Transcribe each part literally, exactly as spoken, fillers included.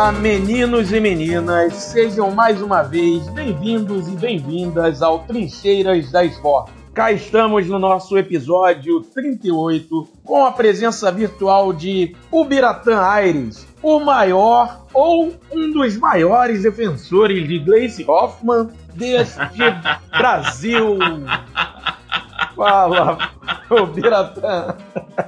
Olá, meninos e meninas, sejam mais uma vez bem-vindos e bem-vindas ao Trincheiras da Esbórnia. Cá estamos no nosso episódio trinta e oito, com a presença virtual de Ubiratã Aires, o maior ou um dos maiores defensores de Gleisi Hoffmann deste Brasil. Fala, Ubiratã.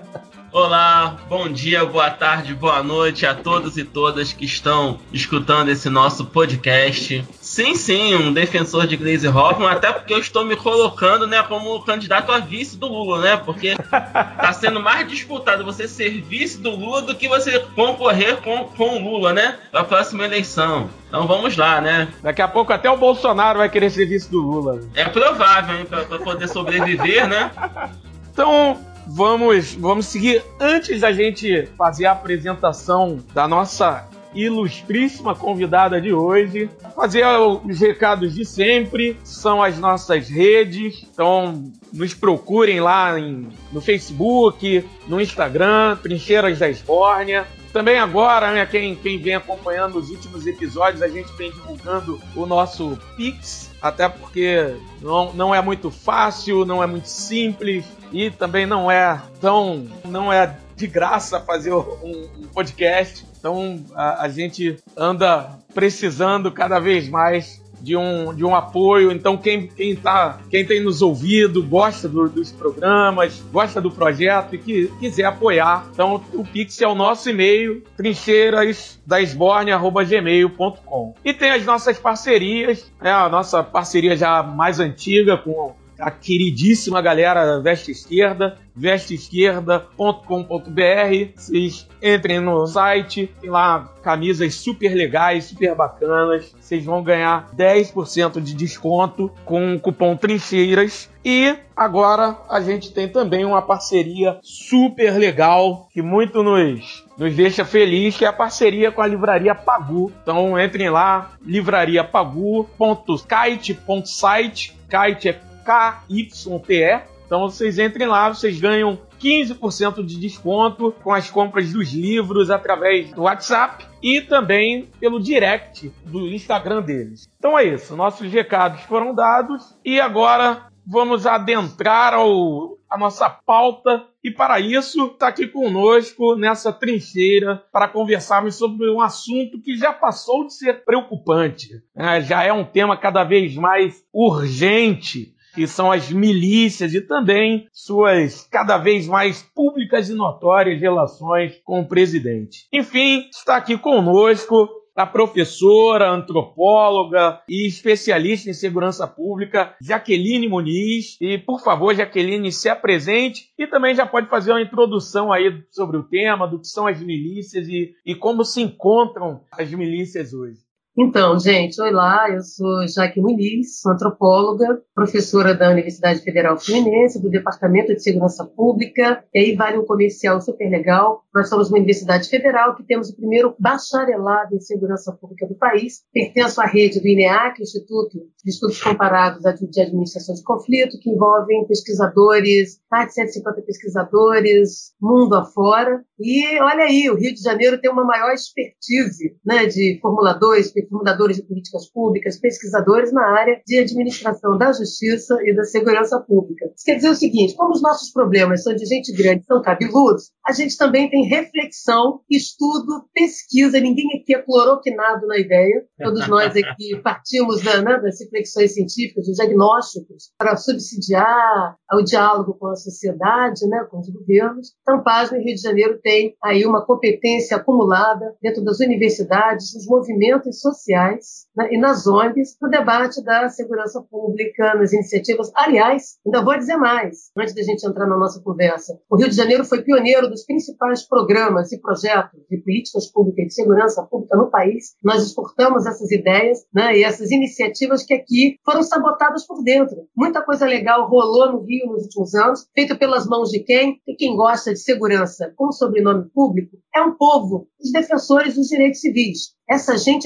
Olá, bom dia, boa tarde, boa noite a todos e todas que estão escutando esse nosso podcast. Sim, sim, um defensor de Gleisi Hoffmann, até porque eu estou me colocando, né, como candidato a vice do Lula, né? Porque tá sendo mais disputado você ser vice do Lula do que você concorrer com, com o Lula, né? Para a próxima eleição. Então vamos lá, né? Daqui a pouco até o Bolsonaro vai querer ser vice do Lula. É provável, hein, para poder sobreviver, né? Então, Vamos, vamos seguir. Antes da gente fazer a apresentação da nossa ilustríssima convidada de hoje, fazer os recados de sempre, são as nossas redes. Então, nos procurem lá em, no Facebook, no Instagram, Trincheiras da Esbórnia. Também agora, né, quem, quem vem acompanhando os últimos episódios, a gente vem divulgando o nosso Pix, até porque não, não é muito fácil, não é muito simples e também não é tão, não é de graça fazer um, um podcast. Então a, a gente anda precisando cada vez mais de um, de um apoio. Então quem, quem, tá, quem tem nos ouvido, gosta do, dos programas, gosta do projeto e que quiser apoiar, então o Pix é o nosso e-mail, trincheiras da esbórnia arroba gmail ponto com. E tem as nossas parcerias, né, a nossa parceria já mais antiga com a queridíssima galera da Veste Esquerda, veste esquerda ponto com ponto b r. Vocês entrem no site, tem lá camisas super legais, super bacanas. Vocês vão ganhar dez por cento de desconto com o cupom Trincheiras. E agora a gente tem também uma parceria super legal que muito nos, nos deixa feliz, que é a parceria com a Livraria Pagu. Então entrem lá, livraria pagu ponto kite ponto site. Kite é K Y T E. Então vocês entrem lá, vocês ganham quinze por cento de desconto com as compras dos livros através do WhatsApp e também pelo direct do Instagram deles. Então é isso, nossos recados foram dados e agora vamos adentrar ao, a nossa pauta. E para isso está aqui conosco nessa trincheira para conversarmos sobre um assunto que já passou de ser preocupante, né? Já é um tema cada vez mais urgente, que são as milícias e também suas cada vez mais públicas e notórias relações com o presidente. Enfim, está aqui conosco a professora, antropóloga e especialista em segurança pública, Jaqueline Muniz. E, por favor, Jaqueline, se apresente e também já pode fazer uma introdução aí sobre o tema, do que são as milícias e, e como se encontram as milícias hoje. Então, gente, olá, eu sou Jaque Muniz, sou antropóloga, professora da Universidade Federal Fluminense, do Departamento de Segurança Pública, e aí vale um comercial super legal. Nós somos uma universidade federal que temos o primeiro bacharelado em segurança pública do país, pertenço à rede do INEAC, Instituto de Estudos Comparados de Administração de Conflito, que envolvem pesquisadores, mais de cento e cinquenta pesquisadores, mundo afora. E olha aí, o Rio de Janeiro tem uma maior expertise, né, de formuladores, formuladores de políticas públicas, pesquisadores na área de administração da justiça e da segurança pública. Isso quer dizer o seguinte, como os nossos problemas são de gente grande, são cabeludos, a gente também tem reflexão, estudo, pesquisa, ninguém aqui é cloroquinado na ideia, todos nós aqui partimos da, né, das reflexões científicas, dos diagnósticos, para subsidiar o diálogo com a sociedade, né, com os governos. Então, pasme, o Rio de Janeiro tem aí uma competência acumulada dentro das universidades, dos movimentos sociais, né, e nas O N Gs, no debate da segurança pública, nas iniciativas. Aliás, ainda vou dizer mais, antes da gente entrar na nossa conversa. O Rio de Janeiro foi pioneiro dos principais programas e projetos de políticas públicas e de segurança pública no país. Nós exportamos essas ideias, né, e essas iniciativas que aqui foram sabotadas por dentro. Muita coisa legal rolou no Rio nos últimos anos, feito pelas mãos de quem? E quem gosta de segurança com sobrenome público é um povo, os defensores dos direitos civis. Essa gente é que gosta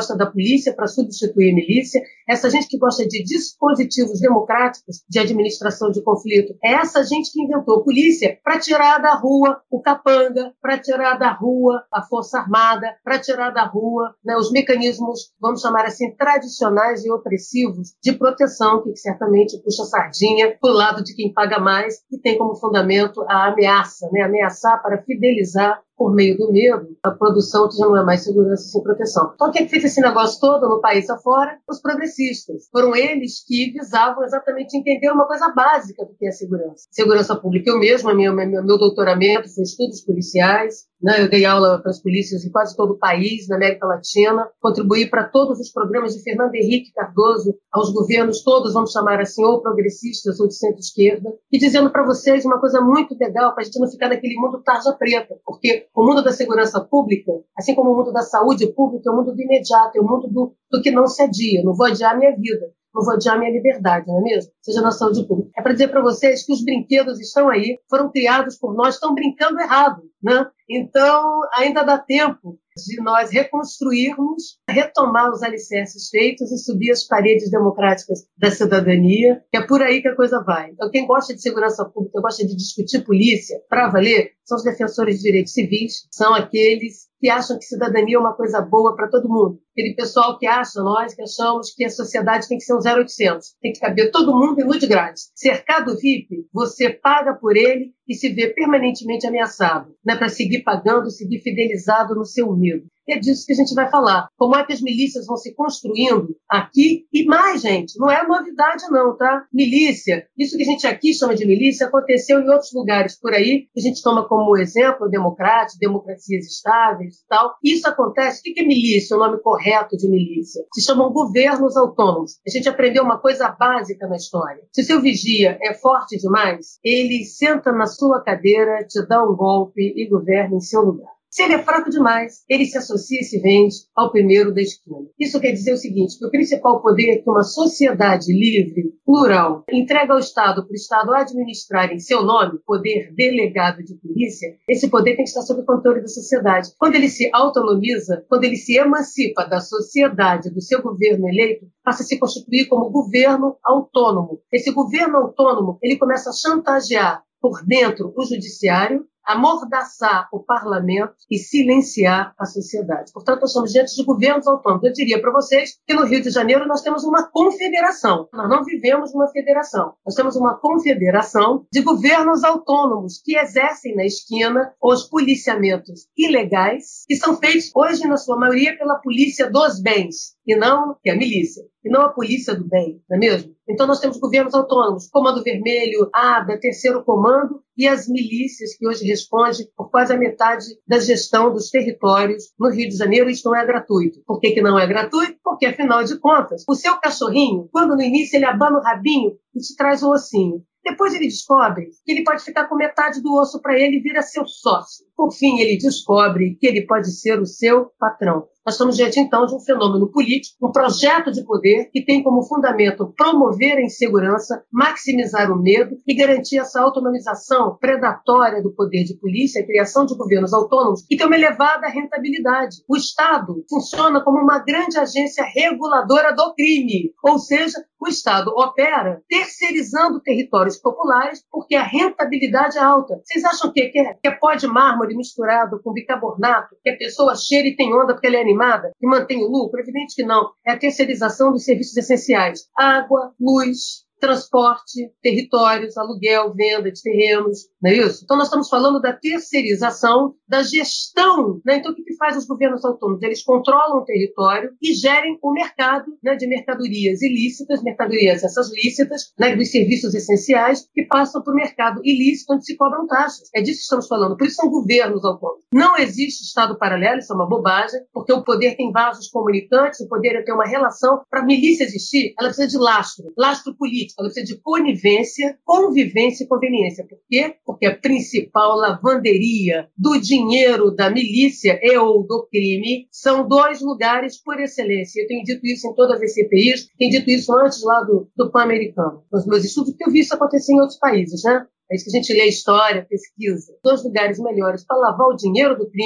gosta da polícia para substituir a milícia, essa gente que gosta de dispositivos democráticos de administração de conflito, é essa gente que inventou a polícia para tirar da rua o capanga, para tirar da rua a força armada, para tirar da rua, né, os mecanismos, vamos chamar assim, tradicionais e opressivos de proteção, que certamente puxa a sardinha para o lado de quem paga mais e tem como fundamento a ameaça, né, ameaçar para fidelizar por meio do medo, a produção que já não é mais segurança sem proteção. Então, quem fez esse negócio todo no país afora? Os progressistas. Foram eles que visavam exatamente entender uma coisa básica do que é segurança. Segurança pública. Eu mesma, meu, meu, meu doutoramento foi estudos policiais, né? Eu dei aula para as polícias em quase todo o país, na América Latina, contribuí para todos os programas de Fernando Henrique Cardoso, aos governos todos, vamos chamar assim, ou progressistas ou de centro-esquerda, e dizendo para vocês uma coisa muito legal, para a gente não ficar naquele mundo tarja preta, porque o mundo da segurança pública, assim como o mundo da saúde pública, é o mundo do imediato, é o mundo do, do que não se adia. Não vou adiar a minha vida, não vou adiar a minha liberdade, não é mesmo? Seja na saúde pública. É para dizer para vocês que os brinquedos estão aí, foram criados por nós, estão brincando errado, né? Então, ainda dá tempo de nós reconstruirmos, retomar os alicerces feitos e subir as paredes democráticas da cidadania, que é por aí que a coisa vai. Então, quem gosta de segurança pública, gosta de discutir polícia, para valer, são os defensores de direitos civis, são aqueles que acham que cidadania é uma coisa boa para todo mundo. Aquele pessoal que acha, nós que achamos que a sociedade tem que ser um zero oitocentos, tem que caber todo mundo e no de grátis. Cercado V I P, você paga por ele e se vê permanentemente ameaçado, né, para seguir pagando, seguir fidelizado no seu medo. É disso que a gente vai falar. Como é que as milícias vão se construindo aqui? E mais, gente, não é novidade não, tá? Milícia, isso que a gente aqui chama de milícia, aconteceu em outros lugares por aí, que a gente toma como exemplo democrático, democracias estáveis e tal. Isso acontece. O que é milícia, o nome correto de milícia? Se chamam governos autônomos. A gente aprendeu uma coisa básica na história. Se o seu vigia é forte demais, ele senta na sua cadeira, te dá um golpe e governa em seu lugar. Se ele é fraco demais, ele se associa e se vende ao primeiro da esquina. Isso quer dizer o seguinte, que o principal poder que uma sociedade livre, plural, entrega ao Estado para o Estado administrar em seu nome, poder delegado de polícia, esse poder tem que estar sob o controle da sociedade. Quando ele se autonomiza, quando ele se emancipa da sociedade, do seu governo eleito, passa a se constituir como governo autônomo. Esse governo autônomo, ele começa a chantagear por dentro o judiciário, amordaçar o parlamento e silenciar a sociedade. Portanto, nós estamos diante de governos autônomos. Eu diria para vocês que no Rio de Janeiro nós temos uma confederação. Nós não vivemos uma federação. Nós temos uma confederação de governos autônomos que exercem na esquina os policiamentos ilegais que são feitos hoje, na sua maioria, pela polícia dos bens, e não que é a milícia, e não a polícia do bem, não é mesmo? Então nós temos governos autônomos, Comando Vermelho, A D A, Terceiro Comando, e as milícias que hoje respondem por quase a metade da gestão dos territórios no Rio de Janeiro. Isso não é gratuito. Por que que não é gratuito? Porque, afinal de contas, o seu cachorrinho, quando no início ele abana o rabinho e te traz o ossinho, depois ele descobre que ele pode ficar com metade do osso para ele e vira seu sócio. Por fim, ele descobre que ele pode ser o seu patrão. Nós estamos diante, então, de um fenômeno político, um projeto de poder que tem como fundamento promover a insegurança, maximizar o medo e garantir essa autonomização predatória do poder de polícia, a criação de governos autônomos e tem uma elevada rentabilidade. O Estado funciona como uma grande agência reguladora do crime, ou seja, o Estado opera terceirizando territórios populares porque a rentabilidade é alta. Vocês acham que é, que é pó de mármore misturado com bicarbonato, que a pessoa cheira e tem onda porque ela é animada e mantém o lucro? Evidente que não. É a terceirização dos serviços essenciais. Água, luz, transporte, territórios, aluguel, venda de terrenos, não é isso? Então nós estamos falando da terceirização da gestão, né? Então o que, que faz os governos autônomos? Eles controlam o território e gerem o mercado, né, de mercadorias ilícitas, mercadorias essas lícitas, né, dos serviços essenciais que passam para o mercado ilícito onde se cobram taxas. É disso que estamos falando. Por isso são governos autônomos. Não existe Estado paralelo, isso é uma bobagem, porque o poder tem vasos comunicantes, o poder é ter uma relação. Para a milícia existir, ela precisa de lastro, lastro político. Ela precisa de conivência, convivência e conveniência. Por quê? Porque a principal lavanderia do dinheiro da milícia e ou do crime são dois lugares por excelência. Eu tenho dito isso em todas as C P Is, tenho dito isso antes lá do, do Pan-Americano, nos meus estudos, porque eu vi isso acontecer em outros países, né? É isso que a gente lê história, pesquisa. Dois lugares melhores para lavar o dinheiro do crime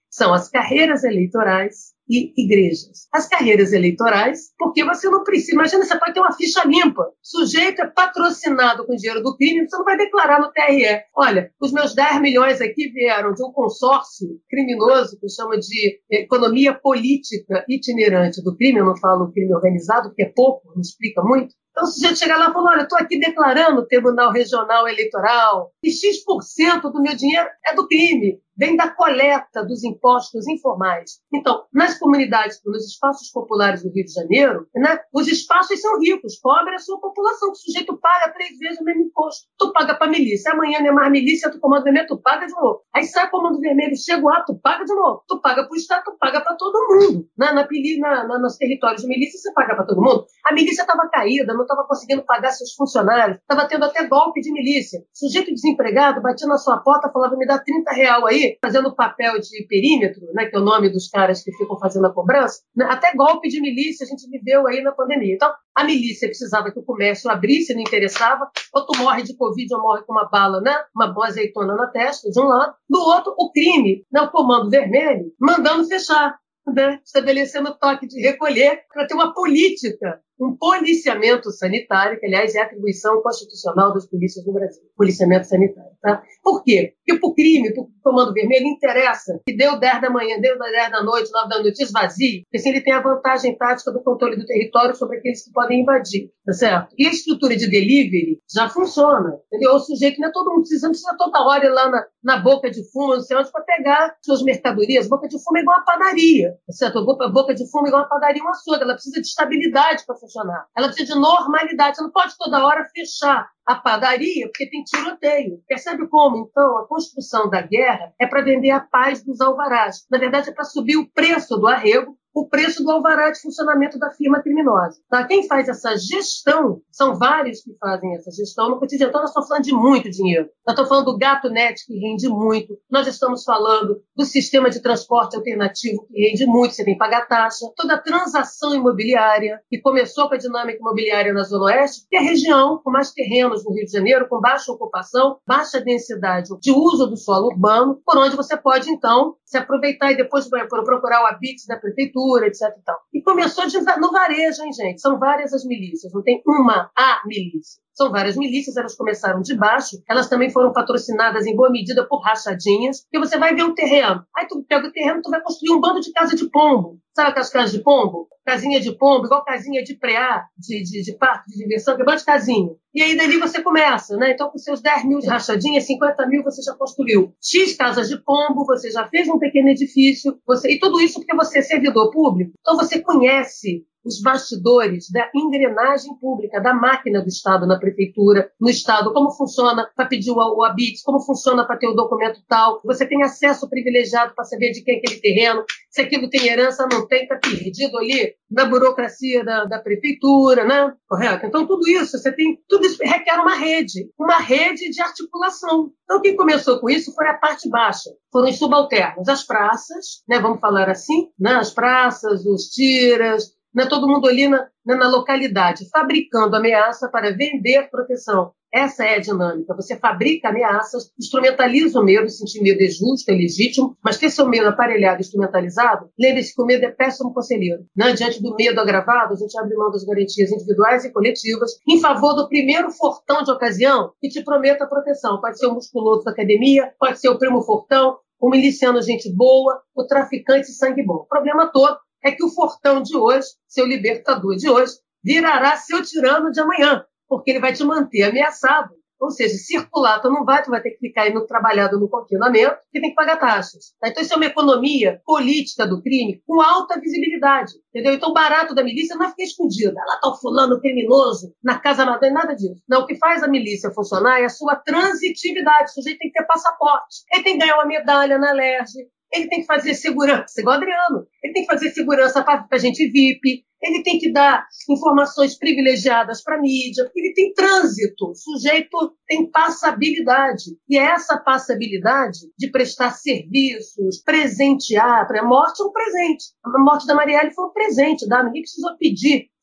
são as carreiras eleitorais e igrejas. As carreiras eleitorais, porque você não precisa... Imagina, você pode ter uma ficha limpa. O sujeito é patrocinado com dinheiro do crime, você não vai declarar no T R E. Olha, os meus dez milhões aqui vieram de um consórcio criminoso que chama de economia política itinerante do crime. Eu não falo crime organizado, porque é pouco, não explica muito. Então, o sujeito chega lá e fala, olha, eu estou aqui declarando o Tribunal Regional Eleitoral e X por cento do meu dinheiro é do crime, vem da coleta dos impostos informais. Então, nas comunidades, nos espaços populares do Rio de Janeiro, né, os espaços são ricos, pobre é a sua população, o sujeito paga três vezes o mesmo imposto. Tu paga para a milícia, amanhã não é mais milícia, tu comando vermelho, tu paga de novo. Aí sai o comando vermelho, chega o ato, tu paga de novo. Tu paga para o Estado, tu paga para todo mundo. Na, na, na, na, nos territórios de milícia, você paga para todo mundo. A milícia estava caída, não estava conseguindo pagar seus funcionários, estava tendo até golpe de milícia. Sujeito desempregado batia na sua porta, falava, me dá trinta real aí, fazendo papel de perímetro, né, que é o nome dos caras que ficam fazendo a cobrança. Né, até golpe de milícia a gente viveu aí na pandemia. Então, a milícia precisava que o comércio abrisse, não interessava, ou tu morre de Covid ou morre com uma bala, né, uma boa azeitona na testa, de um lado. Do outro, o crime, né, o comando vermelho, mandando fechar. Né, estabelecendo toque de recolher para ter uma política, um policiamento sanitário, que, aliás, é a atribuição constitucional das polícias no Brasil, policiamento sanitário. Tá? Por quê? Porque para o crime, para o comando vermelho, interessa que deu dez da manhã, deu dez da noite, nove da noite, esvazie, porque assim ele tem a vantagem tática do controle do território sobre aqueles que podem invadir, tá certo? E a estrutura de delivery já funciona, entendeu? O sujeito não é todo mundo precisando, precisa toda hora ir lá na, na boca de fumo, não sei onde, para pegar suas mercadorias. Boca de fumo é igual a padaria, tá certo? A boca de fumo é igual a padaria, uma açougue, ela precisa de estabilidade para funcionar. Ela precisa de normalidade. Você não pode toda hora fechar a padaria porque tem tiroteio. Percebe como, então, a construção da guerra é para vender a paz dos alvarás. Na verdade, é para subir o preço do arrego, o preço do alvará de funcionamento da firma criminosa. Tá? Quem faz essa gestão, são vários que fazem essa gestão. No cotidiano, então, nós estamos falando de muito dinheiro. Nós estamos falando do gato net, que rende muito. Nós estamos falando do sistema de transporte alternativo, que rende muito, você tem que pagar taxa. Toda a transação imobiliária, que começou com a dinâmica imobiliária na Zona Oeste, que é a região com mais terrenos no Rio de Janeiro, com baixa ocupação, baixa densidade de uso do solo urbano, por onde você pode, então, se aproveitar e depois procurar o habite da prefeitura, etc e tal. E começou de, no varejo, hein, gente? São várias as milícias, não tem uma a milícia. São várias milícias, elas começaram de baixo, elas também foram patrocinadas em boa medida por rachadinhas, porque você vai ver um terreno, aí tu pega o terreno, tu vai construir um bando de casa de pombo. Sabe aquelas casas de pombo? Casinha de pombo, igual casinha de preá, de, de, de parque, de diversão, que é um bando de casinha. E aí dali você começa, né? Então com seus dez mil de rachadinhas, cinquenta mil você já construiu. X casas de pombo, você já fez um pequeno edifício, você... e tudo isso porque você é servidor público. Então você conhece os bastidores da engrenagem pública, da máquina do Estado na prefeitura, no Estado, como funciona para pedir o, o habite, como funciona para ter o documento tal. Você tem acesso privilegiado para saber de quem é aquele terreno, se aquilo tem herança, não tem, está perdido ali na burocracia da, da prefeitura, né? Correto? Então, tudo isso, você tem, tudo isso requer uma rede, uma rede de articulação. Então, quem começou com isso foi a parte baixa, foram os subalternos, as praças, né? Vamos falar assim, né? As praças, os tiras, né, todo mundo ali na, na localidade, fabricando ameaça para vender proteção. Essa é a dinâmica. Você fabrica ameaças, instrumentaliza o medo, sentir medo é justo, é legítimo, mas ter seu medo aparelhado, instrumentalizado, lembre-se que o medo é péssimo conselheiro. Né? Diante do medo agravado, a gente abre mão das garantias individuais e coletivas em favor do primeiro fortão de ocasião que te prometa proteção. Pode ser o musculoso da academia, pode ser o primo fortão, o miliciano gente boa, o traficante sangue bom. O problema todo é que o fortão de hoje, seu libertador de hoje, virará seu tirano de amanhã, porque ele vai te manter ameaçado. Ou seja, circular, tu não vai, tu vai ter que ficar indo trabalhado no confinamento, que tem que pagar taxas. Tá? Então, isso é uma economia política do crime com alta visibilidade. Entendeu? Então, o barato da milícia não é ficar escondido. Ela tá o fulano criminoso na casa madre, nada disso. Não, o que faz a milícia funcionar é a sua transitividade. O sujeito tem que ter passaporte. Ele tem que ganhar uma medalha na Alerj. Ele tem que fazer segurança, igual o Adriano. Ele tem que fazer segurança para a gente V I P. Ele tem que dar informações privilegiadas para a mídia. Ele tem trânsito. O sujeito tem passabilidade. E é essa passabilidade de prestar serviços, presentear. A morte é um presente. A morte da Marielle foi um presente. Tá? Ninguém precisou pedir.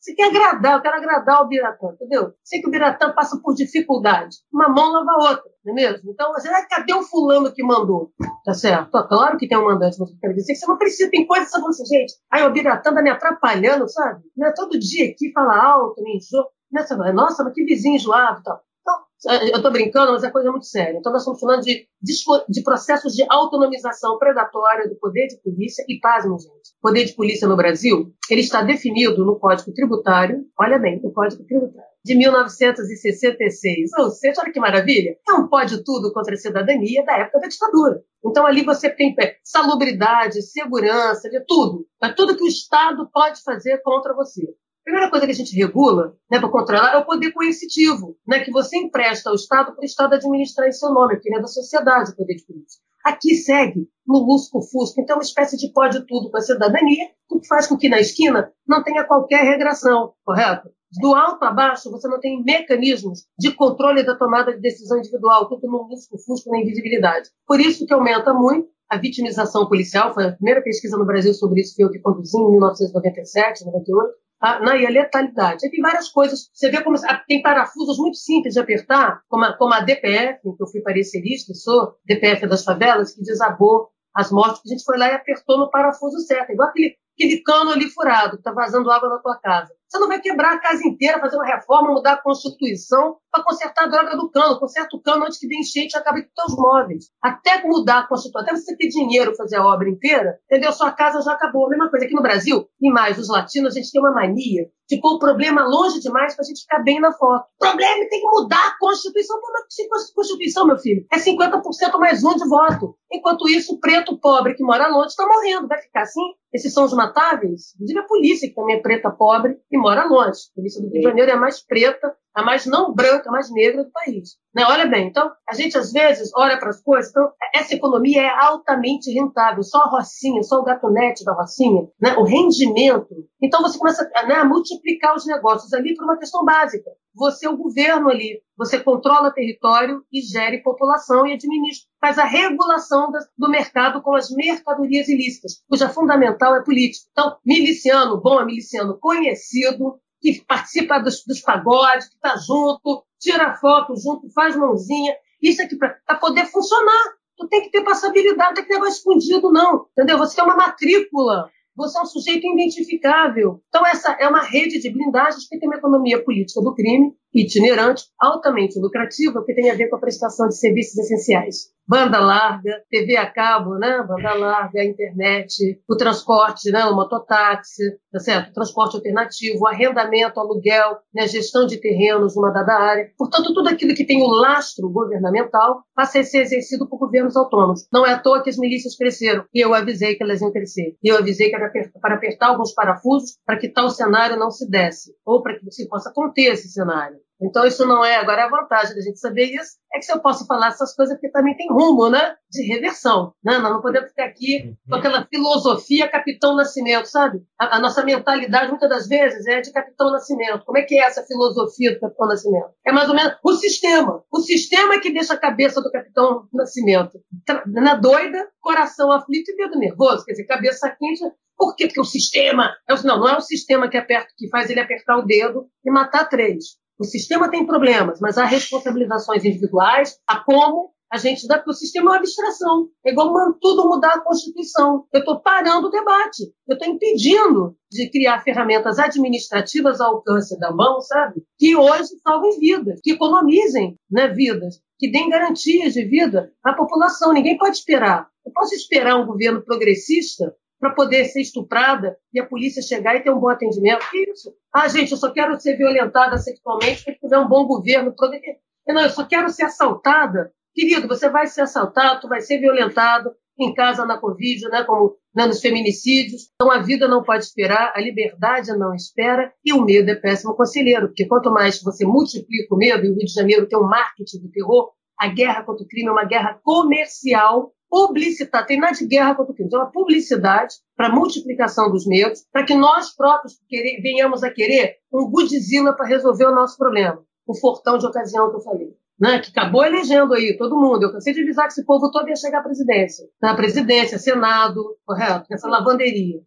Você quer agradar, eu quero agradar o Biratã, entendeu? Sei que o Biratã passa por dificuldade. Uma mão lava a outra, não é mesmo? Então, você, ah, cadê o fulano que mandou? Tá certo? Claro que tem um mandante, mas eu quero dizer que você não precisa, tem coisa que você fala assim, gente, aí o Biratã tá me atrapalhando, sabe? Né? Todo dia aqui fala alto, me enjoa. Nossa, mas que vizinho enjoado e tal. Então, eu estou brincando, mas é coisa muito séria. Então, nós estamos falando de, de, de processos de autonomização predatória do poder de polícia e, pasmem, gente, o poder de polícia no Brasil, ele está definido no Código Tributário, olha bem, no Código Tributário, de mil novecentos e sessenta e seis. Ou seja, olha que maravilha, é um pode-tudo contra a cidadania da época da ditadura. Então, ali você tem salubridade, segurança, de tudo. É tudo que o Estado pode fazer contra você. A primeira coisa que a gente regula, né, para controlar é o poder coercitivo, né, que você empresta ao Estado para o Estado administrar em seu nome, porque ele é da sociedade, o poder de polícia. Aqui segue no lusco-fusco, então é uma espécie de pode-tudo com a cidadania, o que faz com que na esquina não tenha qualquer regressão, correto? Do alto a baixo, você não tem mecanismos de controle da tomada de decisão individual, tudo no lusco-fusco, na invisibilidade. Por isso que aumenta muito a vitimização policial, foi a primeira pesquisa no Brasil sobre isso que eu que conduzi em mil novecentos e noventa e sete, noventa e oito, Ah, não, e a letalidade. Aí tem várias coisas. Você vê como tem parafusos muito simples de apertar, como a, como a D P F, em que eu fui parecerista, sou D P F das favelas, que desabou as mortes, que a gente foi lá e apertou no parafuso certo. Igual aquele, aquele cano ali furado, que está vazando água na tua casa. Você não vai quebrar a casa inteira, fazer uma reforma, mudar a Constituição para consertar a droga do cano. Conserta o cano antes que dê enchente e acabe com os teus móveis. Até mudar a Constituição, até você ter dinheiro para fazer a obra inteira, entendeu? Sua casa já acabou. A mesma coisa aqui no Brasil, e mais, os latinos, a gente tem uma mania de pôr o problema longe demais para a gente ficar bem na foto. O problema é que tem que mudar a Constituição. Como é que a Constituição, meu filho? É cinquenta por cento mais um de voto. Enquanto isso, o preto pobre que mora longe está morrendo. Vai ficar assim? Esses são os matáveis? Inclusive a polícia, que também é preta pobre e mora longe. A polícia do Rio de Janeiro é a mais preta, a mais não branca, a mais negra do país. Né? Olha bem, então, a gente às vezes olha para as coisas, então, essa economia é altamente rentável, só a Rocinha, só o gatonete da Rocinha, né? O rendimento. Então você começa, né, a multiplicar os negócios ali por uma questão básica. Você é o governo ali, você controla território e gere população e administra, faz a regulação das, do mercado com as mercadorias ilícitas, cuja fundamental é política. Então, miliciano bom é miliciano conhecido, que participa dos, dos pagodes, que está junto, tira foto junto, faz mãozinha. Isso aqui, para poder funcionar, tu tem que ter passabilidade, não tem que ter negócio escondido, não. Entendeu? Você tem uma matrícula, você é um sujeito identificável. Então, essa é uma rede de blindagens que tem uma economia política do crime, itinerante, altamente lucrativa, que tem a ver com a prestação de serviços essenciais. Banda larga, T V a cabo, né? Banda larga, internet, o transporte, né? O mototáxi, tá certo? O transporte alternativo, o arrendamento, o aluguel, né? Gestão de terrenos numa dada área. Portanto, tudo aquilo que tem o lastro governamental passa a ser exercido por governos autônomos. Não é à toa que as milícias cresceram. E eu avisei que elas iam crescer. E eu avisei que era para apertar alguns parafusos para que tal cenário não se desse. Ou para que se possa conter esse cenário. Então, isso não é... Agora, a vantagem da gente saber isso é que se eu posso falar essas coisas, porque também tem rumo, né? De reversão. Né? Nós não podemos ficar aqui com aquela filosofia Capitão Nascimento, sabe? A, a nossa mentalidade, muitas das vezes, é de Capitão Nascimento. Como é que é essa filosofia do Capitão Nascimento? É mais ou menos o sistema. O sistema é que deixa a cabeça do Capitão Nascimento na doida, coração aflito e dedo nervoso. Quer dizer, cabeça quente... Por quê? Porque o sistema... Não, não é o sistema que, aperta, que faz ele apertar o dedo e matar três. O sistema tem problemas, mas há responsabilizações individuais, há como a gente dá, porque o sistema é uma abstração. É igual tudo mudar a Constituição. Eu estou parando o debate. Eu estou impedindo de criar ferramentas administrativas ao alcance da mão, sabe? Que hoje salvem vidas, que economizem, né, vidas, que deem garantias de vida à população. Ninguém pode esperar. Eu posso esperar um governo progressista para poder ser estuprada e a polícia chegar e ter um bom atendimento. Que isso? Ah, gente, eu só quero ser violentada sexualmente se tiver um bom governo. Não, eu só quero ser assaltada. Querido, você vai ser assaltado, tu vai ser violentado em casa na Covid, né, como né, nos feminicídios. Então, a vida não pode esperar, a liberdade não espera e o medo é péssimo conselheiro, porque quanto mais você multiplica o medo, e o Rio de Janeiro tem um marketing do terror, a guerra contra o crime é uma guerra comercial, publicitar, tem nada de guerra contra o crime, tem uma publicidade para a multiplicação dos medos, para que nós próprios querer, venhamos a querer um Godzilla para resolver o nosso problema. O fortão de ocasião que eu falei, né? Que acabou elegendo aí todo mundo. Eu cansei de avisar que esse povo todo ia chegar à presidência. Na presidência, Senado, correto? Essa lavanderia, tá?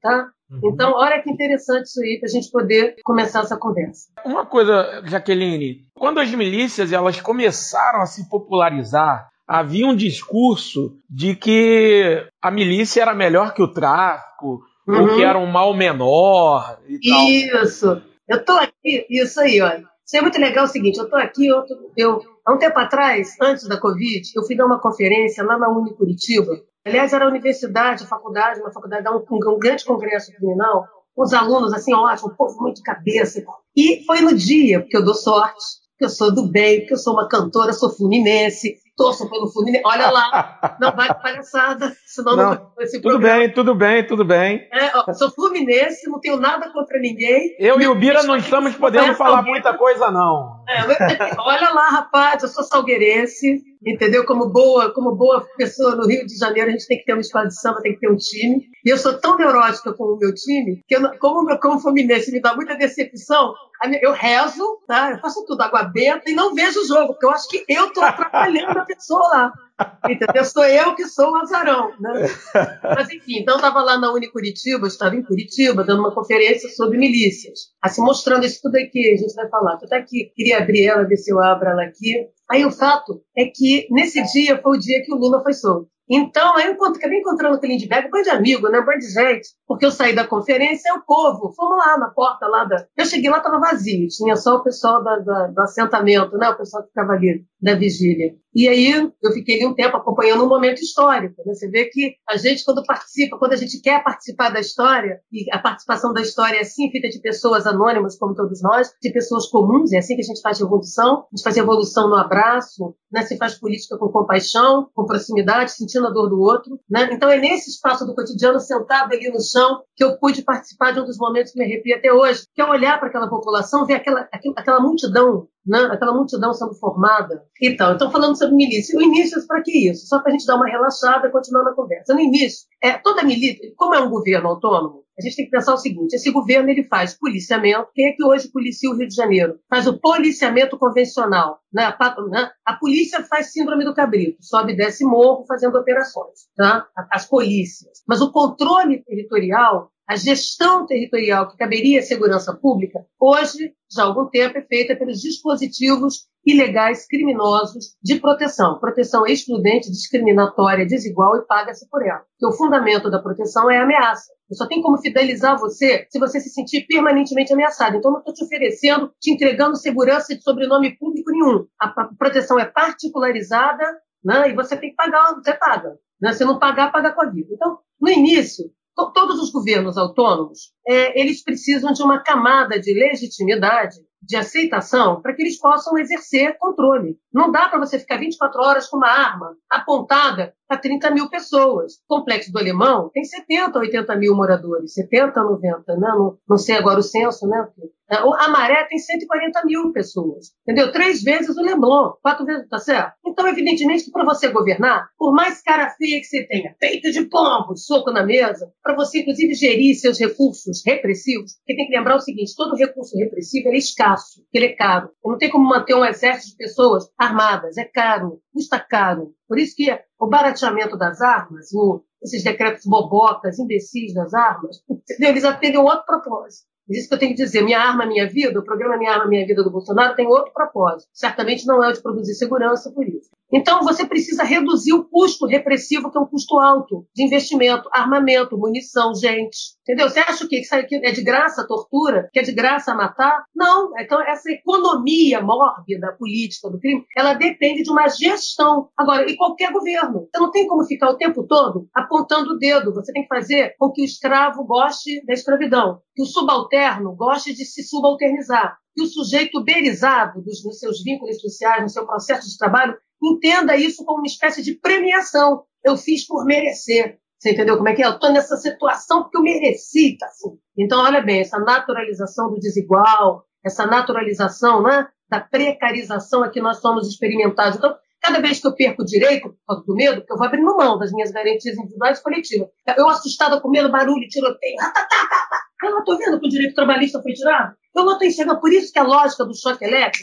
Uhum. Então, olha que interessante isso aí, para a gente poder começar essa conversa. Uma coisa, Jaqueline, quando as milícias elas começaram a se popularizar, havia um discurso de que a milícia era melhor que o tráfico, uhum. ou que era um mal menor e tal. Isso. Eu estou aqui, isso aí, olha. Isso é muito legal, é o seguinte, eu estou aqui, eu, eu, há um tempo atrás, antes da Covid, eu fui dar uma conferência lá na Uni Curitiba. Aliás, era a universidade, a faculdade, uma faculdade, um, um grande congresso criminal, com os alunos, assim, ótimo, um povo muito cabeça. E foi no dia, porque eu dou sorte, porque eu sou do bem, porque eu sou uma cantora, sou fluminense, torço pelo Fluminense. Olha lá, não vai de palhaçada, senão não, não vai esse tudo programa. bem, tudo bem, tudo bem. É, ó, sou fluminense, não tenho nada contra ninguém. Eu e o Bira não estamos podendo falar muita coisa, não. É, olha lá, rapaz, eu sou salgueirense, entendeu? Como boa, como boa pessoa no Rio de Janeiro, a gente tem que ter uma escola de samba, tem que ter um time. E eu sou tão neurótica com o meu time, que eu, como o meu como Fluminense me dá muita decepção, eu rezo, tá? Eu faço tudo, água benta, e não vejo o jogo, porque eu acho que eu estou atrapalhando a pessoa lá. Entendeu? Sou eu que sou o azarão, né? Mas enfim, então eu estava lá na Uni Curitiba, eu estava em Curitiba, dando uma conferência sobre milícias, assim, mostrando isso tudo aqui, a gente vai falar. Tu tá aqui, queria abrir ela, ver se eu abro ela aqui. Aí o fato é que nesse dia foi o dia que o Lula foi solto. Então, aí eu acabei encontrando com o Lindbergh, um bando de amigo, né? Um bando de gente, porque eu saí da conferência, e o povo, fomos lá na porta lá da... Eu cheguei lá, estava vazio, tinha só o pessoal da, da, do assentamento, né? O pessoal que ficava ali, da vigília. E aí eu fiquei ali um tempo acompanhando um momento histórico, né? Você vê que a gente, quando participa, quando a gente quer participar da história, e a participação da história é assim, feita de pessoas anônimas, como todos nós, de pessoas comuns, é assim que a gente faz revolução, a gente faz revolução no abraço, né? Se faz política com compaixão, com proximidade, sentindo a dor do outro, né? Então é nesse espaço do cotidiano, sentado ali no chão, que eu pude participar de um dos momentos que me arrepia até hoje, que é olhar para aquela população, ver aquela, aquela multidão, né? Aquela multidão sendo formada. Então, então falando sobre milícia. O início, para que isso? Só para a gente dar uma relaxada e continuar na conversa. No início, é, toda milícia, como é um governo autônomo, a gente tem que pensar o seguinte, esse governo ele faz policiamento. Quem é que hoje policia o Rio de Janeiro? Faz o policiamento convencional. Né? A, né? a polícia faz síndrome do cabrito, sobe e desce morro fazendo operações. Tá? As polícias. Mas o controle territorial, a gestão territorial que caberia à segurança pública, hoje, já há algum tempo, é feita pelos dispositivos ilegais criminosos de proteção. Proteção excludente, discriminatória, desigual e paga-se por ela. Porque o fundamento da proteção é a ameaça. Eu só tenho como fidelizar você se você se sentir permanentemente ameaçado. Então, eu não estou te oferecendo, te entregando segurança de sobrenome público nenhum. A proteção é particularizada, né? E você tem que pagar, você paga. Né? Se não pagar, paga com a vida. Então, no início, to- todos os governos autônomos, é, eles precisam de uma camada de legitimidade, de aceitação, para que eles possam exercer controle. Não dá para você ficar vinte e quatro horas com uma arma apontada para trinta mil pessoas. O Complexo do Alemão tem setenta, oitenta mil moradores, setenta, noventa, né? não, não sei agora o censo, né? A Maré tem cento e quarenta mil pessoas, entendeu? Três vezes o Leblon, quatro vezes, tá certo? Então, evidentemente que para você governar, por mais cara feia que você tenha, peito de pombo, soco na mesa, para você, inclusive, gerir seus recursos repressivos, você tem que lembrar o seguinte, todo recurso repressivo ele é escasso, ele é caro. Não tem como manter um exército de pessoas armadas, é caro, custa caro. Por isso que o barateamento das armas, o, esses decretos bobocas, imbecis das armas, entendeu? Eles atendem um outro propósito. É isso que eu tenho que dizer. Minha arma, minha vida, o programa Minha Arma, Minha Vida do Bolsonaro tem outro propósito. Certamente não é o de produzir segurança por isso. Então, você precisa reduzir o custo repressivo, que é um custo alto de investimento, armamento, munição, gente. Entendeu? Você acha o quê? Que isso aqui é de graça a tortura? Que é de graça matar? Não. Então, essa economia mórbida política do crime, ela depende de uma gestão. Agora, e qualquer governo. Você não tem como ficar o tempo todo apontando o dedo. Você tem que fazer com que o escravo goste da escravidão, que o subalterno goste de se subalternizar, que o sujeito uberizado dos, nos seus vínculos sociais, no seu processo de trabalho, entenda isso como uma espécie de premiação. Eu fiz por merecer. Você entendeu como é que é? Eu estou nessa situação porque eu mereci, tá assim. Então, olha bem, essa naturalização do desigual, essa naturalização, né, da precarização a que nós somos experimentados. Então, cada vez que eu perco o direito, por causa do medo, porque eu vou abrindo mão das minhas garantias individuais e coletivas. Eu assustada com medo, barulho, tiroteio. Eu não estou vendo que o direito trabalhista foi tirado. Eu não estou enxergando. Por isso que a lógica do choque elétrico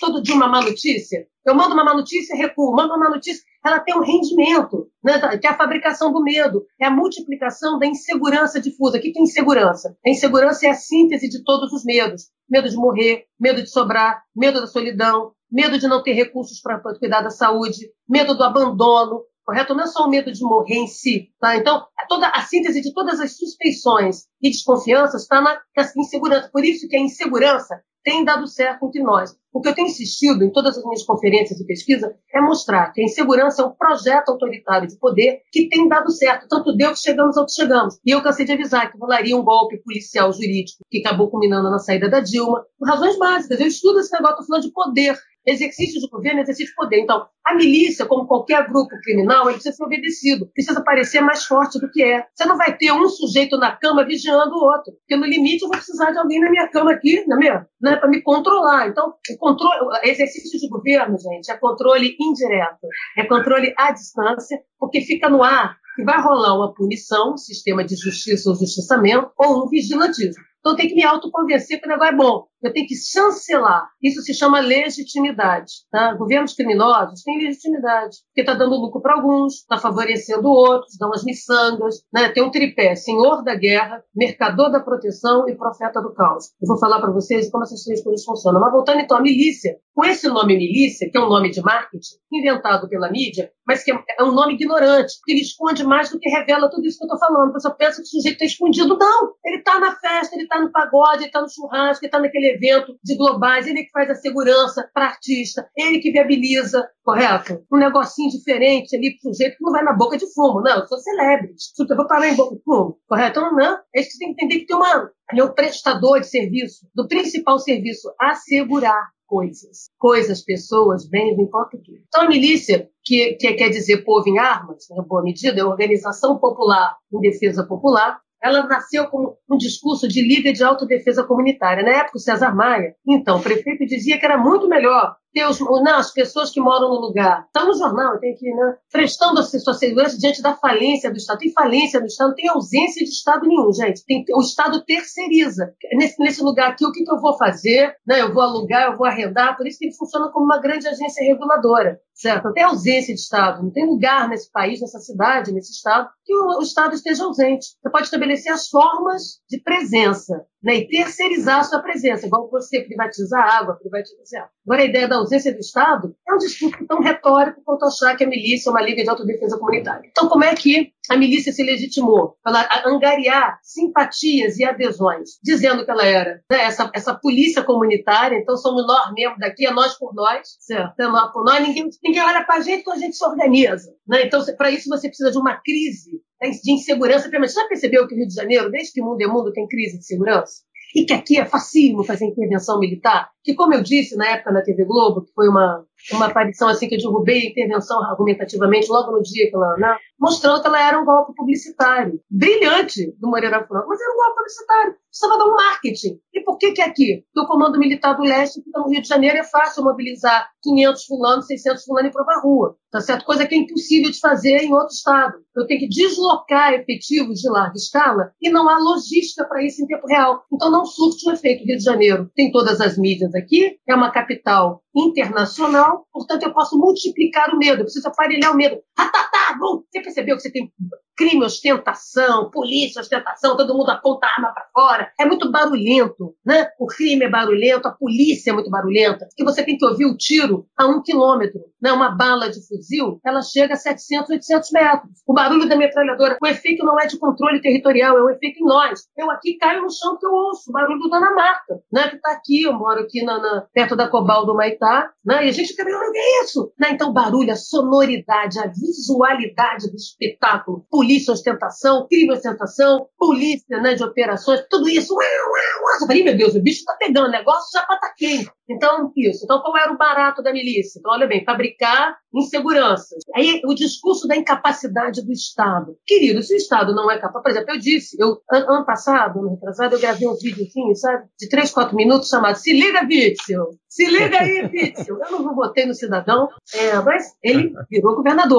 todo dia uma má notícia? Eu mando uma má notícia e recuo, mando uma má notícia, ela tem um rendimento, né, que é a fabricação do medo, é a multiplicação da insegurança difusa. O que é insegurança? A insegurança é a síntese de todos os medos. Medo de morrer, medo de sobrar, medo da solidão, medo de não ter recursos para cuidar da saúde, medo do abandono, correto? Não é só o medo de morrer em si, tá? Então, toda a síntese de todas as suspeições e desconfianças está na, na insegurança. Por isso que a insegurança tem dado certo entre nós. O que eu tenho insistido em todas as minhas conferências e pesquisa é mostrar que a insegurança é um projeto autoritário de poder que tem dado certo. Tanto deu que chegamos ao que chegamos. E eu cansei de avisar que rolaria um golpe policial jurídico que acabou culminando na saída da Dilma, por razões básicas. Eu estudo esse negócio, estou falando de poder. Exercício de governo, exercício de poder. Então, a milícia, como qualquer grupo criminal, ele precisa ser obedecido, precisa parecer mais forte do que é. Você não vai ter um sujeito na cama vigiando o outro, porque no limite eu vou precisar de alguém na minha cama aqui, não é mesmo? Né, para me controlar. Então, o controle, exercício de governo, gente, é controle indireto, é controle à distância, porque fica no ar que vai rolar uma punição, um sistema de justiça ou justiçamento, ou um vigilantismo. Então, eu tenho que me autoconvencer que o negócio é bom. Eu tenho que chancelar. Isso se chama legitimidade. Tá? Governos criminosos têm legitimidade, porque está dando lucro para alguns, está favorecendo outros, dão as miçangas. Né? Tem um tripé, senhor da guerra, mercador da proteção e profeta do caos. Eu vou falar para vocês como essas três coisas funcionam. Mas voltando então à milícia, com esse nome milícia, que é um nome de marketing, inventado pela mídia, mas que é um nome ignorante, porque ele esconde mais do que revela tudo isso que eu estou falando. A pessoa pensa que o sujeito está escondido. Não! Ele está na festa, ele está no pagode, ele está no churrasco, ele está naquele evento de globais, ele que faz a segurança para artista, ele que viabiliza, correto? Um negocinho diferente ali para o sujeito que não vai na boca de fumo. Não, eu sou celebrity. Eu vou parar em boca de fumo, correto? Então, não. É que você tem que entender que tem uma, é um prestador de serviço, do principal serviço, assegurar coisas. Coisas, pessoas, bens, não importa o quê. Então, a milícia, que, que quer dizer povo em armas, em boa medida, é uma organização popular em defesa popular. Ela nasceu com um discurso de Liga de Autodefesa Comunitária. Na época, o César Maia, então, o prefeito dizia que era muito melhor ter os, não, as pessoas que moram no lugar. Está no jornal, tem que ir, né, prestando a sua segurança diante da falência do Estado. Tem falência do Estado, não tem ausência de Estado nenhum, gente. Tem, o Estado terceiriza. Nesse, nesse lugar aqui, o que, que eu vou fazer? Né, eu vou alugar, eu vou arrendar. Por isso que ele funciona como uma grande agência reguladora. Certo? Não tem ausência de Estado. Não tem lugar nesse país, nessa cidade, nesse Estado, que o, o Estado esteja ausente. Você pode estabelecer as formas de presença, né, e terceirizar a sua presença, igual você privatizar a água, privatizar. Agora, a ideia da ausência do Estado é um discurso tão retórico quanto achar que a milícia é uma liga de autodefesa comunitária. Então, como é que a milícia se legitimou? Ela angariar simpatias e adesões, dizendo que ela era, né, essa, essa polícia comunitária, então somos nós mesmos daqui, é nós por nós, certo? É nós por nós, ninguém, ninguém olha para a gente, então a gente se organiza. Né? Então, para isso, você precisa de uma crise de insegurança permanente. Você já percebeu que o Rio de Janeiro, desde que o mundo é mundo, tem crise de segurança? E que aqui é facílimo fazer intervenção militar? Que, como eu disse na época na T V Globo, que foi uma, uma aparição assim que eu derrubei a intervenção argumentativamente logo no dia que ela, né, mostrando que ela era um golpe publicitário. Brilhante do Moreira Franco, mas era um golpe publicitário. Precisava dar um marketing. E por que que aqui? Porque o Comando Militar do Leste, fica no Rio de Janeiro, é fácil mobilizar quinhentos fulanos, seiscentos fulanos e ir para a rua. Tá certo? Coisa que é impossível de fazer em outro estado. Eu tenho que deslocar efetivos de larga escala e não há logística para isso em tempo real. Então não surte um efeito. Rio de Janeiro tem todas as mídias aqui, é uma capital internacional, portanto eu posso multiplicar o medo, eu preciso aparelhar o medo. Ah, tá, tá, bom. Você percebeu que você tem crime, ostentação, polícia, ostentação, todo mundo aponta a arma para fora. É muito barulhento, né? O crime é barulhento, a polícia é muito barulhenta, porque você tem que ouvir o tiro a um quilômetro. Né? Uma bala de fuzil, ela chega a setecentos, oitocentos metros. O barulho da metralhadora, o efeito não é de controle territorial, é um efeito em nós. Eu aqui caio no chão que eu ouço o barulho da Ana Marta, né? Que está aqui, eu moro aqui na, na, perto da Cobal do Maitá, né? E a gente fica vendo, o que é isso? Né? Então o barulho, a sonoridade, a visualidade do espetáculo, polícia, ostentação, crime, ostentação, polícia, né, de operações, tudo isso. Eu falei, meu Deus, o bicho está pegando, o negócio já está quente. Então, isso. Então, qual era o barato da milícia? Então, olha bem, fabricar inseguranças. Aí, o discurso da incapacidade do Estado. Querido, se o Estado não é capaz... Por exemplo, eu disse, eu, ano, ano passado, ano retrasado, eu gravei um vídeo assim, sabe, de três, quatro minutos, chamado Se Liga, Witzel! Se liga aí, Witzel! Eu não botei no cidadão, é, mas ele virou governador.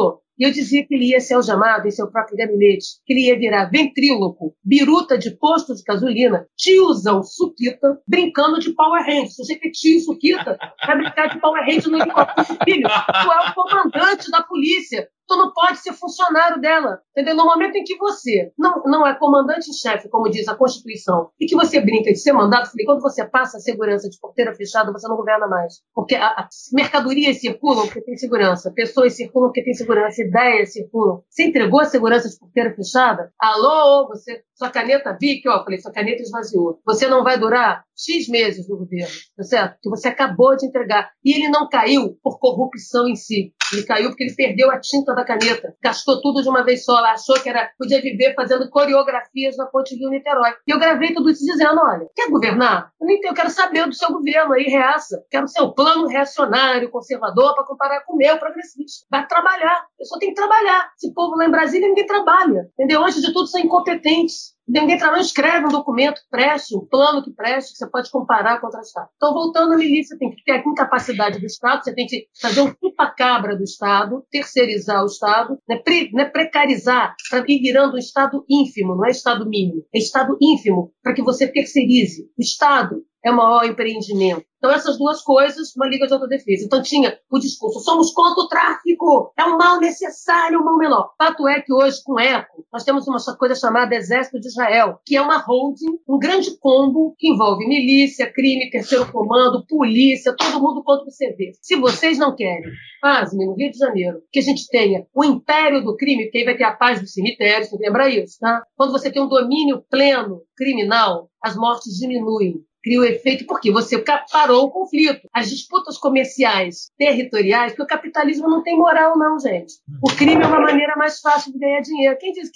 E eu dizia que ele ia ser algemado em seu próprio gabinete, que ele ia virar ventríloco, biruta de posto de gasolina, tiozão suquita, brincando de Power Rangers. Se você que é tio suquita, vai brincar de Power Rangers no helicóptero. Filho, tu é o comandante da polícia. Tu não pode ser funcionário dela, entendeu? No momento em que você não, não é comandante em chefe, como diz a Constituição, e que você brinca de ser mandado, quando você passa a segurança de porteira fechada, você não governa mais. Porque a, a mercadorias circulam porque tem segurança, pessoas circulam porque tem segurança, ideias circulam. Você entregou a segurança de porteira fechada? Alô, você, sua caneta Bic, ó, falei, sua caneta esvaziou. Você não vai durar X meses no governo, tá certo? Que você acabou de entregar. E ele não caiu por corrupção em si. Ele caiu porque ele perdeu a tinta da caneta, gastou tudo de uma vez só, ela achou que era, podia viver fazendo coreografias na Ponte Rio-Niterói. E eu gravei tudo isso dizendo, olha, quer governar? Eu nem tenho, eu quero saber do seu governo aí, reaça. Quero seu plano reacionário, conservador, para comparar com o meu, progressista. Vai trabalhar. Eu só tenho que trabalhar. Esse povo lá em Brasília, ninguém trabalha. Entendeu? Antes de tudo, são incompetentes. Ninguém trabalha, escreve um documento que preste, um plano que preste, que você pode comparar, contrastar. Então, voltando à milícia, tem que ter a incapacidade do Estado, você tem que fazer um chupa-cabra do Estado, terceirizar o Estado, né, pre, né, precarizar, para ir virando um Estado ínfimo, não é Estado mínimo, é Estado ínfimo, para que você terceirize. O Estado é o maior empreendimento. Então, essas duas coisas, uma liga de autodefesa. Então, tinha o discurso, somos contra o tráfico, é um mal necessário, um mal menor. Fato é que hoje, com ECO, nós temos uma coisa chamada Exército de Israel, que é uma holding, um grande combo que envolve milícia, crime, terceiro comando, polícia, todo mundo contra o C V. Se vocês não querem, pasmem, no Rio de Janeiro, que a gente tenha o império do crime, porque aí vai ter a paz dos cemitérios, tem que lembrar isso, tá? Quando você tem um domínio pleno criminal, as mortes diminuem. Cria o efeito, porque você parou o conflito. As disputas comerciais, territoriais, porque o capitalismo não tem moral, não, gente. O crime é uma maneira mais fácil de ganhar dinheiro. Quem disse que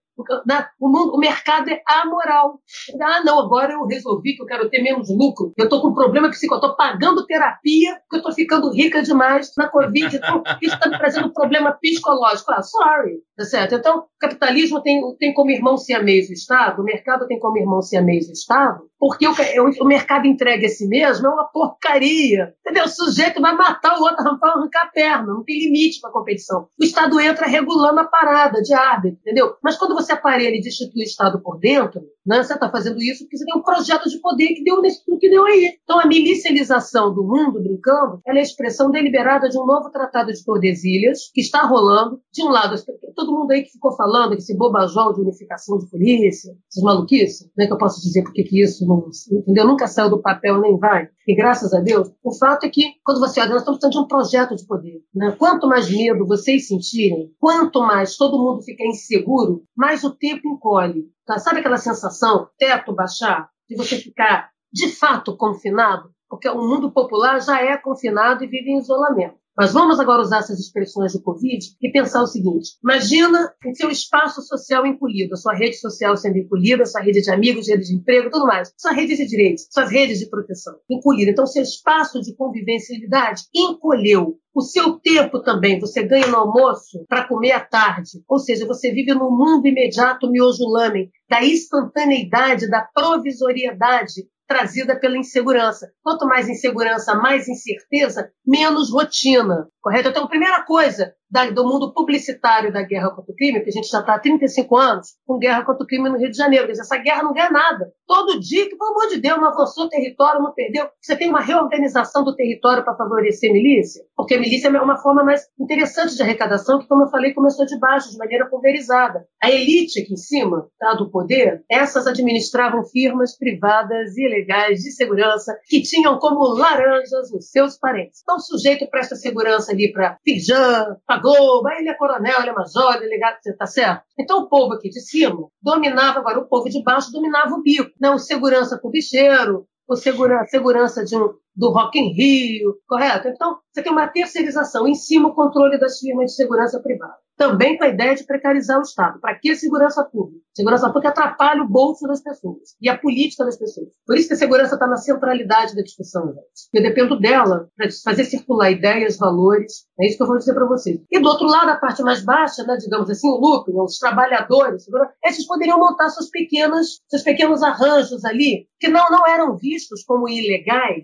o, mundo, o mercado é amoral? Ah, não, agora eu resolvi que eu quero ter menos lucro. Eu estou com um problema psicológico, eu estou pagando terapia porque eu estou ficando rica demais na Covid. Então, isso está me trazendo um problema psicológico. Ah, sorry. Tá certo? Então, o capitalismo tem, tem como irmão siamês o Estado, o mercado tem como irmão siamês o Estado, porque o, o, o mercado entregue a si mesmo é uma porcaria. Entendeu? O sujeito vai matar o outro, arrancar, arrancar a perna, não tem limite para a competição. O Estado entra regulando a parada de árbitro, entendeu? Mas quando você aparelha e destitui o Estado por dentro, né, você está fazendo isso porque você tem um projeto de poder que deu nesse que deu aí. Então, a milicialização do mundo, brincando, ela é a expressão deliberada de um novo tratado de Tordesilhas, que está rolando. De um lado, todo mundo aí que ficou falando que esse bobajol de unificação de polícia, essas maluquices, né, que eu posso dizer porque que isso não, entendeu? Nunca saiu do papel nem vai. E graças a Deus, o fato é que, quando você olha, nós estamos precisando de um projeto de poder. Né? Quanto mais medo vocês sentirem, quanto mais todo mundo ficar inseguro, mais o tempo encolhe. Tá? Sabe aquela sensação, teto baixar, de você ficar de fato confinado? Porque o mundo popular já é confinado e vive em isolamento. Mas vamos agora usar essas expressões do Covid e pensar o seguinte. Imagina o seu espaço social encolhido, a sua rede social sendo encolhida, a sua rede de amigos, rede de emprego, tudo mais. Sua rede de direitos, suas redes de proteção encolhida. Então, o seu espaço de convivencialidade encolheu. O seu tempo também, você ganha no almoço para comer à tarde. Ou seja, você vive no mundo imediato miojo lamen, da instantaneidade, da provisoriedade trazida pela insegurança. Quanto mais insegurança, mais incerteza, menos rotina. Correto? Então, a primeira coisa da, do mundo publicitário da guerra contra o crime, que a gente já está há trinta e cinco anos com guerra contra o crime no Rio de Janeiro. Quer dizer, essa guerra não ganha nada. Todo dia, que, pelo amor de Deus, não avançou o território, não perdeu. Você tem uma reorganização do território para favorecer a milícia, porque a milícia é uma forma mais interessante de arrecadação, que, como eu falei, começou de baixo, de maneira pulverizada. A elite aqui em cima, tá, do poder, essas administravam firmas privadas e ilegais de segurança que tinham como laranjas os seus parentes. Então, o sujeito presta segurança ali para Firjan, para Globo, ele é coronel, ele é major, ele é legado, tá certo? Então, o povo aqui de cima dominava, agora o povo de baixo dominava o bico. Não, segurança com bicheiro, ou segura, segurança de um, do Rock in Rio, correto? Então, você tem uma terceirização, em cima o controle das firmas de segurança privada. Também com a ideia de precarizar o Estado. Para que segurança pública? Segurança pública atrapalha o bolso das pessoas e a política das pessoas. Por isso que a segurança está na centralidade da discussão, gente. Eu dependo dela para fazer circular ideias, valores. É isso que eu vou dizer para vocês. E do outro lado, a parte mais baixa, né, digamos assim, o lucro, os trabalhadores, esses poderiam montar seus pequenos, seus pequenos arranjos ali, que não, não eram vistos como ilegais,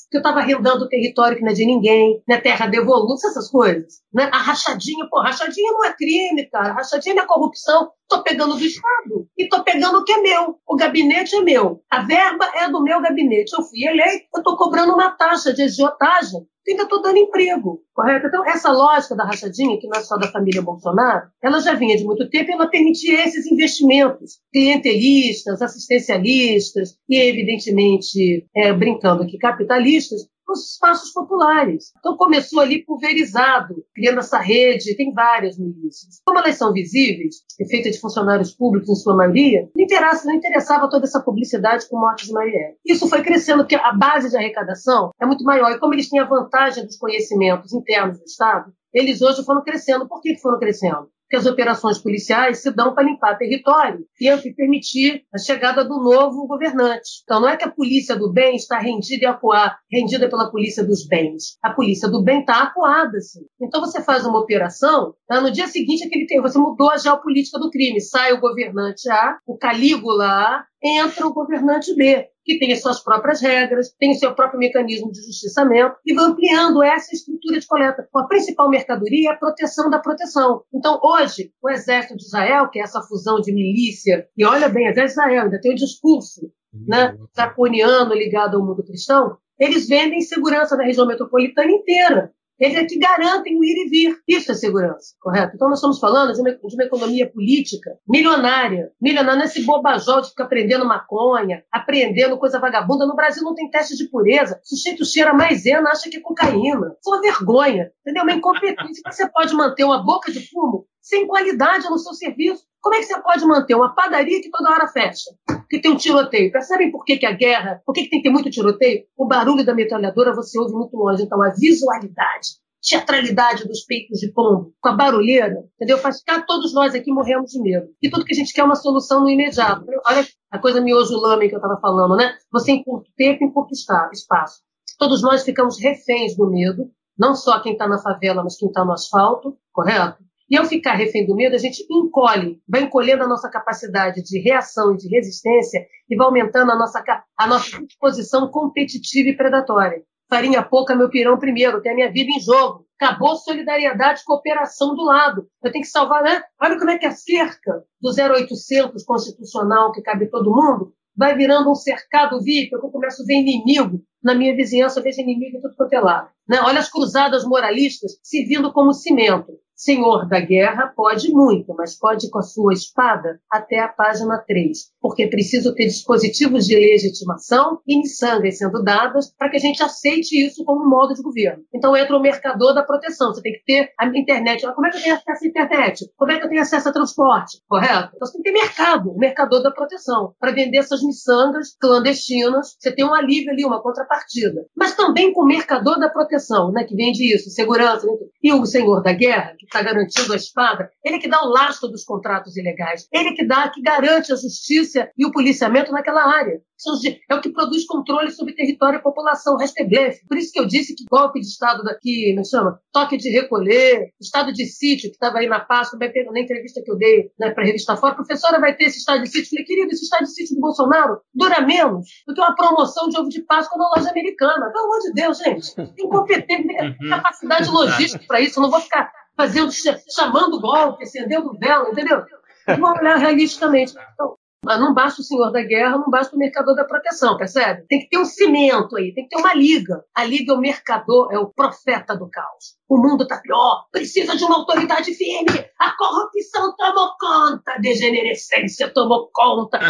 que eu estava arrendando o território que não é de ninguém, né, terra devoluta, essas coisas. Né? A rachadinha, pô, rachadinha não é crime, cara. Rachadinha não é corrupção. Estou pegando do Estado e estou pegando o que é meu. O gabinete é meu. A verba é do meu gabinete. Eu fui eleito, eu estou cobrando uma taxa de agiotagem e ainda estou dando emprego, correto? Então, essa lógica da rachadinha, que não é só da família Bolsonaro, ela já vinha de muito tempo e ela permitia esses investimentos clientelistas, assistencialistas e, evidentemente, é, brincando aqui, capitalistas, nos espaços populares. Então começou ali pulverizado, criando essa rede, tem várias milícias. Como elas são visíveis, é feita de funcionários públicos em sua maioria, não interessava, não interessava toda essa publicidade com mortes de Marielle. Isso foi crescendo, porque a base de arrecadação é muito maior. E como eles têm a vantagem dos conhecimentos internos do Estado, eles hoje foram crescendo. Por que foram crescendo? Porque as operações policiais se dão para limpar território e permitir a chegada do novo governante. Então, não é que a polícia do bem está rendida e acuada, rendida pela polícia dos bens. A polícia do bem está acuada, sim. Então, você faz uma operação, tá? No dia seguinte, aquele tem, você mudou a geopolítica do crime. Sai o governante A, o Calígula A, entra o governante B, que tem as suas próprias regras, tem o seu próprio mecanismo de justiçamento e vai ampliando essa estrutura de coleta. A principal mercadoria é a proteção da proteção. Então, hoje, o Exército de Israel, que é essa fusão de milícia, e olha bem, até Israel ainda tem o discurso né, draconiano ligado ao mundo cristão, eles vendem segurança na região metropolitana inteira. Eles é que garantem o ir e vir. Isso é segurança, correto? Então, nós estamos falando de uma, de uma economia política milionária. Milionária nesse bobajol de ficar aprendendo maconha, aprendendo coisa vagabunda. No Brasil não tem teste de pureza. O sujeito cheira maisena, acha que é cocaína. Isso é uma vergonha, entendeu? Uma incompetência. Você pode manter uma boca de fumo sem qualidade no seu serviço. Como é que você pode manter uma padaria que toda hora fecha? Que tem um tiroteio. Percebem por que, que a guerra, por que, que tem que ter muito tiroteio? O barulho da metralhadora você ouve muito longe. Então, a visualidade, teatralidade dos peitos de pombo, com a barulheira, entendeu? Faz ficar todos nós aqui morremos de medo. E tudo que a gente quer é uma solução no imediato. Olha a coisa miojo lame que eu estava falando, né? Você em curto tempo, em curto espaço. Todos nós ficamos reféns do medo, não só quem está na favela, mas quem está no asfalto, correto? E ao ficar refém do medo, a gente encolhe, vai encolhendo a nossa capacidade de reação e de resistência e vai aumentando a nossa, a nossa disposição competitiva e predatória. Farinha pouca, meu pirão primeiro, tem a minha vida em jogo. Acabou solidariedade e cooperação do lado. Eu tenho que salvar, né? Olha como é que a cerca do zero oitocentos constitucional, que cabe todo mundo, vai virando um cercado V I P, eu começo a ver inimigo na minha vizinhança, eu vejo inimigo em tudo quanto é lado. Né? Olha as cruzadas moralistas se vindo como cimento. Senhor da guerra pode muito, mas pode com a sua espada até a página três, porque é preciso ter dispositivos de legitimação e miçangas sendo dadas para que a gente aceite isso como modo de governo. Então entra o mercador da proteção, você tem que ter a internet. Como é que eu tenho acesso à internet? Como é que eu tenho acesso a transporte? Correto? Então você tem que ter mercado, o mercador da proteção, para vender essas miçangas clandestinas, você tem um alívio ali, uma contrapartida. Mas também com o mercador da proteção, né, que vende isso, segurança, e o senhor da guerra, que está garantindo a espada, ele que dá o lastro dos contratos ilegais, ele que dá, que garante a justiça e o policiamento naquela área. É o que produz controle sobre território e população, o resto é blefe. Por isso que eu disse que golpe de Estado daqui, me chama, toque de recolher, estado de sítio, que estava aí na Páscoa, na entrevista que eu dei, né, para a revista Fora, a professora vai ter esse estado de sítio. Eu falei, querido, esse estado de sítio do Bolsonaro dura menos do que uma promoção de ovo de Páscoa na loja americana. Pelo amor de Deus, gente. Incompetente, uhum. Capacidade logística para isso, eu não vou ficar fazendo, chamando golpe, acendendo vela, entendeu? Vamos olhar realisticamente. Então, não basta o senhor da guerra, não basta o mercador da proteção, percebe? Tem que ter um cimento aí, tem que ter uma liga. A liga é o mercador, é o profeta do caos. O mundo está pior, precisa de uma autoridade firme. A corrupção tomou conta, a degenerescência tomou conta.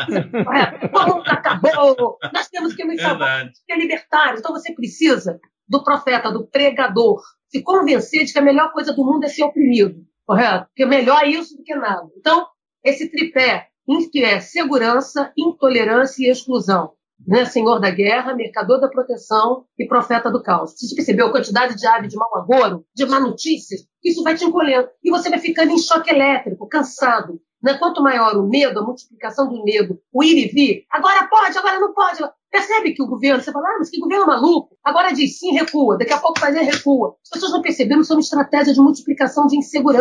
O mundo acabou, nós temos que nos salvar, ser libertários. Então você precisa do profeta, do pregador, se convencer de que a melhor coisa do mundo é ser oprimido, correto? Porque melhor isso do que nada. Então, esse tripé, que é segurança, intolerância e exclusão, né? Senhor da guerra, mercador da proteção e profeta do caos. Você percebeu a quantidade de ave de mau agouro, de má notícias? Isso vai te encolhendo. E você vai ficando em choque elétrico, cansado. Né? Quanto maior o medo, a multiplicação do medo, o ir e vir, agora pode, agora não pode. Percebe que o governo, você fala, ah, mas que governo maluco, agora diz sim, recua, daqui a pouco fazer recua. As pessoas não perceberam que isso é uma estratégia de multiplicação de insegurança.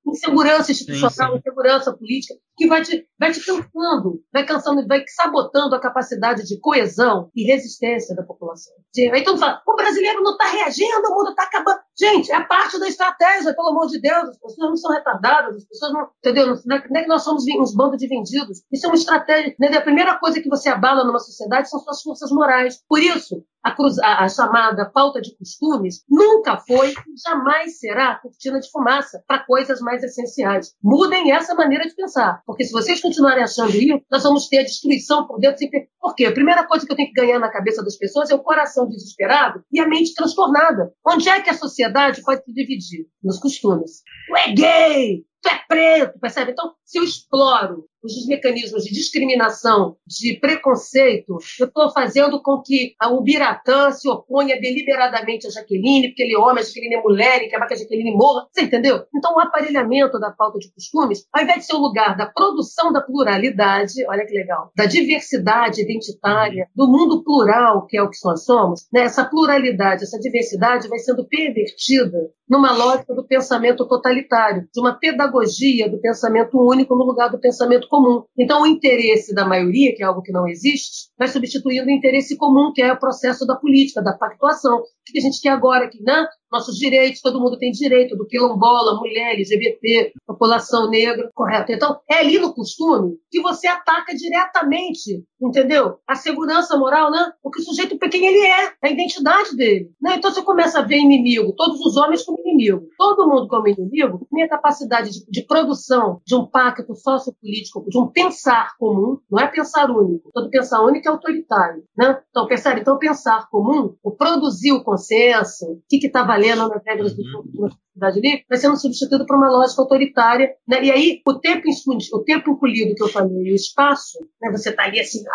insegurança institucional, sim, sim. insegurança política, que vai te, vai te cansando, vai cansando, vai sabotando a capacidade de coesão e resistência da população. Aí todo mundo fala, o brasileiro não está reagindo, o mundo está acabando. Gente, é parte da estratégia, pelo amor de Deus, as pessoas não são retardadas, as pessoas não, entendeu? Não é que nós somos uns bandos de vendidos. Isso é uma estratégia, entendeu? A primeira coisa que você abala numa sociedade são suas forças morais. Por isso, a, cruz, a, a chamada pauta de costumes nunca foi e jamais será cortina de fumaça para coisas mais essenciais. Mudem essa maneira de pensar, porque se vocês continuarem achando isso, nós vamos ter a destruição por dentro. Por quê? A primeira coisa que eu tenho que ganhar na cabeça das pessoas é o coração desesperado e a mente transtornada. Onde é que a sociedade pode se dividir? Nos costumes. Tu é gay! Tu é preto, percebe? Então, se eu exploro os mecanismos de discriminação, de preconceito, eu estou fazendo com que o Biratã se oponha deliberadamente a Jaqueline, porque ele é homem, a Jaqueline é mulher, e quer que a Jaqueline morra. Você entendeu? Então, o aparelhamento da pauta de costumes, ao invés de ser o lugar da produção da pluralidade, olha que legal, da diversidade identitária, do mundo plural, que é o que nós somos, né? Essa pluralidade, essa diversidade vai sendo pervertida numa lógica do pensamento totalitário, de uma pedagogia do pensamento único no lugar do pensamento comum. Então, o interesse da maioria, que é algo que não existe, vai substituindo o interesse comum, que é o processo da política, da pactuação. O que a gente quer agora aqui, né? Nossos direitos, todo mundo tem direito, do quilombola, mulher, L G B T, população negra, correto? Então, é ali no costume que você ataca diretamente, entendeu? A segurança moral, né? Porque o sujeito, quem ele é, a identidade dele. Né? Então, você começa a ver inimigo, todos os homens como inimigo, todo mundo como inimigo, minha capacidade de, de produção de um pacto sociopolítico, de um pensar comum, não é pensar único, todo pensar único é autoritário, né? Então, percebe? Então, pensar comum, o produzir o consenso, o que está valendo nas regras do sociedade livre, vai sendo substituído por uma lógica autoritária, né? E aí, o tempo, o tempo encolhido que eu falei, o espaço, né? Você está ali assim,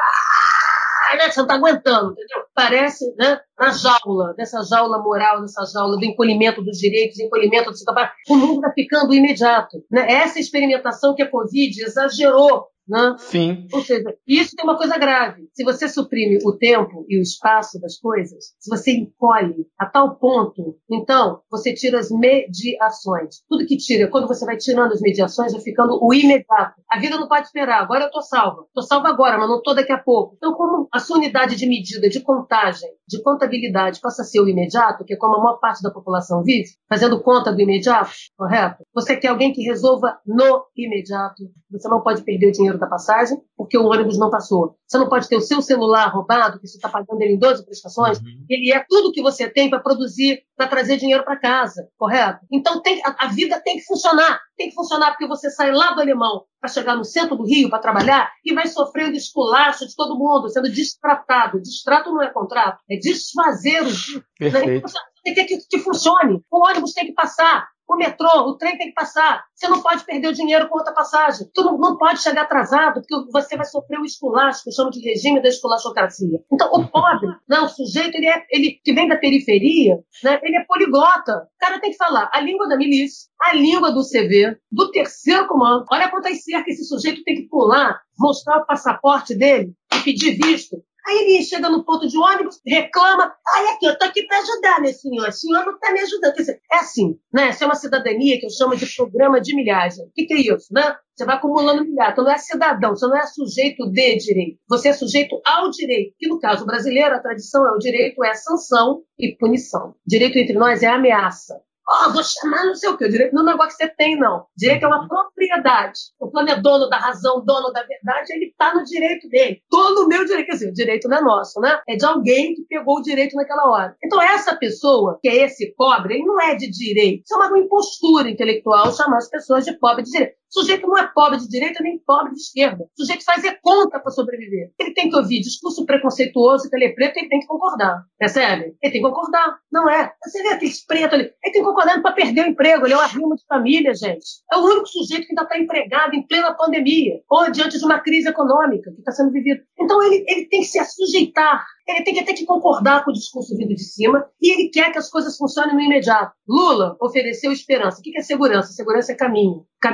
ah, né? Você não está aguentando, entendeu? Parece, né? Na jaula, dessa jaula moral, dessa jaula do encolhimento dos direitos, encolhimento do seu trabalho, o mundo vai ficando imediato, né? Essa experimentação que a Covid exagerou, né? Sim. Ou seja, isso tem uma coisa grave. Se você suprime o tempo e o espaço das coisas, se você encolhe a tal ponto, então você tira as mediações. Tudo que tira, quando você vai tirando as mediações, vai ficando o imediato. A vida não pode esperar. Agora eu estou salva. Estou salva agora, mas não estou daqui a pouco. Então, como a sua unidade de medida, de contagem, de contabilidade passa a ser o imediato, que é como a maior parte da população vive, fazendo conta do imediato, correto? Você quer alguém que resolva no imediato. Você não pode perder o dinheiro da passagem, porque o ônibus não passou. Você não pode ter o seu celular roubado, que você está pagando ele em doze prestações. Uhum. Ele é tudo que você tem para produzir, para trazer dinheiro para casa, correto? Então, tem, a, a vida tem que funcionar. Tem que funcionar porque você sai lá do Alemão para chegar no centro do Rio para trabalhar e vai sofrendo esculacho de todo mundo, sendo destratado. Distrato não é contrato, é desfazer o dia. Né? Então, você tem que que funcione. O ônibus tem que passar. O metrô, o trem tem que passar. Você não pode perder o dinheiro com outra passagem. Tu não, não pode chegar atrasado, porque você vai sofrer o esculacho, que eu chamo de regime da esculachocracia. Então, o pobre, não, o sujeito ele é, ele, que vem da periferia, né, ele é poliglota. O cara tem que falar a língua da milícia, a língua do C V, do terceiro comando. Olha quantas cercas esse sujeito tem que pular, mostrar o passaporte dele e pedir visto. Aí ele chega no ponto de ônibus, reclama, ai, aqui, eu tô aqui para ajudar, né, senhor? O senhor não tá me ajudando. Quer dizer, é assim, né? Essa é uma cidadania que eu chamo de programa de milhagem. O que, que é isso, né? Você vai acumulando milhagem. Então não é cidadão, você não é sujeito de direito. Você é sujeito ao direito. Que no caso brasileiro, a tradição é o direito, é a sanção e punição. Direito entre nós é a ameaça. Ó, oh, vou chamar não sei o quê. O direito não é um negócio que você tem, não. O direito é uma propriedade. O plano é dono da razão, dono da verdade, ele está no direito dele. Todo o meu direito, quer dizer, o direito não é nosso, né? É de alguém que pegou o direito naquela hora. Então, essa pessoa, que é esse pobre, ele não é de direito. Isso é uma impostura intelectual chamar as pessoas de pobre de direito. O sujeito não é pobre de direita nem pobre de esquerda. O sujeito faz é conta para sobreviver. Ele tem que ouvir discurso preconceituoso, que ele é preto, ele tem que concordar. Percebe? Ele tem que concordar. Não é? Você vê aqueles pretos ali. Ele tem que concordar para perder o emprego. Ele é um arrimo de família, gente. É o único sujeito que ainda está empregado em plena pandemia ou diante de uma crise econômica que está sendo vivida. Então, ele, ele tem que se sujeitar. Ele tem que ter que concordar com o discurso vindo de cima e ele quer que as coisas funcionem no imediato. Lula ofereceu esperança. O que é segurança? Segurança é caminho. Caminho pelo qual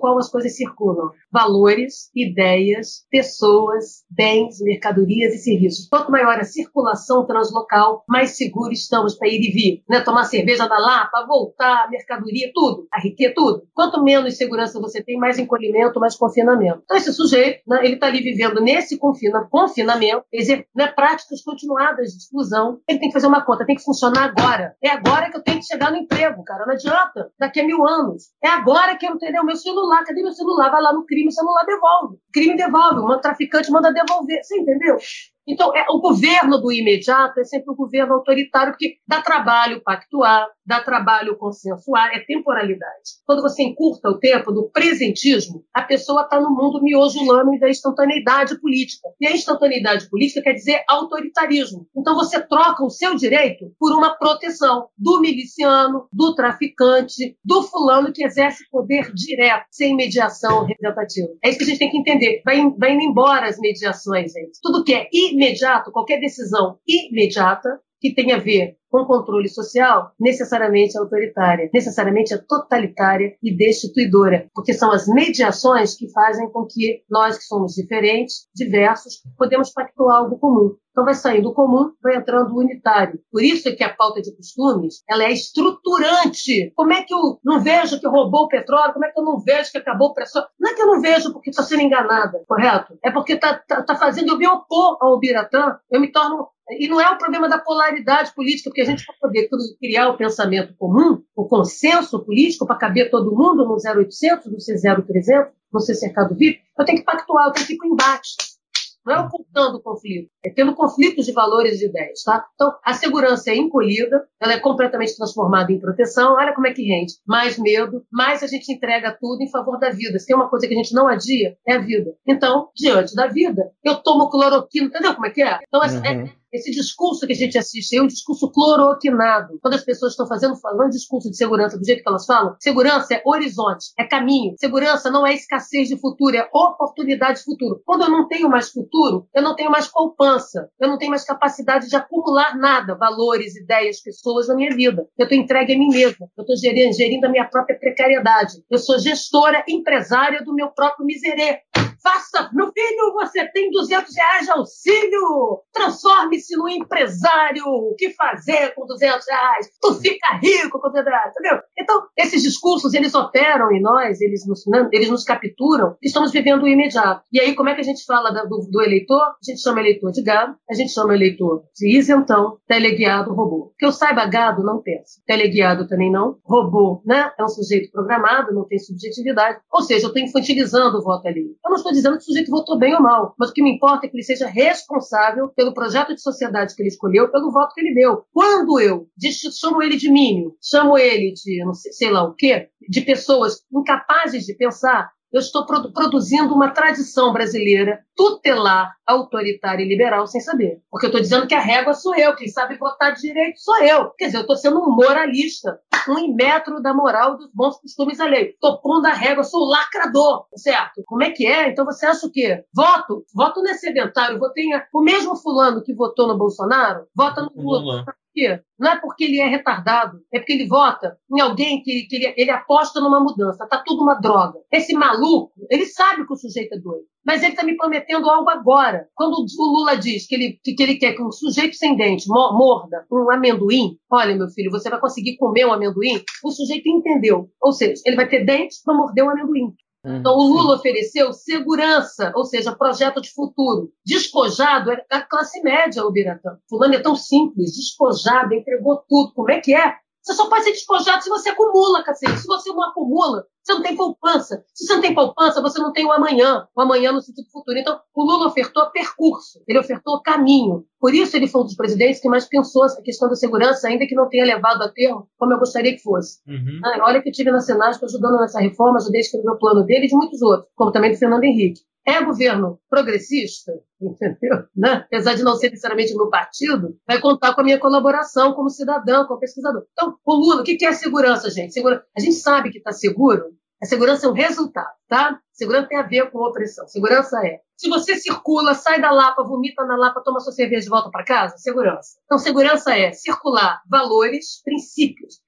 qual as coisas circulam. Valores, ideias, pessoas, bens, mercadorias e serviços. Quanto maior a circulação translocal, mais seguros estamos para ir e vir. Né? Tomar cerveja da Lapa, voltar, mercadoria, tudo. A riqueza, tudo. Quanto menos segurança você tem, mais encolhimento, mais confinamento. Então esse sujeito, né, ele está ali vivendo nesse confina, confinamento, exer, né, práticas continuadas de exclusão. Ele tem que fazer uma conta, tem que funcionar agora. É agora que eu tenho que chegar no emprego, cara. Não adianta. Daqui a mil anos. É agora que eu não tenho o meu celular. Cadê meu celular? Vai lá no crime, o celular devolve. Crime devolve. O traficante manda devolver. Você entendeu? Então, é, o governo do imediato é sempre um governo autoritário, porque dá trabalho pactuar, dá trabalho consensuar, é temporalidade. Quando você encurta o tempo do presentismo, a pessoa está no mundo miojulano da instantaneidade política. E a instantaneidade política quer dizer autoritarismo. Então, você troca o seu direito por uma proteção do miliciano, do traficante, do fulano que exerce poder direto, sem mediação representativa. É isso que a gente tem que entender. Vai, vai indo embora as mediações, gente. Tudo que é imediato, qualquer decisão imediata que tenha a ver com controle social, necessariamente é autoritária, necessariamente é totalitária e destituidora, porque são as mediações que fazem com que nós que somos diferentes, diversos, podemos pactuar algo comum. Então vai saindo do comum, vai entrando o unitário. Por isso é que a pauta de costumes, ela é estruturante. Como é que eu não vejo que roubou o petróleo? Como é que eu não vejo que acabou o petróleo? Não é que eu não vejo porque estou sendo enganada, correto? É porque está tá, tá fazendo eu me opor ao Biratã, eu me torno... E não é o problema da polaridade política, porque a gente, para poder criar o pensamento comum, o consenso político, para caber todo mundo no zero oitocentos, no C zero trezentos, no C cercado V I P, eu tenho que pactuar, eu tenho que ir para o embate. Não é ocultando o conflito, é tendo conflitos de valores e de ideias. Tá? Então, a segurança é encolhida, ela é completamente transformada em proteção. Olha como é que rende. Mais medo, mais a gente entrega tudo em favor da vida. Se tem uma coisa que a gente não adia, é a vida. Então, diante da vida, eu tomo cloroquina. Entendeu como é que é? Então, uhum. é, esse discurso que a gente assiste é um discurso cloroquinado. Quando as pessoas estão fazendo, falando discurso de segurança do jeito que elas falam, segurança é horizonte, é caminho. Segurança não é escassez de futuro, é oportunidade de futuro. Quando eu não tenho mais futuro, eu não tenho mais poupança, eu não tenho mais capacidade de acumular nada, valores, ideias, pessoas na minha vida. Eu estou entregue a mim mesma, eu estou gerindo, gerindo a minha própria precariedade. Eu sou gestora, empresária do meu próprio miserê. Faça, meu filho, você tem duzentos reais de auxílio, transforme-se no empresário, o que fazer com duzentos reais? Tu fica rico com duzentos reais, entendeu? Então, esses discursos, eles operam em nós, eles nos, eles nos capturam, estamos vivendo o imediato. E aí, como é que a gente fala do, do eleitor? A gente chama eleitor de gado, a gente chama eleitor de isentão, teleguiado, robô. Que eu saiba, gado não pensa, teleguiado também não, robô, né? É um sujeito programado, não tem subjetividade, ou seja, eu estou infantilizando o voto ali. Eu não estou dizendo que o sujeito votou bem ou mal, mas o que me importa é que ele seja responsável pelo projeto de sociedade que ele escolheu, pelo voto que ele deu. Quando eu chamo ele de mínimo, chamo ele de não sei, sei lá o quê, de pessoas incapazes de pensar, eu estou produ- produzindo uma tradição brasileira tutelar, autoritária e liberal sem saber. Porque eu estou dizendo que a régua sou eu, quem sabe votar de direito sou eu. Quer dizer, eu estou sendo um moralista, um imetro da moral dos bons costumes alheios. Estou pondo a régua, sou o lacrador, certo? Como é que é? Então você acha o quê? Voto? Voto não é sedentário. Votei em... O mesmo fulano que votou no Bolsonaro, vota no Lula. Não é porque ele é retardado, é porque ele vota em alguém que, que ele, ele aposta numa mudança. Tá tudo uma droga. Esse maluco, ele sabe que o sujeito é doido, mas ele está me prometendo algo agora. Quando o Lula diz que ele, que, que ele quer que um sujeito sem dente morda um amendoim, olha, meu filho, você vai conseguir comer um amendoim? O sujeito entendeu. Ou seja, ele vai ter dentes para morder um amendoim. Então, o Lula ofereceu segurança, ou seja, projeto de futuro. Despojado é a classe média, o Biratã. Fulano é tão simples, despojado, entregou tudo. Como é que é? Você só pode ser despojado se você acumula, cacete. Se você não acumula, você não tem poupança. Se você não tem poupança, você não tem o amanhã. O amanhã no sentido futuro. Então, o Lula ofertou percurso. Ele ofertou caminho. Por isso, ele foi um dos presidentes que mais pensou a questão da segurança, ainda que não tenha levado a termo como eu gostaria que fosse. Uhum. Ah, olha que eu tive na Senado ajudando nessa reforma, ajudei a escrever o plano dele e de muitos outros, como também do Fernando Henrique. É governo progressista, entendeu? Né? Apesar de não ser necessariamente meu partido, vai contar com a minha colaboração como cidadão, como pesquisador. Então, o Lula, o que é segurança, gente? Segura... A gente sabe que está seguro. A segurança é um resultado, tá? Segurança tem a ver com opressão. Segurança é, se você circula, sai da Lapa, vomita na Lapa, toma sua cerveja e volta para casa, segurança. Então, segurança é circular valores, princípios.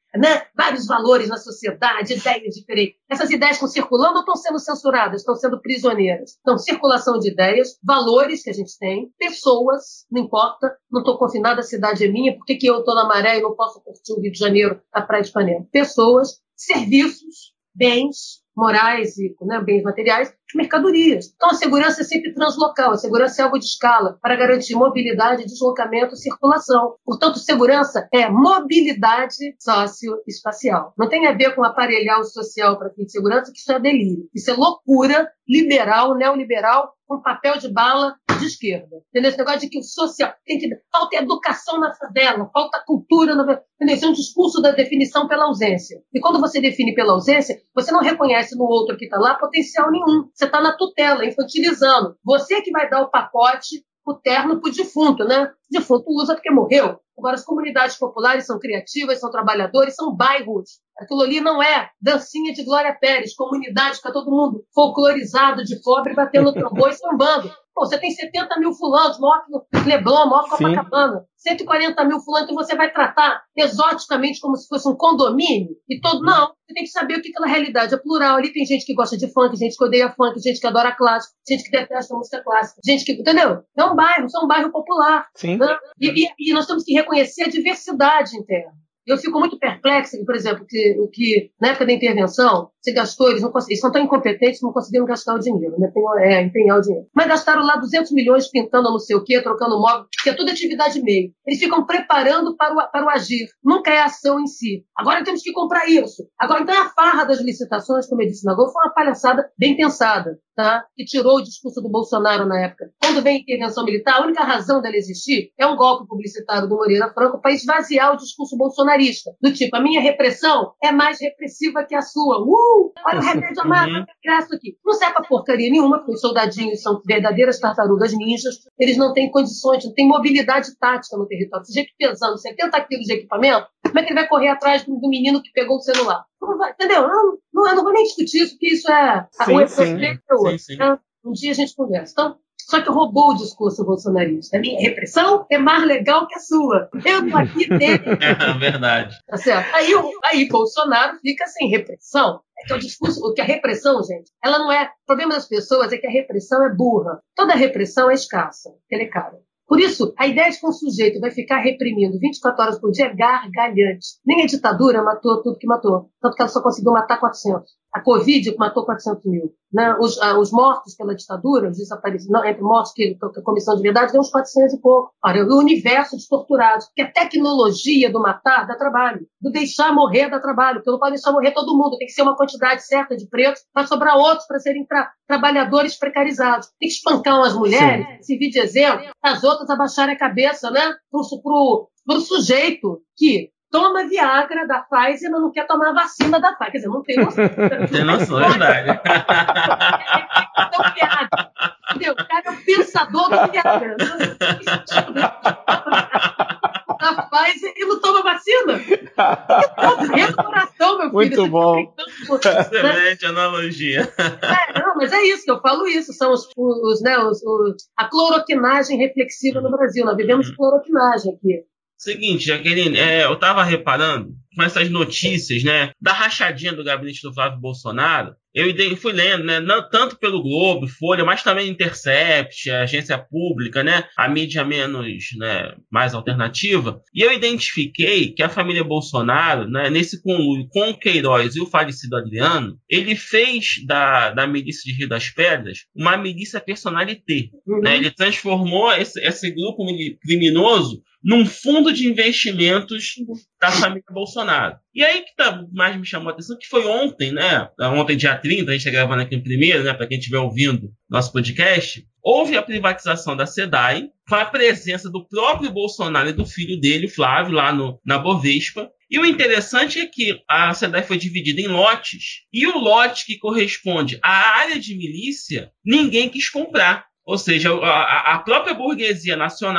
né? Vários valores na sociedade, ideias diferentes. Essas ideias estão circulando ou estão sendo censuradas? Estão sendo prisioneiras. Então, circulação de ideias, valores que a gente tem, pessoas, não importa, não estou confinada, a cidade é minha, por que, que eu estou na Maré e não posso curtir o Rio de Janeiro, a Praia de Ipanema? Pessoas, serviços, bens morais e, né, bens materiais, mercadorias. Então, a segurança é sempre translocal, a segurança é algo de escala para garantir mobilidade, deslocamento e circulação. Portanto, segurança é mobilidade socioespacial. Não tem a ver com aparelhar o social para fim de segurança, que isso é delírio. Isso é loucura liberal, neoliberal, com papel de bala de esquerda. Entendeu? Esse negócio de que o social... Tem que... Falta educação na favela, falta cultura... Na... Entendeu? Esse é um discurso da definição pela ausência. E quando você define pela ausência, você não reconhece no outro que está lá potencial nenhum. Você está na tutela, infantilizando. Você que vai dar o pacote, o terno para o defunto, né? O defunto usa porque morreu. Agora, as comunidades populares são criativas, são trabalhadores, são bairros. Aquilo ali não é dancinha de Glória Pérez, comunidade, fica todo mundo folclorizado de pobre, batendo trombone e sambando. Pô, você tem setenta mil fulanos, maior que Leblon, maior que Copacabana. cento e quarenta mil fulanos, então você vai tratar exoticamente como se fosse um condomínio? E todo... Não, você tem que saber o que aquela realidade é plural. Ali tem gente que gosta de funk, gente que odeia funk, gente que adora clássico, gente que detesta música clássica, gente que... Entendeu? É um bairro, isso é um bairro popular. Sim. Né? E, e, e nós temos que reconhecer a diversidade interna. Eu fico muito perplexa, por exemplo, que, o que na época da intervenção se gastou, eles, não, eles são tão incompetentes que não conseguiram gastar o dinheiro, né? É, empenhar o dinheiro. Mas gastaram lá duzentos milhões pintando não sei o quê, trocando móvel, que é tudo atividade meio. Eles ficam preparando para o, para o agir, nunca é a ação em si. Agora temos que comprar isso. Agora, então, a farra das licitações, como eu disse na Globo, foi uma palhaçada bem pensada, tá? Que tirou o discurso do Bolsonaro na época. Quando vem a intervenção militar, a única razão dela existir é um golpe publicitário do Moreira Franco para esvaziar o discurso bolsonarista. Do tipo, a minha repressão é mais repressiva que a sua. Uh! Olha o remédio amargo, uhum. Graça aqui. Não serve pra porcaria nenhuma, porque os soldadinhos são verdadeiras tartarugas ninjas. Eles não têm condições, não têm mobilidade tática no território. Esse jeito pesando setenta quilos de equipamento, como é que ele vai correr atrás do menino que pegou o celular? Não vai, entendeu? Não, não, eu não vou nem discutir isso, porque isso é... Sim, o sim. sim, sim. Né? Um dia a gente conversa. Então, só que roubou o discurso bolsonarista. A minha repressão é mais legal que a sua. Eu tô aqui dele. É verdade. Tá certo? Aí, aí Bolsonaro fica sem repressão. É que o discurso, o que a repressão, gente, ela não é... O problema das pessoas é que a repressão é burra. Toda repressão é escassa, ela é cara. Por isso, a ideia de que um sujeito vai ficar reprimindo vinte e quatro horas por dia é gargalhante. Nem a ditadura matou tudo que matou. Tanto que ela só conseguiu matar quatrocentos. A Covid matou quatrocentos mil. Né? Os, ah, os mortos pela ditadura, os desaparecidos, não, entre mortos que a Comissão de Verdade, deu uns quatrocentos e pouco. Olha, o universo de torturados. Porque a tecnologia do matar dá trabalho. Do deixar morrer dá trabalho. Porque não pode deixar morrer todo mundo. Tem que ser uma quantidade certa de pretos para sobrar outros para serem tra- trabalhadores precarizados. Tem que espancar umas mulheres, servir de exemplo, as outras abaixarem a cabeça, né? Pro, pro, pro sujeito que toma Viagra da Pfizer, mas não quer tomar a vacina da Pfizer. Quer dizer, não tem noção. Tem noção, é verdade. Então, Viagra. Entendeu? O cara é o pensador do Viagra. Da Pfizer e não toma vacina. Morrendo do coração, meu filho. Muito Você bom. Excelente analogia. É, não, mas é isso que eu falo isso. São os, os, né, os, os, a cloroquinagem reflexiva no Brasil. Nós vivemos de cloroquinagem aqui. Seguinte, Jaqueline, é, eu estava reparando com essas notícias, né, da rachadinha do gabinete do Flávio Bolsonaro. Eu fui lendo, né, não, tanto pelo Globo, Folha, mas também Intercept, a agência pública, né, a mídia menos, né, mais alternativa. E eu identifiquei que a família Bolsonaro, né, nesse conluio com o Queiroz e o falecido Adriano, ele fez da, da milícia de Rio das Pedras uma milícia personalité. Uhum. Né, ele transformou esse, esse grupo criminoso num fundo de investimentos da família Bolsonaro. E aí que tá, mais me chamou a atenção, que foi ontem, né? Ontem, dia trinta, a gente está gravando aqui no primeiro, né? Para quem estiver ouvindo nosso podcast, houve a privatização da SEDAI, com a presença do próprio Bolsonaro e do filho dele, Flávio, lá no, na Bovespa. E o interessante é que a SEDAI foi dividida em lotes, e o lote que corresponde à área de milícia, ninguém quis comprar. Ou seja, a, a própria burguesia nacional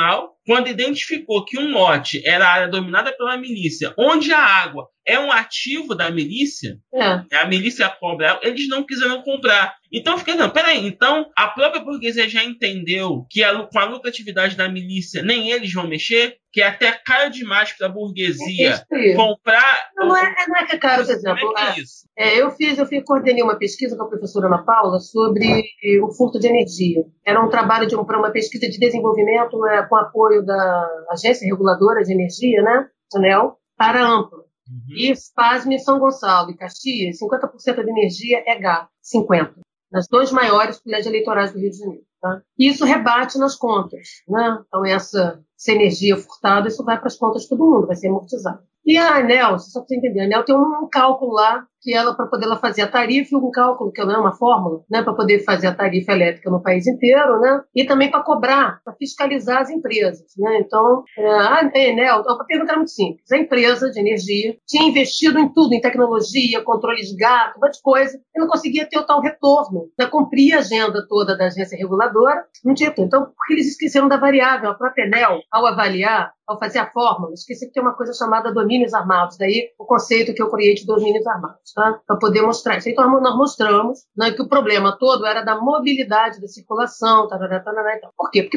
quando identificou que um lote era a área dominada pela milícia, onde a água é um ativo da milícia, é. a milícia cobra, eles não quiseram comprar. Então fica, não, peraí, então a própria burguesia já entendeu que a, com a lucratividade da milícia nem eles vão mexer, que é até caro demais para a burguesia é comprar... Não, não, é, não é que é caro, por exemplo. Como é que é isso? É, eu fiz, eu fiz, coordenei uma pesquisa com a professora Ana Paula sobre o furto de energia. Era um trabalho de para uma pesquisa de desenvolvimento é, com apoio da Agência Reguladora de Energia, né, ANEEL, para a Ampla. Uhum. E pasme, São Gonçalo e Caxias, cinquenta por cento da energia é gás, cinquenta por cento. Nas dois maiores colégios eleitorais do Rio de Janeiro. Tá? E isso rebate nas contas. Né? Então, essa, essa energia furtada, isso vai para as contas de todo mundo, vai ser amortizado. E a ANEEL, só para você entender, a ANEEL tem um, um cálculo lá, que ela, para poder ela fazer a tarifa, um cálculo, que não é uma fórmula, né, para poder fazer a tarifa elétrica no país inteiro, né, e também para cobrar, para fiscalizar as empresas. Né? Então, a ANEEL, a pergunta era muito simples. A empresa de energia tinha investido em tudo, em tecnologia, controle de gato, um monte de coisa, e não conseguia ter o tal retorno. Né? Cumprir a agenda toda da agência reguladora, não tinha tudo. Então, porque eles esqueceram da variável, a própria ANEEL, ao avaliar, ao fazer a fórmula, esqueci que tem uma coisa chamada domínios armados, daí o conceito que eu criei de domínios armados, tá? Para poder mostrar isso. Então, nós mostramos, né, que o problema todo era da mobilidade da circulação, tarará, tarará, e tal. Por quê? Porque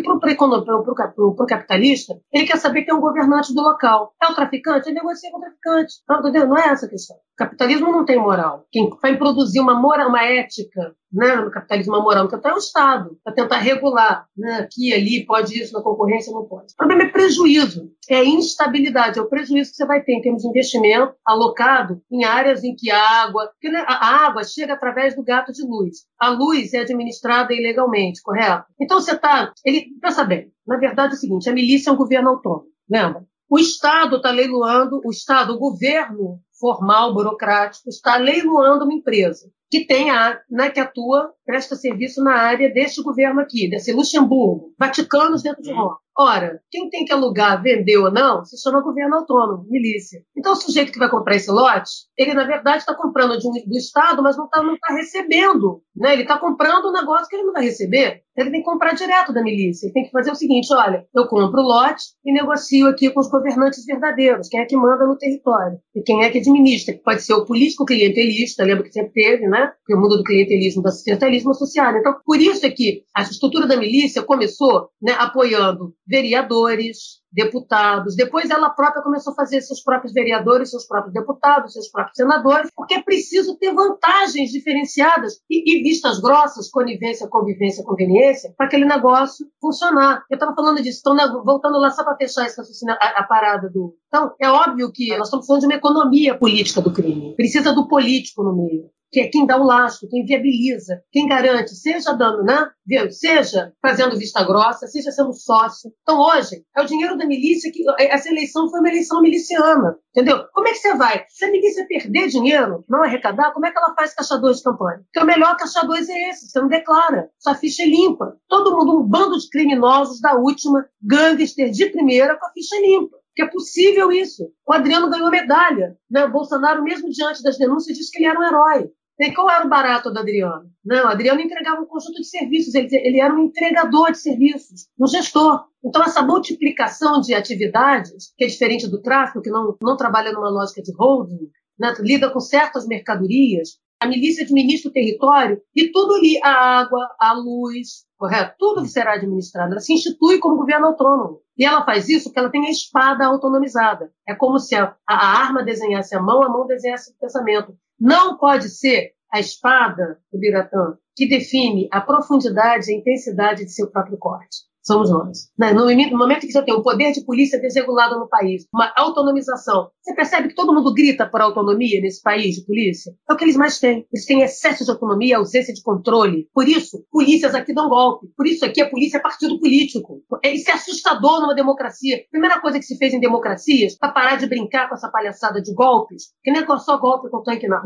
para o capitalista, ele quer saber quem é o governante do local. É o traficante? Ele negocia com o traficante. Não, entendeu? Não é essa a questão. O capitalismo não tem moral. Quem vai produzir uma moral, uma ética, né, no capitalismo, uma moral, então é o Estado, para tentar regular, né, aqui e ali, pode isso, na concorrência não pode. O problema é prejuízo, é a instabilidade, é o prejuízo que você vai ter em termos de investimento alocado em áreas em que a água, porque, né, a água chega através do gato de luz. A luz é administrada ilegalmente, correto? Então você está, ele, pensa bem, na verdade é o seguinte, a milícia é um governo autônomo, lembra? O Estado está leiloando, o Estado, o governo formal, burocrático, está leiloando uma empresa que tem a, né, que atua, presta serviço na área deste governo aqui, desse Luxemburgo, Vaticanos dentro de Roma. Ora, quem tem que alugar, vender ou não, se chama governo autônomo, milícia. Então, o sujeito que vai comprar esse lote, ele, na verdade, está comprando de um, do Estado, mas não está não tá recebendo. Né? Ele está comprando um negócio que ele não vai receber. Ele tem que comprar direto da milícia. Ele tem que fazer o seguinte, olha, eu compro o lote e negocio aqui com os governantes verdadeiros, quem é que manda no território e quem é que administra, que pode ser o político clientelista, lembra que sempre teve, né? Porque o mundo do clientelismo, do assistencialismo associado. Então, por isso é que a estrutura da milícia começou, né, apoiando vereadores, deputados. Depois ela própria começou a fazer seus próprios vereadores, seus próprios deputados, seus próprios senadores, porque é preciso ter vantagens diferenciadas e, e vistas grossas, conivência, convivência, conveniência, para aquele negócio funcionar. Eu estava falando disso, então, né, voltando lá só para fechar essa, a, a parada do... Então, é óbvio que nós estamos falando de uma economia política do crime. Precisa do político no meio, que é quem dá o lastro, quem viabiliza, quem garante, seja dando, né? Seja fazendo vista grossa, seja sendo sócio. Então, hoje, é o dinheiro da milícia que... Essa eleição foi uma eleição miliciana, entendeu? Como é que você vai? Se a milícia perder dinheiro, não arrecadar, como é que ela faz caçadores de campanha? Porque o melhor caçador é esse, você não declara. Sua ficha é limpa. Todo mundo, um bando de criminosos da última, gangster de primeira, com a ficha limpa. Que é possível isso. O Adriano ganhou medalha. Né? O Bolsonaro, mesmo diante das denúncias, disse que ele era um herói. E qual era o barato do Adriano? Não, o Adriano entregava um conjunto de serviços, ele, ele era um entregador de serviços, um gestor. Então, essa multiplicação de atividades, que é diferente do tráfico, que não, não trabalha numa lógica de holding, né, lida com certas mercadorias, a milícia administra o território e tudo ali, a água, a luz, correto? Tudo será administrado. Ela se institui como governo autônomo. E ela faz isso porque ela tem a espada autonomizada. É como se a, a arma desenhasse a mão, a mão desenhasse o pensamento. Não pode ser a espada do Biratã que define a profundidade e a intensidade de seu próprio corte. Somos nós. No momento que você tem um poder de polícia desregulado no país, uma autonomização, você percebe que todo mundo grita por autonomia nesse país de polícia? É o que eles mais têm. Eles têm excesso de autonomia, ausência de controle. Por isso, polícias aqui dão golpe. Por isso aqui a polícia é partido político. Isso é assustador numa democracia. A primeira coisa que se fez em democracias, para parar de brincar com essa palhaçada de golpes, que nem é só golpe com tanque na rua,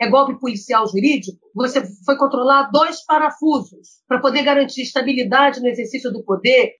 é golpe policial jurídico, você foi controlar dois parafusos para poder garantir estabilidade no exercício do poder,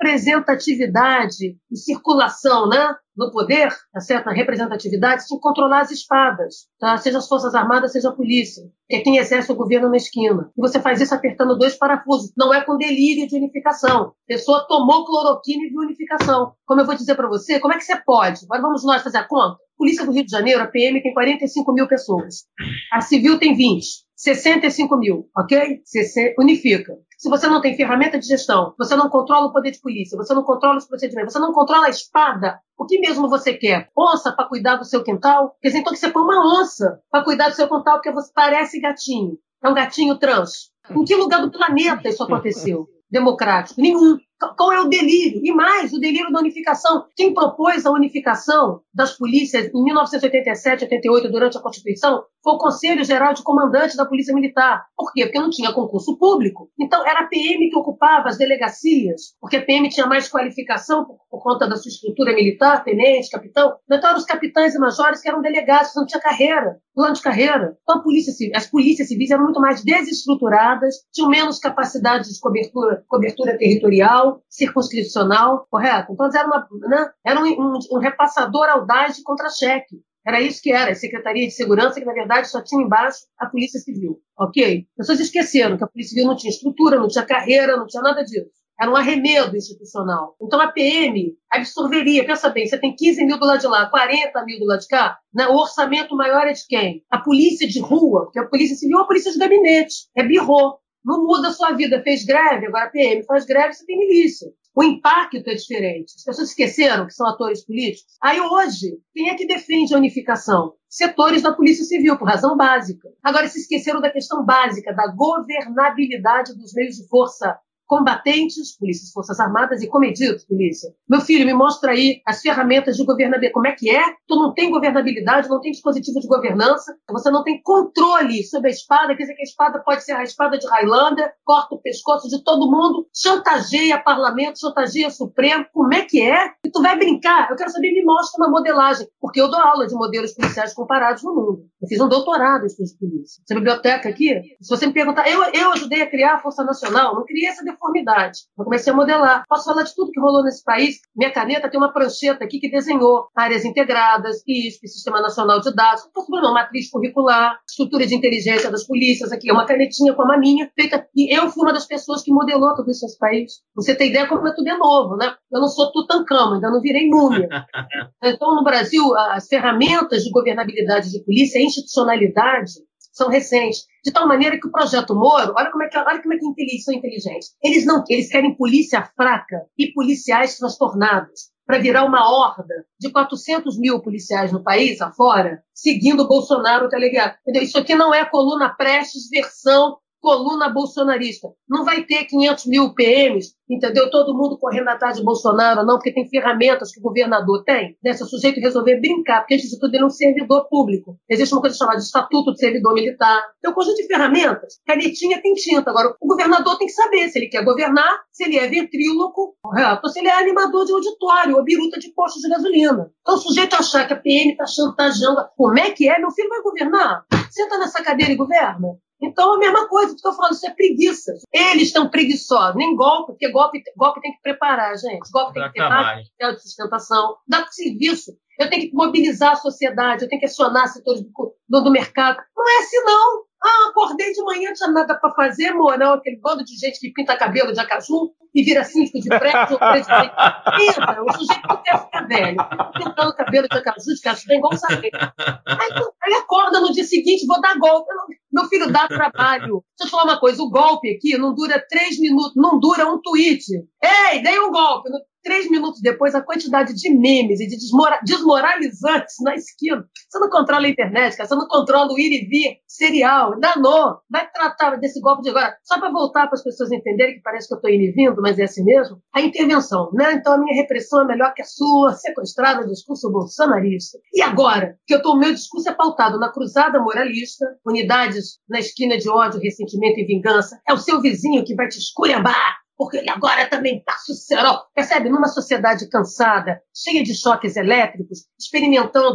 representatividade e circulação, né, no poder, tá certo? A representatividade, tem que controlar as espadas, tá? Seja as Forças Armadas, seja a polícia, que é quem exerce o governo na esquina. E você faz isso apertando dois parafusos. Não é com delírio de unificação. A pessoa tomou cloroquina e viu unificação. Como eu vou dizer para você, como é que você pode? Agora vamos nós fazer a conta? Polícia do Rio de Janeiro, a P M, tem quarenta e cinco mil pessoas. A Civil tem vinte. sessenta e cinco mil, ok? Você unifica. Se você não tem ferramenta de gestão, você não controla o poder de polícia, você não controla os procedimentos, você não controla a espada, o que mesmo você quer? Onça para cuidar do seu quintal? Quer dizer, então que você põe uma onça para cuidar do seu quintal, porque você parece gatinho. É um gatinho trans. Em que lugar do planeta isso aconteceu? Democrático? Nenhum. Qual é o delírio? E mais, o delírio da unificação. Quem propôs a unificação das polícias em mil novecentos e oitenta e sete, oitenta e oito, durante a Constituição, foi o Conselho Geral de Comandantes da Polícia Militar. Por quê? Porque não tinha concurso público. Então, era a P M que ocupava as delegacias, porque a P M tinha mais qualificação por, por conta da sua estrutura militar, tenente, capitão. Então, eram os capitães e majores que eram delegados, não tinha carreira, plano de carreira. Então, a polícia, as polícias civis eram muito mais desestruturadas, tinham menos capacidade de cobertura, cobertura territorial, circunscricional, correto? Então, era, uma, né, era um, um, um repassador audaz de contra-cheque. Era isso que era, a Secretaria de Segurança, que na verdade só tinha embaixo a Polícia Civil, ok? As pessoas esqueceram que a Polícia Civil não tinha estrutura, não tinha carreira, não tinha nada disso. Era um arremedo institucional. Então a P M absorveria, pensa bem, você tem quinze mil do lado de lá, quarenta mil do lado de cá, né? O orçamento maior é de quem? A Polícia de Rua, porque a Polícia Civil é a Polícia de Gabinete, é birrô. Não muda a sua vida, fez greve, agora a P M faz greve, você tem milícia. O impacto é diferente. As pessoas esqueceram que são atores políticos. Aí hoje, quem é que defende a unificação? Setores da Polícia Civil, por razão básica. Agora se esqueceram da questão básica, da governabilidade dos meios de força combatentes, polícias, forças armadas e comedidos, polícia. Meu filho, me mostra aí as ferramentas de governabilidade. Como é que é? Tu não tem governabilidade, não tem dispositivo de governança, você não tem controle sobre a espada, quer dizer que a espada pode ser a espada de Highlander, corta o pescoço de todo mundo, chantageia parlamento, chantageia Supremo. Como é que é? E tu vai brincar? Eu quero saber, me mostra uma modelagem, porque eu dou aula de modelos policiais comparados no mundo. Eu fiz um doutorado em estudos de polícia. Essa biblioteca aqui, se você me perguntar, eu, eu ajudei a criar a Força Nacional, não criei essa deformidade. Eu comecei a modelar. Posso falar de tudo que rolou nesse país? Minha caneta tem uma prancheta aqui que desenhou áreas integradas, I S P, Sistema Nacional de Dados, não, matriz curricular, estrutura de inteligência das polícias, aqui é uma canetinha como a minha, feita, e eu fui uma das pessoas que modelou tudo isso nesse país. Você tem ideia como é tudo é novo, né? Eu não sou Tutankhamon, ainda não virei múmia. Então, no Brasil, as ferramentas de governabilidade de polícia, a institucionalidade, são recentes. De tal maneira que o projeto Moro, olha como é que, olha como é que eles são inteligentes. Eles não eles querem polícia fraca e policiais transtornados para virar uma horda de quatrocentos mil policiais no país, afora, seguindo o Bolsonaro, tá ligado? Entendeu? Isso aqui não é coluna Prestes versão coluna bolsonarista. Não vai ter quinhentos mil P Ms, entendeu? Todo mundo correndo atrás de Bolsonaro, não, porque tem ferramentas que o governador tem, né? Se o sujeito resolver brincar, porque antes de tudo ele é um servidor público. Existe uma coisa chamada de Estatuto de Servidor Militar. Tem um conjunto de ferramentas. Canetinha tem tinta. Agora, o governador tem que saber se ele quer governar, se ele é ventríloco, correto? Ou se ele é animador de auditório ou biruta de postos de gasolina. Então, o sujeito achar que a P M está chantageando. Como é que é? Meu filho vai governar? Senta nessa cadeira e governa. Então, a mesma coisa que eu estou falando, isso é preguiça. Eles estão preguiçosos, nem golpe, porque golpe, golpe tem que preparar, gente. Golpe tem que ter mais de sustentação, dá serviço. Eu tenho que mobilizar a sociedade, eu tenho que acionar setores do, do, do mercado. Não é assim, não. Ah, acordei de manhã, não tinha nada para fazer, amor, não. Aquele bando de gente que pinta cabelo de acaju e vira síndico de prédio ou presidente. Entra, o sujeito não quer ficar velho, pintando cabelo de acaju, de cachorro, igual saber. Aí, aí acorda no dia seguinte, vou dar golpe. Meu filho dá trabalho. Deixa eu falar uma coisa, o golpe aqui não dura três minutos, não dura um tweet. Ei, dei um golpe. Três minutos depois, a quantidade de memes e de desmora- desmoralizantes na esquina. Você não controla a internet, cara. Você não controla o ir e vir serial. Danou. Vai tratar desse golpe de agora. Só para voltar para as pessoas entenderem que parece que eu estou indo e vindo, mas é assim mesmo. A intervenção, né? Então a minha repressão é melhor que a sua, sequestrada, discurso bolsonarista. E agora, que eu tô, o meu discurso é pautado na cruzada moralista, unidades na esquina de ódio, ressentimento e vingança. É o seu vizinho que vai te esculhambar, porque ele agora também está sucerol. Percebe? Numa sociedade cansada, cheia de choques elétricos, experimentando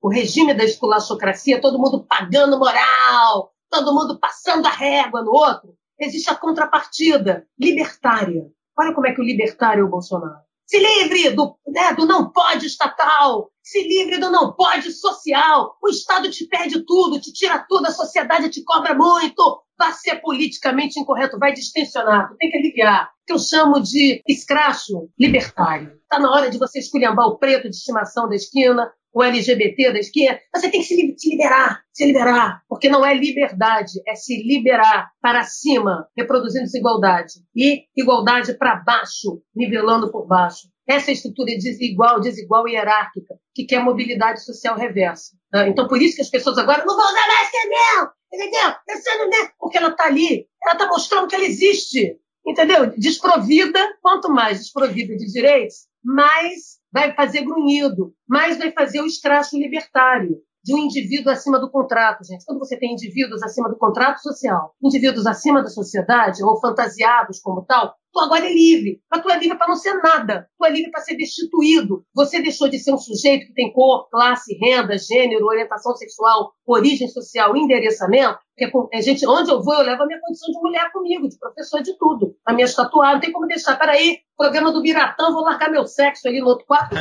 o regime da esculachocracia, todo mundo pagando moral, todo mundo passando a régua no outro, existe a contrapartida libertária. Olha como é que o libertário é o Bolsonaro. Se livre do, né, do não pode estatal, se livre do não pode social. O Estado te perde tudo, te tira tudo, a sociedade te cobra muito. Vai ser politicamente incorreto, vai distensionar, tu tem que aliviar. Que eu chamo de escracho libertário. Está na hora de você esculhambar o preto de estimação da esquina, o L G B T da esquerda. Você tem que se, se liberar, se liberar. Porque não é liberdade, é se liberar para cima, reproduzindo desigualdade. E igualdade para baixo, nivelando por baixo. Essa estrutura é desigual, desigual e hierárquica, que quer mobilidade social reversa. Tá? Então, por isso que as pessoas agora não vão usar mais C M L, entendeu? Porque ela está ali, ela está mostrando que ela existe, entendeu? Desprovida, quanto mais desprovida de direitos, mais vai fazer grunhido, mais vai fazer o escracho libertário de um indivíduo acima do contrato, gente. Quando você tem indivíduos acima do contrato social, indivíduos acima da sociedade, ou fantasiados como tal, tu agora é livre. Mas tu é livre para não ser nada. Tu é livre para ser destituído. Você deixou de ser um sujeito que tem cor, classe, renda, gênero, orientação sexual, origem social, endereçamento. Porque a gente, onde eu vou, eu levo a minha condição de mulher comigo, de professor, de tudo. A minha tatuagem, não tem como deixar. Peraí, programa do Biratã, vou largar meu sexo ali no outro quarto.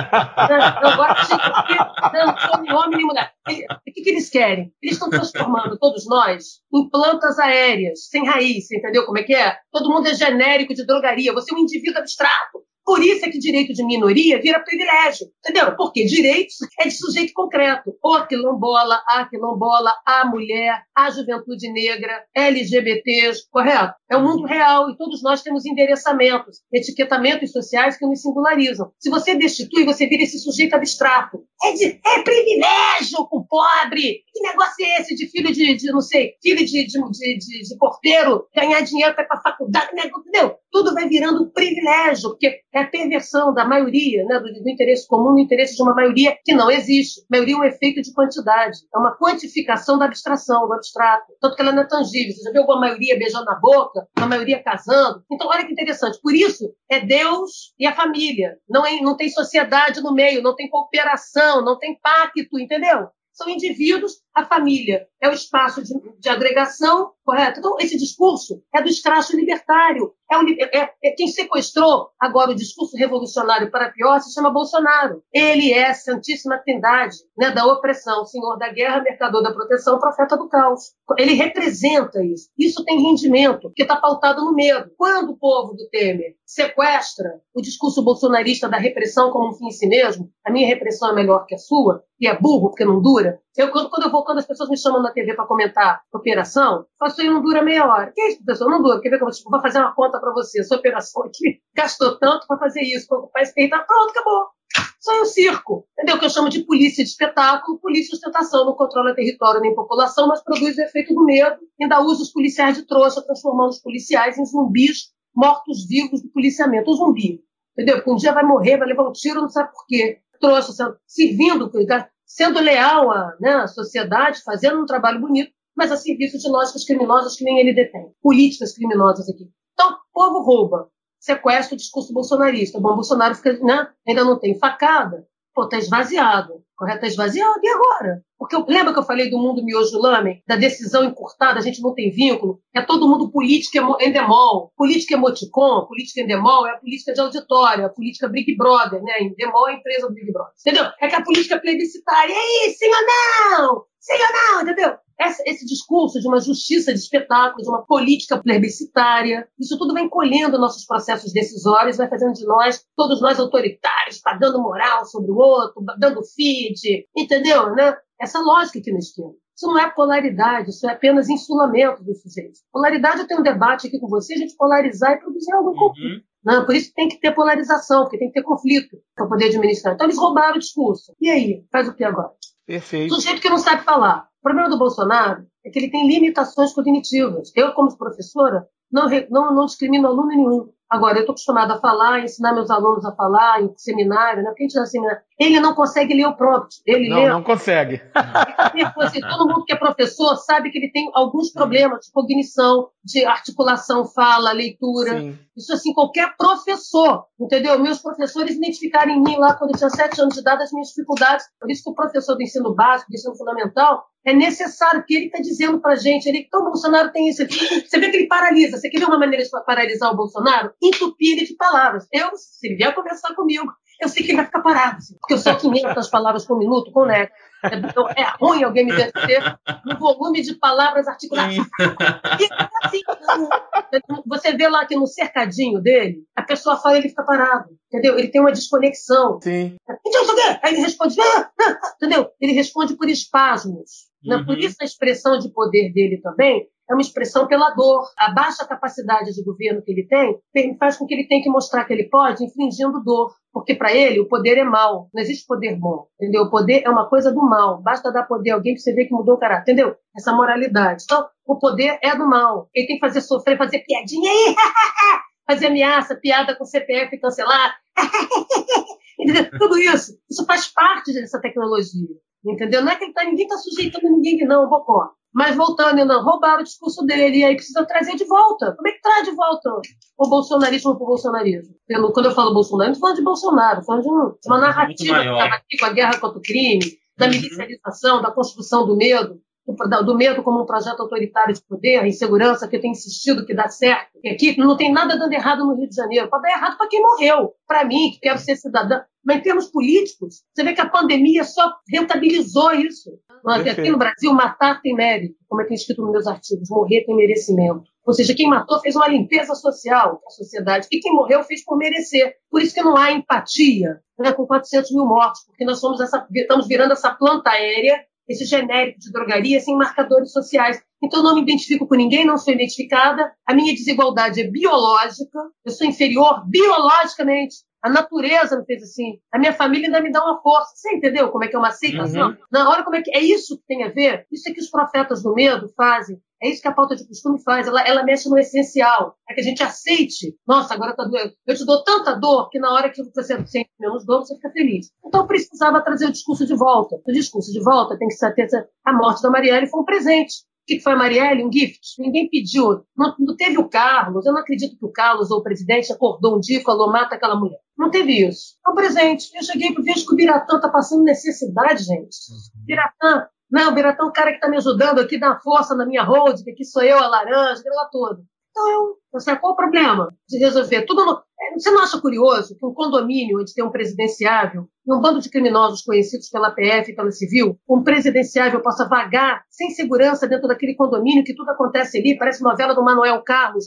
Eu gosto de... Não sou nem homem nem mulher. O que, que eles querem? Eles estão transformando todos nós em plantas aéreas, sem raiz, entendeu como é que é? Todo mundo é genérico de drogaria, você é um indivíduo abstrato. Por isso é que direito de minoria vira privilégio, entendeu? Porque direitos é de sujeito concreto. O quilombola, a quilombola, a mulher, a juventude negra, L G B Ts, correto? É o mundo real e todos nós temos endereçamentos, etiquetamentos sociais que nos singularizam. Se você destitui, você vira esse sujeito abstrato. É, de, é privilégio com o pobre. Que negócio é esse de filho de, de não sei, filho de, de, de, de, de porteiro ganhar dinheiro para ir para a faculdade, entendeu? Tudo vai virando um privilégio, porque é a perversão da maioria, né, do, do interesse comum no interesse de uma maioria que não existe. A maioria é um efeito de quantidade. É uma quantificação da abstração, do abstrato. Tanto que ela não é tangível. Você já viu alguma maioria beijando na boca, uma maioria casando? Então, olha que interessante. Por isso, é Deus e a família. Não, é, não tem sociedade no meio, não tem cooperação, não tem pacto, entendeu? São indivíduos, a família é o espaço de, de agregação, correto? Então, esse discurso é do escracho libertário. É, o, é, é quem sequestrou agora o discurso revolucionário para pior se chama Bolsonaro. Ele é a Santíssima Trindade, né, da opressão, senhor da guerra, mercador da proteção, profeta do caos. Ele representa isso. Isso tem rendimento, que está pautado no medo. Quando o povo do Temer sequestra o discurso bolsonarista da repressão como um fim em si mesmo, a minha repressão é melhor que a sua, e é burro porque não dura. Eu, quando, quando eu vou, quando as pessoas me chamam na T V para comentar operação, eu falo, isso aí não dura meia hora. Que isso, pessoal? Não dura. Quer ver que eu vou, vou fazer uma conta para você? Essa operação aqui gastou tanto para fazer isso, para ocupar esse território. Pronto, acabou. Isso aí é um circo. Entendeu? Que eu chamo de polícia de espetáculo, polícia de ostentação. Não controla território nem população, mas produz o efeito do medo. Ainda usa os policiais de trouxa, transformando os policiais em zumbis mortos-vivos do policiamento. O zumbi. Entendeu? Porque um dia vai morrer, vai levar um tiro, não sabe por quê. Trouxa, servindo, sendo leal à, né, à sociedade, fazendo um trabalho bonito, mas a serviço de lógicas criminosas que nem ele detém. Políticas criminosas aqui. Então, o povo rouba, sequestra o discurso bolsonarista. Bom, Bolsonaro fica, né, ainda não tem facada. Pô, está esvaziado. Correto? Está esvaziado. E agora? Porque eu, lembra que eu falei do mundo miojo lame? Da decisão encurtada, a gente não tem vínculo? É todo mundo política endemol. Política emoticon, política endemol é a política de auditório, a política Big Brother, né? Endemol é a empresa do Big Brother. Entendeu? É que a política plebiscitária. E aí, sim ou não? Sim ou não? Entendeu? Esse, esse discurso de uma justiça de espetáculo, de uma política plebiscitária, isso tudo vai encolhendo nossos processos decisórios, vai fazendo de nós, todos nós autoritários, pagando moral sobre o outro, dando feed, entendeu? Né? Essa lógica aqui na esquerda. Isso não é polaridade, isso é apenas insulamento dos sujeitos. Polaridade, eu tenho um debate aqui com você, a gente polarizar e produzir algo em conflito. Uhum. Não, por isso tem que ter polarização, porque tem que ter conflito para poder administrar. Então eles roubaram o discurso. E aí? Faz o que agora? Perfeito. Sujeito que não sabe falar. O problema do Bolsonaro é que ele tem limitações cognitivas. Eu, como professora, não, não, não discrimino aluno nenhum. Agora, eu estou acostumada a falar, ensinar meus alunos a falar em seminário, né? Porque a gente dá seminário. Ele não consegue ler o prompt. Ele não, lê... não consegue. Assim, todo mundo que é professor sabe que ele tem alguns problemas de cognição, de articulação, fala, leitura. Sim. Isso, assim, qualquer professor, entendeu? Meus professores identificaram em mim lá, quando eu tinha sete anos de idade, as minhas dificuldades. Por isso que o professor do ensino básico, do ensino fundamental, é necessário, porque ele está dizendo para a gente, ele, então o Bolsonaro tem isso. Você vê que ele paralisa. Você quer ver uma maneira de paralisar o Bolsonaro? Entupir ele de palavras. Eu, se ele vier conversar comigo, eu sei que ele vai ficar parado, assim, porque eu sou quinhentas palavras por minuto com neto. Então, é ruim alguém me vencer no volume de palavras articuladas. E, assim, você vê lá que no cercadinho dele, a pessoa fala e ele fica parado, entendeu? Ele tem uma desconexão. Sim. Então, aí ele responde, ah, ah, entendeu? Ele responde por espasmos. Uhum. Por isso a expressão de poder dele também é uma expressão pela dor. A baixa capacidade de governo que ele tem faz com que ele tenha que mostrar que ele pode infligindo dor. Porque para ele o poder é mal. Não existe poder bom. Entendeu? O poder é uma coisa do mal. Basta dar poder a alguém para você ver que mudou o caráter. Entendeu? Essa moralidade. Então, o poder é do mal. Ele tem que fazer sofrer, fazer piadinha aí. Fazer ameaça, piada com C P F cancelar. Entendeu? Tudo isso. Isso faz parte dessa tecnologia. Entendeu? Não é que ele tá, ninguém está sujeitando ninguém, não, bocó. Mas voltando, não, roubaram o discurso dele, e aí precisa trazer de volta. Como é que traz de volta o bolsonarismo para o bolsonarismo? Pelo, quando eu falo Bolsonaro, não estou falando de Bolsonaro, estou falando de, um, de uma narrativa que estava aqui com a guerra contra o crime, da milicialização, da construção do medo, do, do medo como um projeto autoritário de poder, a insegurança, que eu tenho insistido que dá certo. E aqui não tem nada dando errado no Rio de Janeiro. Pode dar errado para quem morreu. Para mim, que quero ser cidadã. Mas em termos políticos, você vê que a pandemia só rentabilizou isso. Perfeito. Aqui no Brasil, matar tem mérito, como eu tenho escrito nos meus artigos, morrer tem merecimento. Ou seja, quem matou fez uma limpeza social da sociedade, e quem morreu fez por merecer. Por isso que não há empatia, né, com quatrocentos mil mortos, porque nós somos essa, estamos virando essa planta aérea, esse genérico de drogaria sem marcadores sociais. Então, eu não me identifico com ninguém, não sou identificada, a minha desigualdade é biológica, eu sou inferior biologicamente. A natureza me fez assim. A minha família ainda me dá uma força. Você entendeu como é que é uma aceitação? Uhum. Na hora, como é que é isso que tem a ver? Isso é que os profetas do medo fazem. É isso que a pauta de costume faz. Ela, ela mexe no essencial. É que a gente aceite. Nossa, agora tá doendo. Eu te dou tanta dor que na hora que você sente menos dor, você fica feliz. Então, eu precisava trazer o discurso de volta. O discurso de volta tem que ser a morte da Marielle foi um presente. O que foi a Marielle? Um gift. Ninguém pediu. Não, não teve o Carlos. Eu não acredito que o Carlos ou o presidente acordou um dia e falou, mata aquela mulher. Não teve isso. É um presente. Eu cheguei e vejo que o Biratã está passando necessidade, gente. Biratã. Não, o Biratã é o cara que está me ajudando aqui, dá força na minha holding, que aqui sou eu, a laranja, aquela toda. Então, você, qual o problema de resolver? Tudo no... Você não acha curioso que um condomínio onde tem um presidenciável e um bando de criminosos conhecidos pela P F e pela Civil, um presidenciável possa vagar sem segurança dentro daquele condomínio, que tudo acontece ali, parece novela do Manuel Carlos.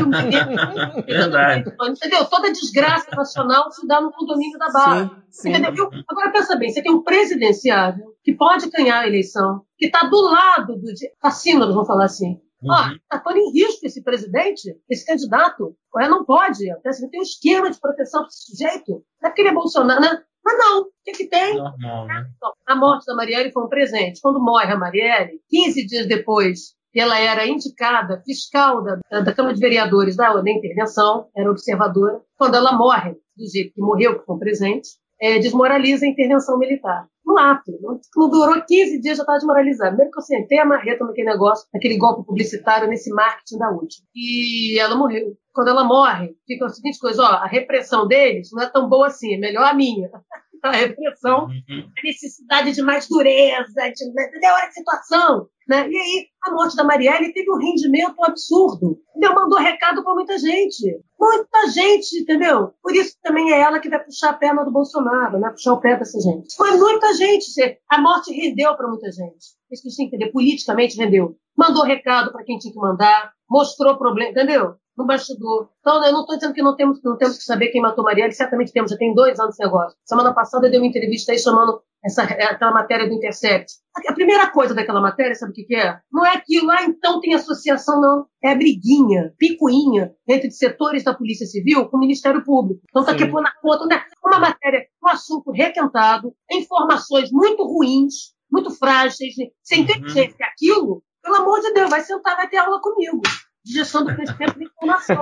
Verdade. Entendeu? Toda desgraça nacional se dá no condomínio da Barra. Sim, sim. Entendeu? Agora, pensa bem, você tem um presidenciável que pode ganhar a eleição, que está do lado do... Fascínoros, vamos falar assim. Uhum. Ah, está pondo em risco esse presidente, esse candidato. Não pode. Você tem um esquema de proteção para esse sujeito. Não é porque ele é Bolsonaro, né? Mas não. O que, que tem? Normal, né? A morte da Marielle foi um presente. Quando morre a Marielle, quinze dias depois, ela era indicada fiscal da, da Câmara de Vereadores da, da intervenção, era observadora. Quando ela morre, do jeito que morreu, que foi um presente, é, desmoraliza a intervenção militar. No ato. Não, não durou quinze dias, já estava desmoralizado. Primeiro que eu sentei a marreta naquele negócio, naquele golpe publicitário, nesse marketing da última. E ela morreu. Quando ela morre, fica a seguinte coisa, ó, a repressão deles não é tão boa assim, é melhor a minha. A repressão, a necessidade de mais dureza, de, entendeu? A situação. Né? E aí, a morte da Marielle teve um rendimento absurdo. Entendeu? Mandou recado para muita gente. Muita gente, entendeu? Por isso também é ela que vai puxar a perna do Bolsonaro, né? Puxar o pé dessa gente. Foi muita gente. A morte rendeu para muita gente. Isso que a gente tem que entender. Politicamente rendeu. Mandou recado para quem tinha que mandar. Mostrou problema, entendeu? No bastidor. Então, eu não estou dizendo que não temos, não temos que saber quem matou Marielle, certamente temos, já tem dois anos esse negócio. Semana passada eu dei uma entrevista aí chamando essa, aquela matéria do Intercept. A primeira coisa daquela matéria, sabe o que, que é? Não é aquilo lá, então tem associação, não. É a briguinha, picuinha, entre setores da Polícia Civil com o Ministério Público. Então está aqui por na conta, né? Uma matéria, um assunto requentado, informações muito ruins, muito frágeis. Você entende, uhum. gente, que aquilo, pelo amor de Deus, vai sentar, vai ter aula comigo. de gestão do conhecimento da informação.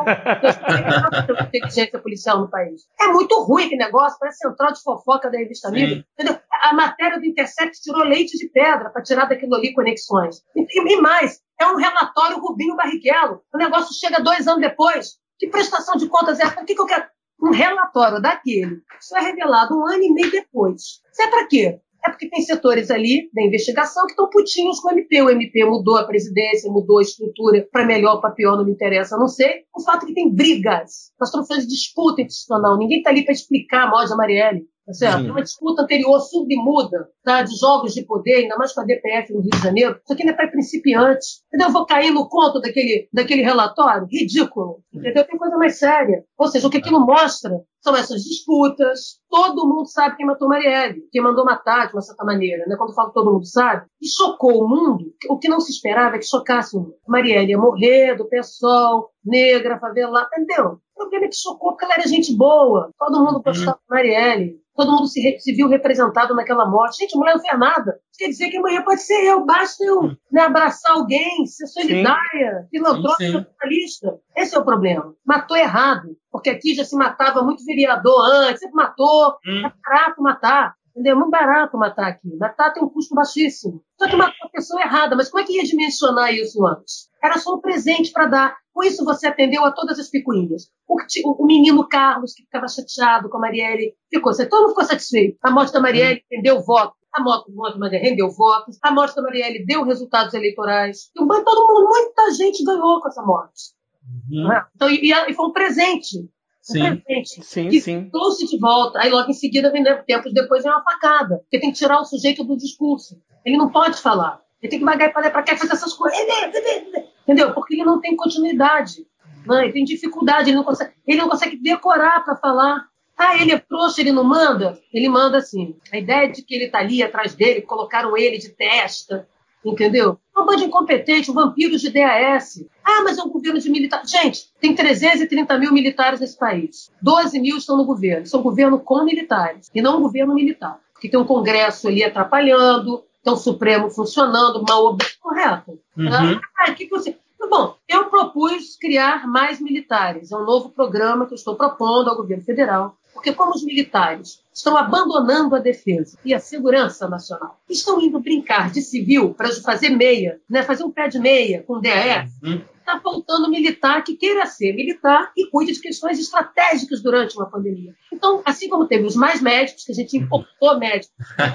Então, inteligência policial no país. É muito ruim aquele negócio, parece central de fofoca da revista Amiga. Entendeu? A matéria do Intercept tirou leite de pedra para tirar daquilo ali conexões. E, e mais, é um relatório Rubinho Barrichello. O negócio chega dois anos depois. Que prestação de contas é essa? Por que, que eu quero um relatório daquele? Isso é revelado um ano e meio depois. Isso é para quê? É porque tem setores ali da investigação que estão putinhos com o M P. O M P mudou a presidência, mudou a estrutura para melhor ou para pior, não me interessa, não sei. O fato é que tem brigas. Nós estamos fazendo disputa institucional. Ninguém está ali para explicar a morte da Marielle. Tá certo? Uma disputa anterior submuda, tá? De jogos de poder, ainda mais com a D P F no Rio de Janeiro. Isso aqui não é para principiantes. Entendeu? Eu vou cair no conto daquele, daquele relatório? Ridículo. Entendeu? Tem coisa mais séria. Ou seja, o que aquilo mostra são essas disputas. Todo mundo sabe quem matou Marielle, quem mandou matar, de uma certa maneira. Né? Quando eu falo que todo mundo sabe. E chocou o mundo. O que não se esperava é que chocasse o mundo. Marielle ia morrer do PSOL, negra, favelada. Entendeu? O problema é que chocou porque ela era gente boa. Todo mundo gostava de Marielle. Todo mundo se, re, se viu representado naquela morte. Gente, a mulher não fez nada. Isso quer dizer que amanhã pode ser eu. Basta eu né, abraçar alguém, ser solidária, filantrópica, jornalista. Esse é o problema. Matou errado. Porque aqui já se matava muito vereador antes. Sempre matou. Hum. É barato matar. Entendeu? É muito barato matar aqui. Matar tem um custo baixíssimo. Só que matou a pessoa errada. Mas como é que ia dimensionar isso antes? Era só um presente para dar. Com isso você atendeu a todas as picuinhas. O, o, o menino Carlos, que ficava chateado com a Marielle, ficou, todo mundo ficou satisfeito. A morte da Marielle rendeu voto. A morte, a morte da Marielle rendeu votos. A morte da Marielle deu resultados eleitorais. Então, todo mundo, muita gente ganhou com essa morte. Uhum. Então, e, e foi um presente. Um sim. presente. Sim, que sim. trouxe de volta. Aí logo em seguida, vem, né, tempos depois, vem uma facada. Porque tem que tirar o sujeito do discurso. Ele não pode falar. Ele tem que vagar para cá e fazer essas coisas. Entendeu? Porque ele não tem continuidade. Não, ele tem dificuldade, ele não consegue, ele não consegue decorar para falar. Ah, ele é frouxo, ele não manda? Ele manda sim. A ideia de que ele está ali atrás dele, colocaram ele de testa, entendeu? Uma banda incompetente, um vampiro de D A S. Ah, mas é um governo de militares. Gente, tem trezentos e trinta mil militares nesse país. doze mil estão no governo. São governo com militares, e não um governo militar. Porque tem um Congresso ali atrapalhando, tem um Supremo funcionando, uma obra correta. Uhum. Ah, o que, que você... Bom, eu propus criar mais militares. É um novo programa que eu estou propondo ao governo federal. Porque como os militares estão abandonando a defesa e a segurança nacional, estão indo brincar de civil para fazer meia, né, fazer um pé de meia com D A S, está uhum. faltando militar que queira ser militar e cuide de questões estratégicas durante uma pandemia. Então, assim como teve os mais médicos, que a gente importou médicos,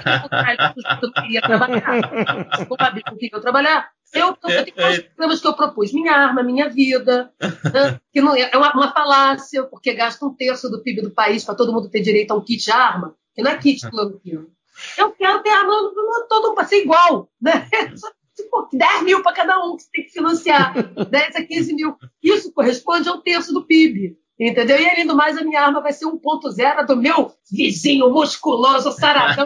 que não queria trabalhar, não queria trabalhar, Eu, eu tenho dois programas que eu propus. Minha arma, minha vida. Né? Que não, é uma, uma falácia, porque gasta um terço do P I B do país para todo mundo ter direito a um kit de arma, que não é kit cloroquina. Eu quero ter arma todo mundo para ser igual. Né? Tipo, dez mil para cada um que você tem que financiar. dez a quinze mil. Isso corresponde a um terço do P I B. Entendeu? E além do mais, a minha arma vai ser um ponto zero do meu vizinho musculoso, saradão.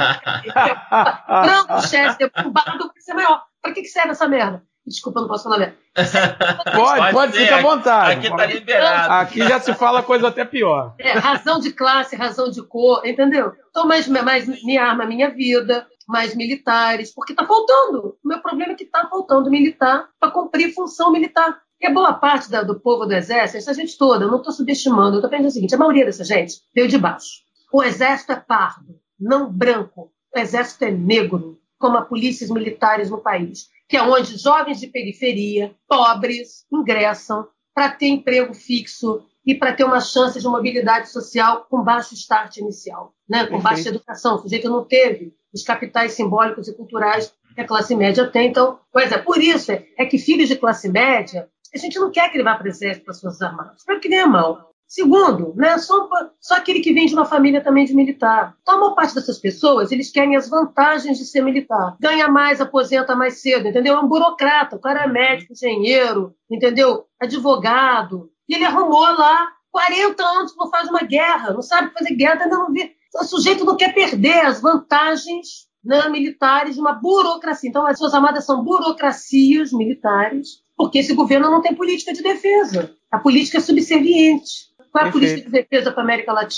Branco, Chester, o bardo vai ser maior. Para que, que serve essa merda? Desculpa, eu não posso falar merda. Pode, pode, pode ficar à vontade. Aqui tá liberado. Aqui já se fala coisa até pior. É, razão de classe, razão de cor, entendeu? Então, mais, mais minha arma, minha vida, mais militares, porque tá faltando. O meu problema é que tá faltando militar para cumprir função militar. E a boa parte da, do povo do Exército, essa gente toda, eu não estou subestimando, eu estou pensando o seguinte, a maioria dessa gente veio de baixo. O Exército é pardo, não branco. O Exército é negro, como a polícias militares no país, que é onde jovens de periferia, pobres, ingressam para ter emprego fixo e para ter uma chance de mobilidade social com baixo start inicial, né? Com baixa educação. O sujeito não teve os capitais simbólicos e culturais que a classe média tem. Então, pois é, por isso é, é que filhos de classe média, a gente não quer que ele vá para o exército, para as Forças Armadas, para que nem a mão. Segundo, né, só, só aquele que vem de uma família também de militar. Então, a maior parte dessas pessoas, eles querem as vantagens de ser militar. Ganha mais, aposenta mais cedo, entendeu? É um burocrata, o cara é médico, engenheiro, entendeu? Advogado. E ele arrumou lá quarenta anos que não faz uma guerra, não sabe fazer guerra, ainda não vê. O sujeito não quer perder as vantagens, né, militares de uma burocracia. Então, as Forças Armadas são burocracias militares, porque esse governo não tem política de defesa. A política é subserviente. Qual é a política de defesa para a América Latina?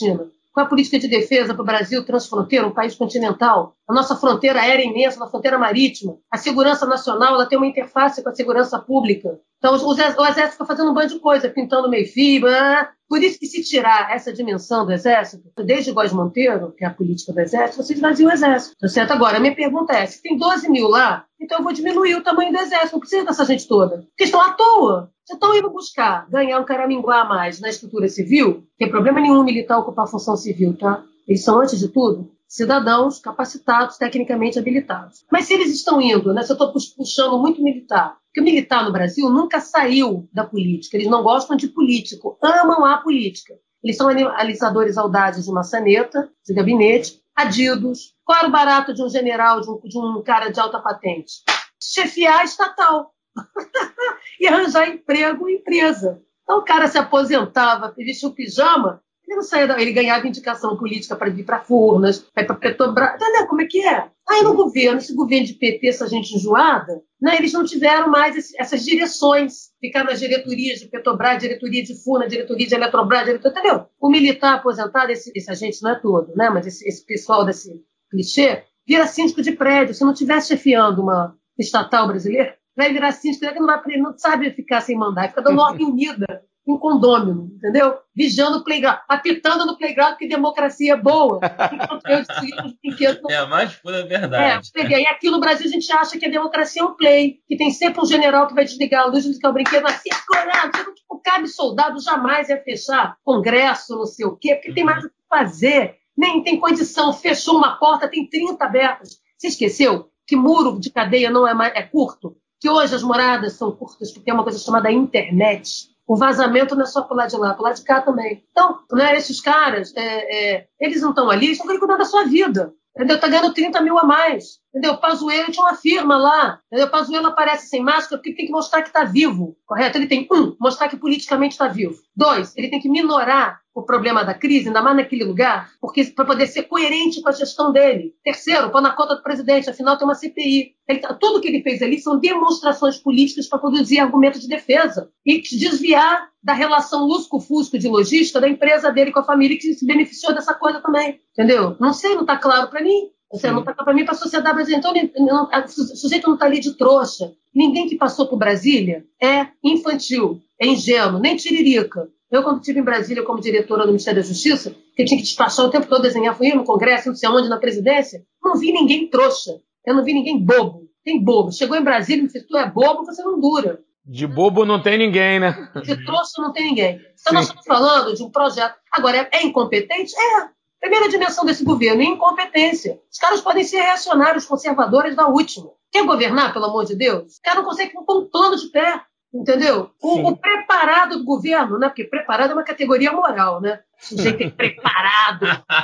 Qual é a política de defesa para o Brasil transfronteiro, um país continental? A nossa fronteira aérea é imensa, a fronteira marítima. A segurança nacional ela tem uma interface com a segurança pública. Então, o Exército fica fazendo um bando de coisa, pintando meio-fio. Por isso que se tirar essa dimensão do Exército, desde Góes Monteiro, que é a política do Exército, você esvazia o Exército. Tá certo? Agora, a minha pergunta é, se tem doze mil lá, então eu vou diminuir o tamanho do Exército. Não precisa dessa gente toda. Porque estão à toa. Vocês estão indo buscar ganhar um caraminguá a mais na estrutura civil, não tem problema nenhum militar ocupar a função civil, tá? Eles são, antes de tudo, cidadãos capacitados, tecnicamente habilitados. Mas se eles estão indo, né, se eu estou puxando muito militar, porque o militar no Brasil nunca saiu da política, eles não gostam de político, amam a política. Eles são analisadores audazes de maçaneta, de gabinete, adidos. Qual era o barato de um general, de um, de um cara de alta patente? Chefiar a estatal. E arranjar emprego em empresa. Então o cara se aposentava, vestia o pijama, ele não saía, ele ganhava indicação política para ir para Furnas, para ir para Petrobras. Entendeu como é que é? Aí no governo, esse governo de P T, essa gente enjoada, né, eles não tiveram mais esse, essas direções. Ficar nas diretorias de Petrobras, diretoria de Furnas, diretoria de Eletrobras, diretoria, entendeu? O militar aposentado, esse, esse agente não é todo, né, mas esse, esse pessoal desse clichê, vira síndico de prédio. Se não estivesse chefiando uma estatal brasileira, vai virar síndico, que não, vai, não sabe ficar sem mandar, fica dando ordem unida em condômino, entendeu? Vigiando o playground, apitando no playground que democracia é boa. Enquanto eu distribuo os brinquedos. É a mais pura verdade. É, e aqui no Brasil a gente acha que a democracia é um play, que tem sempre um general que vai desligar a luz, desligar o brinquedo, assim, corado, tipo, cabe soldado, jamais ia fechar congresso, não sei o quê, porque uhum. tem mais o que fazer, nem tem condição, fechou uma porta, tem trinta abertas. Você esqueceu que muro de cadeia não é, mais, é curto? Que hoje as moradas são curtas porque tem uma coisa chamada internet. O vazamento não é só para o lado de lá, para o lado de cá também. Então, né, esses caras, é, é, eles não estão ali, eles estão querendo cuidar da sua vida. Entendeu? Está ganhando trinta mil a mais. Entendeu? O Pazuello tinha uma firma lá. Entendeu? O Pazuello aparece sem máscara porque tem que mostrar que está vivo. Correto? Ele tem, um, mostrar que politicamente está vivo. Dois, ele tem que minorar o problema da crise, ainda mais naquele lugar, porque para poder ser coerente com a gestão dele. Terceiro, pôr na conta do presidente, afinal tem uma C P I. Ele, tudo que ele fez ali são demonstrações políticas para produzir argumentos de defesa e desviar da relação lusco-fusco de lojista da empresa dele com a família que se beneficiou dessa coisa também. Entendeu? Não sei, não está claro para mim. Você não está para mim, para a sociedade brasileira. Então, não, o sujeito não está ali de trouxa. Ninguém que passou por Brasília é infantil, é ingênuo, nem tiririca. Eu, quando estive em Brasília como diretora do Ministério da Justiça, que eu tinha que despachar o tempo todo, desenhar, fui no Congresso, não sei aonde, na presidência, não vi ninguém trouxa. Eu não vi ninguém bobo. Tem bobo. Chegou em Brasília e me disse, tu é bobo, você não dura. De bobo não tem ninguém, né? De trouxa não tem ninguém. Então, Sim. nós estamos falando de um projeto. Agora, é, é incompetente? É. Primeira dimensão desse governo, incompetência. Os caras podem ser reacionários, conservadores da última. Quer governar, pelo amor de Deus? O cara não consegue pôr um plano de pé. Entendeu? O, o preparado do governo, né? Porque preparado é uma categoria moral, né? O sujeito é preparado.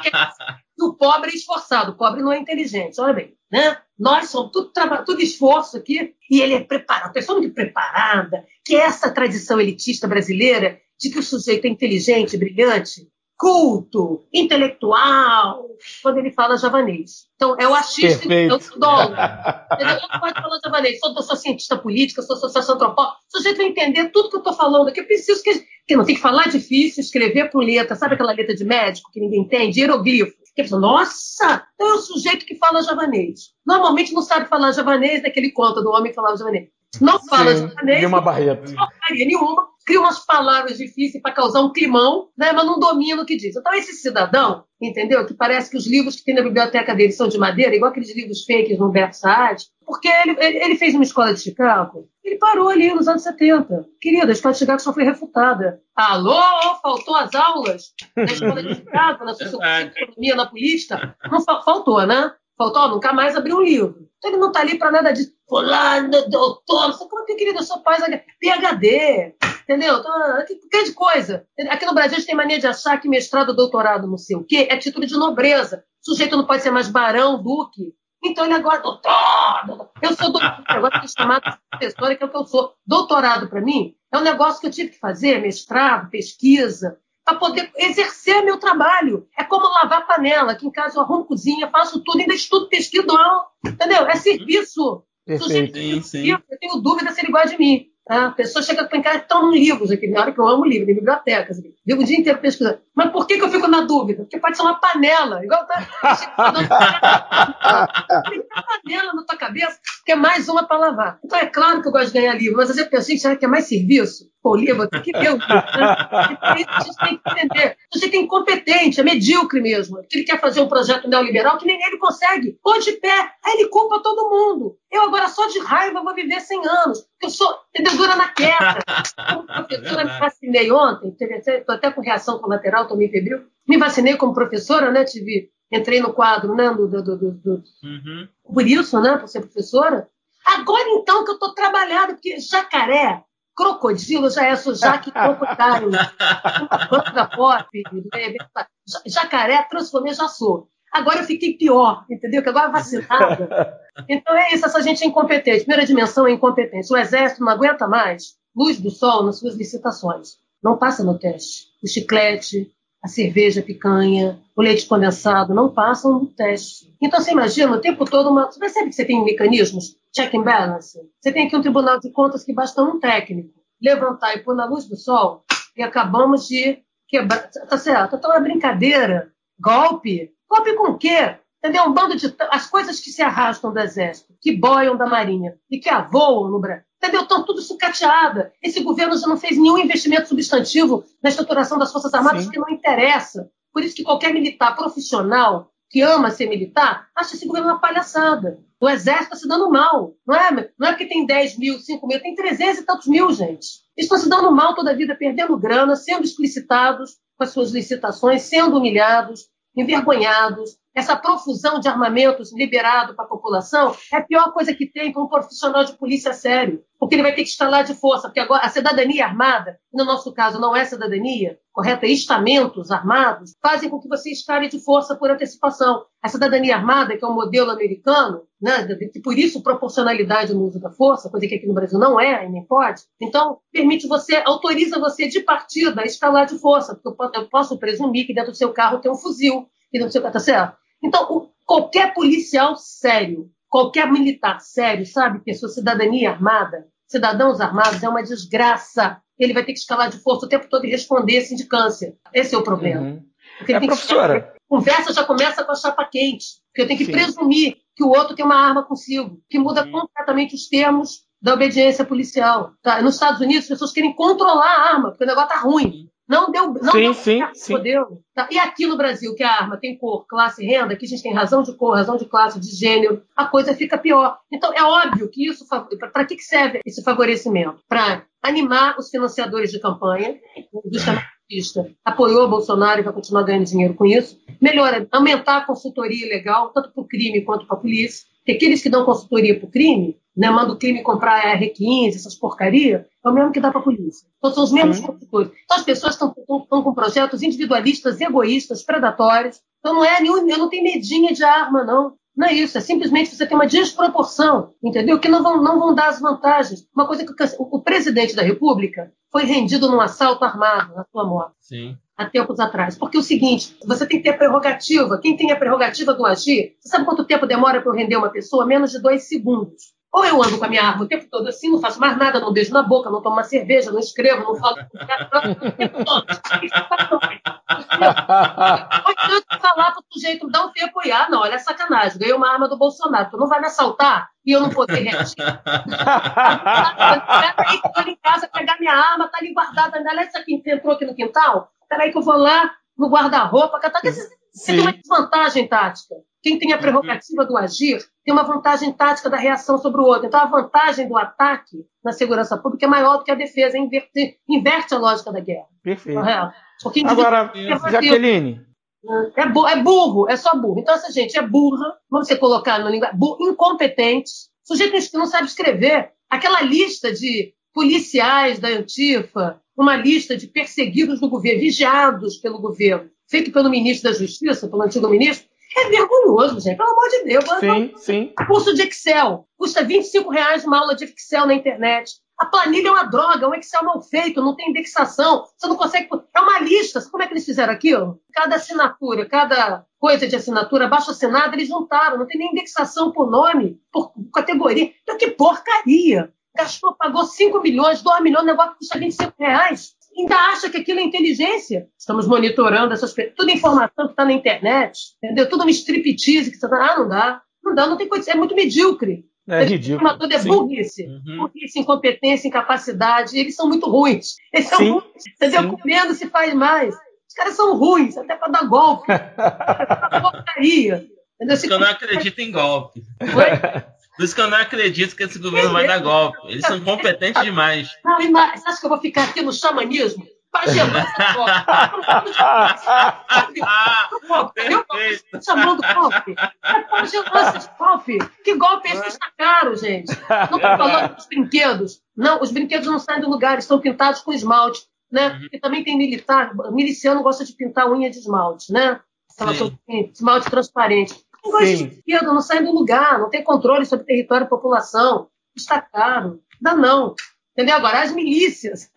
O pobre é esforçado, o pobre não é inteligente. Olha bem, né? Nós somos tudo, tudo esforço aqui e ele é preparado. Pessoa muito preparada, que é essa tradição elitista brasileira de que o sujeito é inteligente, brilhante, culto, intelectual, quando ele fala javanês. Então, é o achista, é o dólar. Eu não pode falar javanês. Sou, sou cientista política, sou sociólogo. O sujeito vai entender tudo que eu estou falando aqui. Eu preciso que... que não tem que falar difícil, escrever por letra. Sabe aquela letra de médico que ninguém entende? Hieroglifo. Que pessoa, nossa, então é o sujeito que fala javanês. Normalmente não sabe falar javanês, daquele conto do homem que falava javanês. Não fala Sim, javanês. Nenhuma barreta. Não faria nenhuma. Cria umas palavras difíceis para causar um climão, né, mas não domina o que diz. Então, esse cidadão, entendeu? Que parece que os livros que tem na biblioteca dele são de madeira, igual aqueles livros fakes no Humberto Saad, porque ele, ele, ele fez uma escola de Chicago, ele parou ali nos anos setenta. Querida, a escola de Chicago só foi refutada. Alô, faltou as aulas na escola de Chicago, na sociologia, na economia, na política? Não fa- faltou, né? Faltou, nunca mais abriu um livro. Então ele não está ali para nada disso. Fulano, doutor, não sei como que, querida, eu sou pós P H D, entendeu? Então, que, que de coisa. Aqui no Brasil a gente tem mania de achar que mestrado, doutorado, não sei o quê, é título de nobreza. O sujeito não pode ser mais barão, duque. Então ele agora, doutor, eu sou doutor, agora tem chamado de professora, que é o que eu sou. Doutorado, para mim, é um negócio que eu tive que fazer, mestrado, pesquisa, para poder exercer meu trabalho. É como lavar panela. Aqui em casa eu arrumo cozinha, faço tudo, ainda estudo, pesquiso, entendeu? É serviço. Perfeito. Sim, sim. Eu tenho dúvida se ele gosta de mim. Tá? A pessoa chega para em casa e toma livros aqui, na hora que eu amo livro, em bibliotecas. Aqui. Vivo o dia inteiro pesquisando. Mas por que, que eu fico na dúvida? Porque pode ser uma panela. Igual tá. Tem uma panela na tua cabeça, que é mais uma para lavar. Então é claro que eu gosto de ganhar livro, mas às vezes eu penso, gente, será que é mais serviço? Pô, o livro, tem que ver o livro. Né? A gente tem que entender. A gente é incompetente, é medíocre mesmo. Ele quer fazer um projeto neoliberal que nem ele consegue. Pô de pé, aí ele culpa todo mundo. Eu agora só de raiva vou viver cem anos. Porque eu sou, entendeu? Dura na queda. Como professora, me vacinei ontem, estou até com reação colateral, estou meio febril. Me vacinei como professora, né? Tive, entrei no quadro, né? Do, do, do, do, uhum. Por isso, né? Por ser professora. Agora então que eu estou trabalhando, porque jacaré, crocodilo, já é, sou Jaque Crocodile, uma banda pop, jacaré, transformei, já sou. Agora eu fiquei pior, entendeu? Que agora vacinada. Então é isso, essa gente é incompetente. Primeira dimensão é incompetência. O Exército não aguenta mais luz do sol nas suas licitações. Não passa no teste. O chiclete, a cerveja, a picanha, o leite condensado não passam no teste. Então você imagina o tempo todo, uma... você percebe que você tem mecanismos, check and balance? Você tem aqui um tribunal de contas que basta um técnico levantar e pôr na luz do sol e acabamos de quebrar. Tá certo? Então é brincadeira. Golpe? Golpe com o quê? Entendeu? Um bando de... As coisas que se arrastam do Exército, que boiam da Marinha e que avoam no Brasil, entendeu? Estão tudo sucateada. Esse governo já não fez nenhum investimento substantivo na estruturação das Forças Armadas, Sim. porque não interessa. Por isso que qualquer militar profissional que ama ser militar acha esse governo uma palhaçada. O Exército está se dando mal. Não é, não é porque tem dez mil, cinco mil, tem trezentos e tantos mil, gente. Eles estão se dando mal toda a vida, perdendo grana, sendo explicitados com as suas licitações, sendo humilhados, envergonhados. Essa profusão de armamentos liberado para a população é a pior coisa que tem para um profissional de polícia sério, porque ele vai ter que escalar de força, porque agora a cidadania armada, no nosso caso não é cidadania, correto? É estamentos armados, fazem com que você escale de força por antecipação. A cidadania armada, que é um modelo americano, né, que por isso proporcionalidade no uso da força, coisa que aqui no Brasil não é e nem pode, então permite você, autoriza você de partida a escalar de força, porque eu posso, eu posso presumir que dentro do seu carro tem um fuzil, que dentro do seu carro, tá certo? Então, o, qualquer policial sério, qualquer militar sério, sabe que a sua cidadania armada, cidadãos armados, é uma desgraça. Ele vai ter que escalar de força o tempo todo e responder sindicância. Esse é o problema. Uhum. É, professora. Que... A conversa já começa com a chapa quente, porque eu tenho que Sim. presumir que o outro tem uma arma consigo, que muda uhum. completamente os termos da obediência policial. Tá? Nos Estados Unidos, as pessoas querem controlar a arma, porque o negócio tá ruim. Não deu, não sim, deu sim, certo, sim. Deu. Tá? E aqui no Brasil, que a arma tem cor, classe e renda, que a gente tem razão de cor, razão de classe, de gênero, a coisa fica pior. Então, é óbvio que isso... Para que serve esse favorecimento? Para animar os financiadores de campanha, do chamado apoiou o Bolsonaro e vai continuar ganhando dinheiro com isso. Melhora, aumentar a consultoria legal, tanto para o crime quanto para a polícia. Porque aqueles que dão consultoria para o crime, né, manda o crime comprar a R quinze, essas porcarias, é o mesmo que dá para a polícia. Então são os mesmos Sim. consultores. Então as pessoas estão com projetos individualistas, egoístas, predatórios. Então não é nenhum, eu não tenho medinha de arma, não. Não é isso, é simplesmente você tem uma desproporção, entendeu? Que não vão, não vão dar as vantagens. Uma coisa que o, o presidente da República foi rendido num assalto armado na sua morte. Sim. Há tempos atrás. Porque é o seguinte, você tem que ter a prerrogativa. Quem tem a prerrogativa do agir, você sabe quanto tempo demora para eu render uma pessoa? Menos de dois segundos. Ou eu ando com a minha arma o tempo todo assim, não faço mais nada, não beijo na boca, não tomo uma cerveja, não escrevo, não falo... o tempo todo. Não adianta falar para o sujeito, dá um tempo e ah, não, olha a sacanagem, ganhei uma arma do Bolsonaro, tu não vai me assaltar e eu não poder reagir. Peraí que eu vou ali em casa pegar minha arma, tá ali guardada, olha isso aqui, entrou aqui no quintal, peraí que eu vou lá no guarda-roupa, catar. Você tem uma desvantagem tática. Quem tem a prerrogativa do agir tem uma vantagem tática da reação sobre o outro. Então, a vantagem do ataque na segurança pública é maior do que a defesa, inverte, inverte a lógica da guerra. Perfeito. Porque Agora, Jaqueline... É, bu é burro, é só burro. Então, essa gente é burra, vamos você colocar no linguagem, incompetente, sujeito que não sabe escrever. Aquela lista de policiais da Antifa, uma lista de perseguidos do governo, vigiados pelo governo, feito pelo ministro da Justiça, pelo antigo ministro, é vergonhoso, gente, pelo amor de Deus. Sim, sim. Curso de Excel, custa vinte e cinco reais uma aula de Excel na internet. A planilha é uma droga, um Excel mal feito, não tem indexação, você não consegue... É uma lista, como é que eles fizeram aquilo? Cada assinatura, cada coisa de assinatura abaixo assinada, eles juntaram, não tem nem indexação por nome, por categoria. Então, que porcaria! gastou, pagou cinco milhões, dois milhões, o negócio custa vinte e cinco reais. Ainda acha que aquilo é inteligência? Estamos monitorando essas coisas. Tudo informação que está na internet, entendeu? Tudo uma striptease que você tá... Ah, não dá. Não dá, não tem coisa. É muito medíocre. É ridículo. Tudo é burrice. Uhum. Burrice, incompetência, incapacidade. Eles são muito ruins. Eles são Sim. ruins. Entendeu? Sim. Com menos se faz mais. Os caras são ruins, até para dar golpe. Pra porcaria. Por isso que eu não acredito em golpe. Oi? Por isso que eu não acredito que esse governo vai dar golpe. Eles são competentes demais. Não, mas você acha que eu vou ficar aqui no xamanismo? Pagelança de golpe. Eu chamando golpe. É pagelança de golpe. Que golpe é esse? Está caro, gente. Não estou falando dos brinquedos. Não, os brinquedos não saem do lugar, estão pintados com esmalte. Né? Uhum. E também tem militar, miliciano gosta de pintar unha de esmalte, né? Aquela coisa assim, esmalte transparente. Não gosta de brinquedo, não sai do lugar, não tem controle sobre território e população. Está caro. Dá não. Entendeu? Agora, as milícias,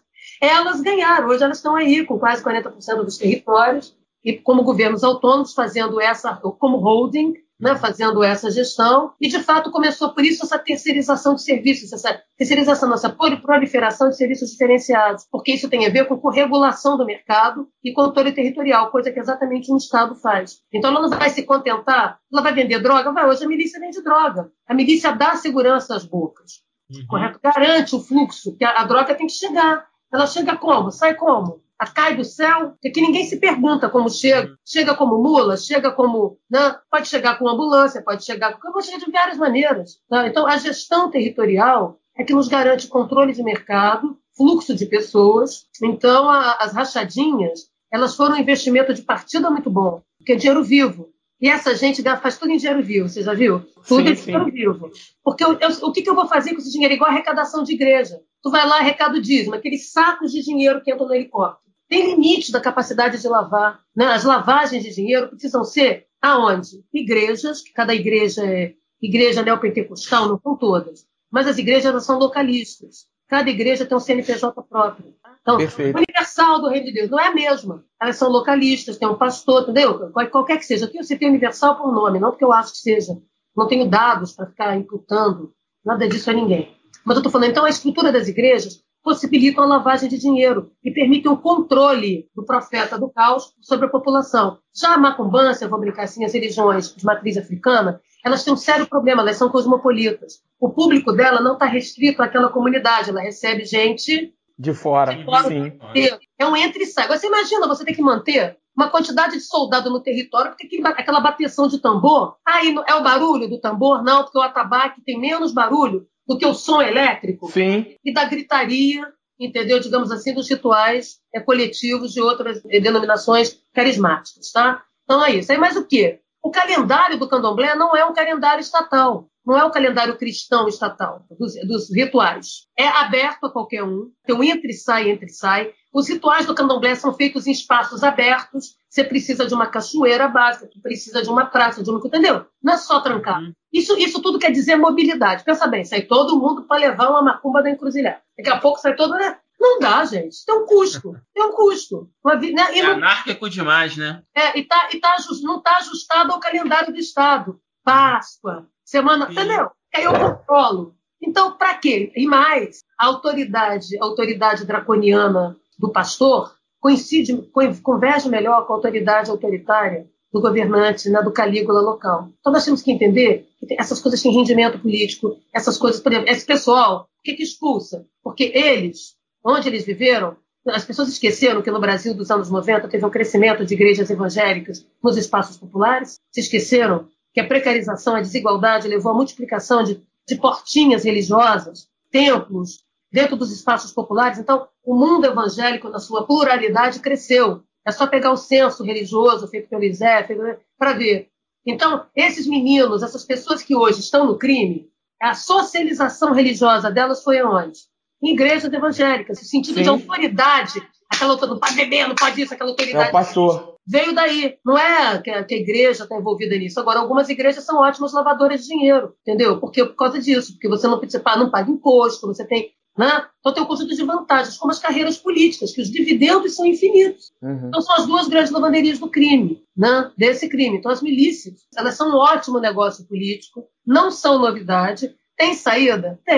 elas ganharam. Hoje elas estão aí com quase quarenta por cento dos territórios e como governos autônomos fazendo essa, como holding, né, fazendo essa gestão, e de fato começou por isso essa terceirização de serviços, essa terceirização, essa proliferação de serviços diferenciados, porque isso tem a ver com regulação do mercado e controle territorial, coisa que exatamente um Estado faz. Então ela não vai se contentar, ela vai vender droga? Vai, hoje a milícia vende droga. A milícia dá segurança às bocas, uhum. Correto? Garante o fluxo, que a, a droga tem que chegar. Ela chega como? Sai como? A cai do céu, que aqui ninguém se pergunta como chega. Chega como mula, chega como... Né? Pode chegar com ambulância, pode chegar... Pode chegar de várias maneiras. Tá? Então, a gestão territorial é que nos garante controle de mercado, fluxo de pessoas. Então, a, as rachadinhas, elas foram um investimento de partida muito bom, porque é dinheiro vivo. E essa gente faz tudo em dinheiro vivo, você já viu? Tudo sim, em dinheiro sim. vivo. Porque eu, eu, o que, que eu vou fazer com esse dinheiro? Igual arrecadação de igreja. Tu vai lá, arrecada o dízimo, aqueles sacos de dinheiro que entram no helicóptero. Tem limite da capacidade de lavar. Né? As lavagens de dinheiro precisam ser aonde? Igrejas, que cada igreja é igreja neopentecostal, não são todas. Mas as igrejas elas são localistas. Cada igreja tem um C N P J próprio. Então, Perfeito. Universal do Reino de Deus não é a mesma. Elas são localistas, tem um pastor, entendeu? Qualquer que seja. Aqui eu citei Universal por nome, não porque eu acho que seja. Não tenho dados para ficar imputando nada disso a ninguém. Mas eu estou falando, então, a estrutura das igrejas possibilitam a lavagem de dinheiro e permitem o controle do profeta do caos sobre a população. Já a macumbância, vou brincar assim, as religiões de matriz africana, elas têm um sério problema, elas são cosmopolitas. O público dela não está restrito àquela comunidade, ela recebe gente... De fora, de fora sim. É um entra e sai. Agora, você imagina você ter que manter uma quantidade de soldado no território, porque aquela bateção de tambor, aí é o barulho do tambor? Não, porque o atabaque tem menos barulho do que o som elétrico. Sim. E da gritaria, entendeu? Digamos assim, dos rituais é, coletivos de outras é, denominações carismáticas, tá? Então é isso. Aí mais o quê? O calendário do candomblé não é um calendário estatal, não é o calendário cristão estatal, dos, dos rituais. É aberto a qualquer um, tem um entra e sai, entra e sai. Os rituais do candomblé são feitos em espaços abertos. Você precisa de uma cachoeira básica, você precisa de uma praça, de uma... Entendeu? Não é só trancar. Uhum. Isso, isso tudo quer dizer mobilidade. Pensa bem, sai todo mundo para levar uma macumba da encruzilhada. Daqui a pouco sai todo... Né? Não dá, gente. Tem um custo. Tem um custo. Uma, né? É não... anárquico demais, né? É, e, tá, e tá, não está ajustado ao calendário do Estado. Páscoa, semana... Sim. Entendeu? Aí eu controlo. Então, para quê? E mais, a autoridade, a autoridade draconiana do pastor coincide, converge melhor com a autoridade autoritária do governante, né, do Calígula local. Então nós temos que entender que essas coisas têm rendimento político, essas coisas, por exemplo, esse pessoal, por que que expulsa? Porque eles, onde eles viveram, as pessoas esqueceram que no Brasil dos anos noventa teve um crescimento de igrejas evangélicas nos espaços populares? Se esqueceram que a precarização, a desigualdade levou à multiplicação de, de portinhas religiosas, templos, dentro dos espaços populares? Então, o mundo evangélico, na sua pluralidade, cresceu. É só pegar o censo religioso feito pelo I S E F para ver. Então, esses meninos, essas pessoas que hoje estão no crime, a socialização religiosa delas foi aonde? Em igrejas evangélicas. O sentido Sim. de autoridade, aquela autoridade, não pode beber, não pode isso, aquela autoridade. É o pastor. Veio daí. Não é que a, que a igreja está envolvida nisso. Agora, algumas igrejas são ótimas lavadoras de dinheiro, entendeu? Porque, por causa disso. Porque você não, você não paga imposto, você tem... Né? Então tem um conjunto de vantagens, como as carreiras políticas, que os dividendos são infinitos. Uhum. Então são as duas grandes lavanderias do crime, né? Desse crime. Então as milícias, elas são um ótimo negócio político, não são novidade. Tem saída? Tem.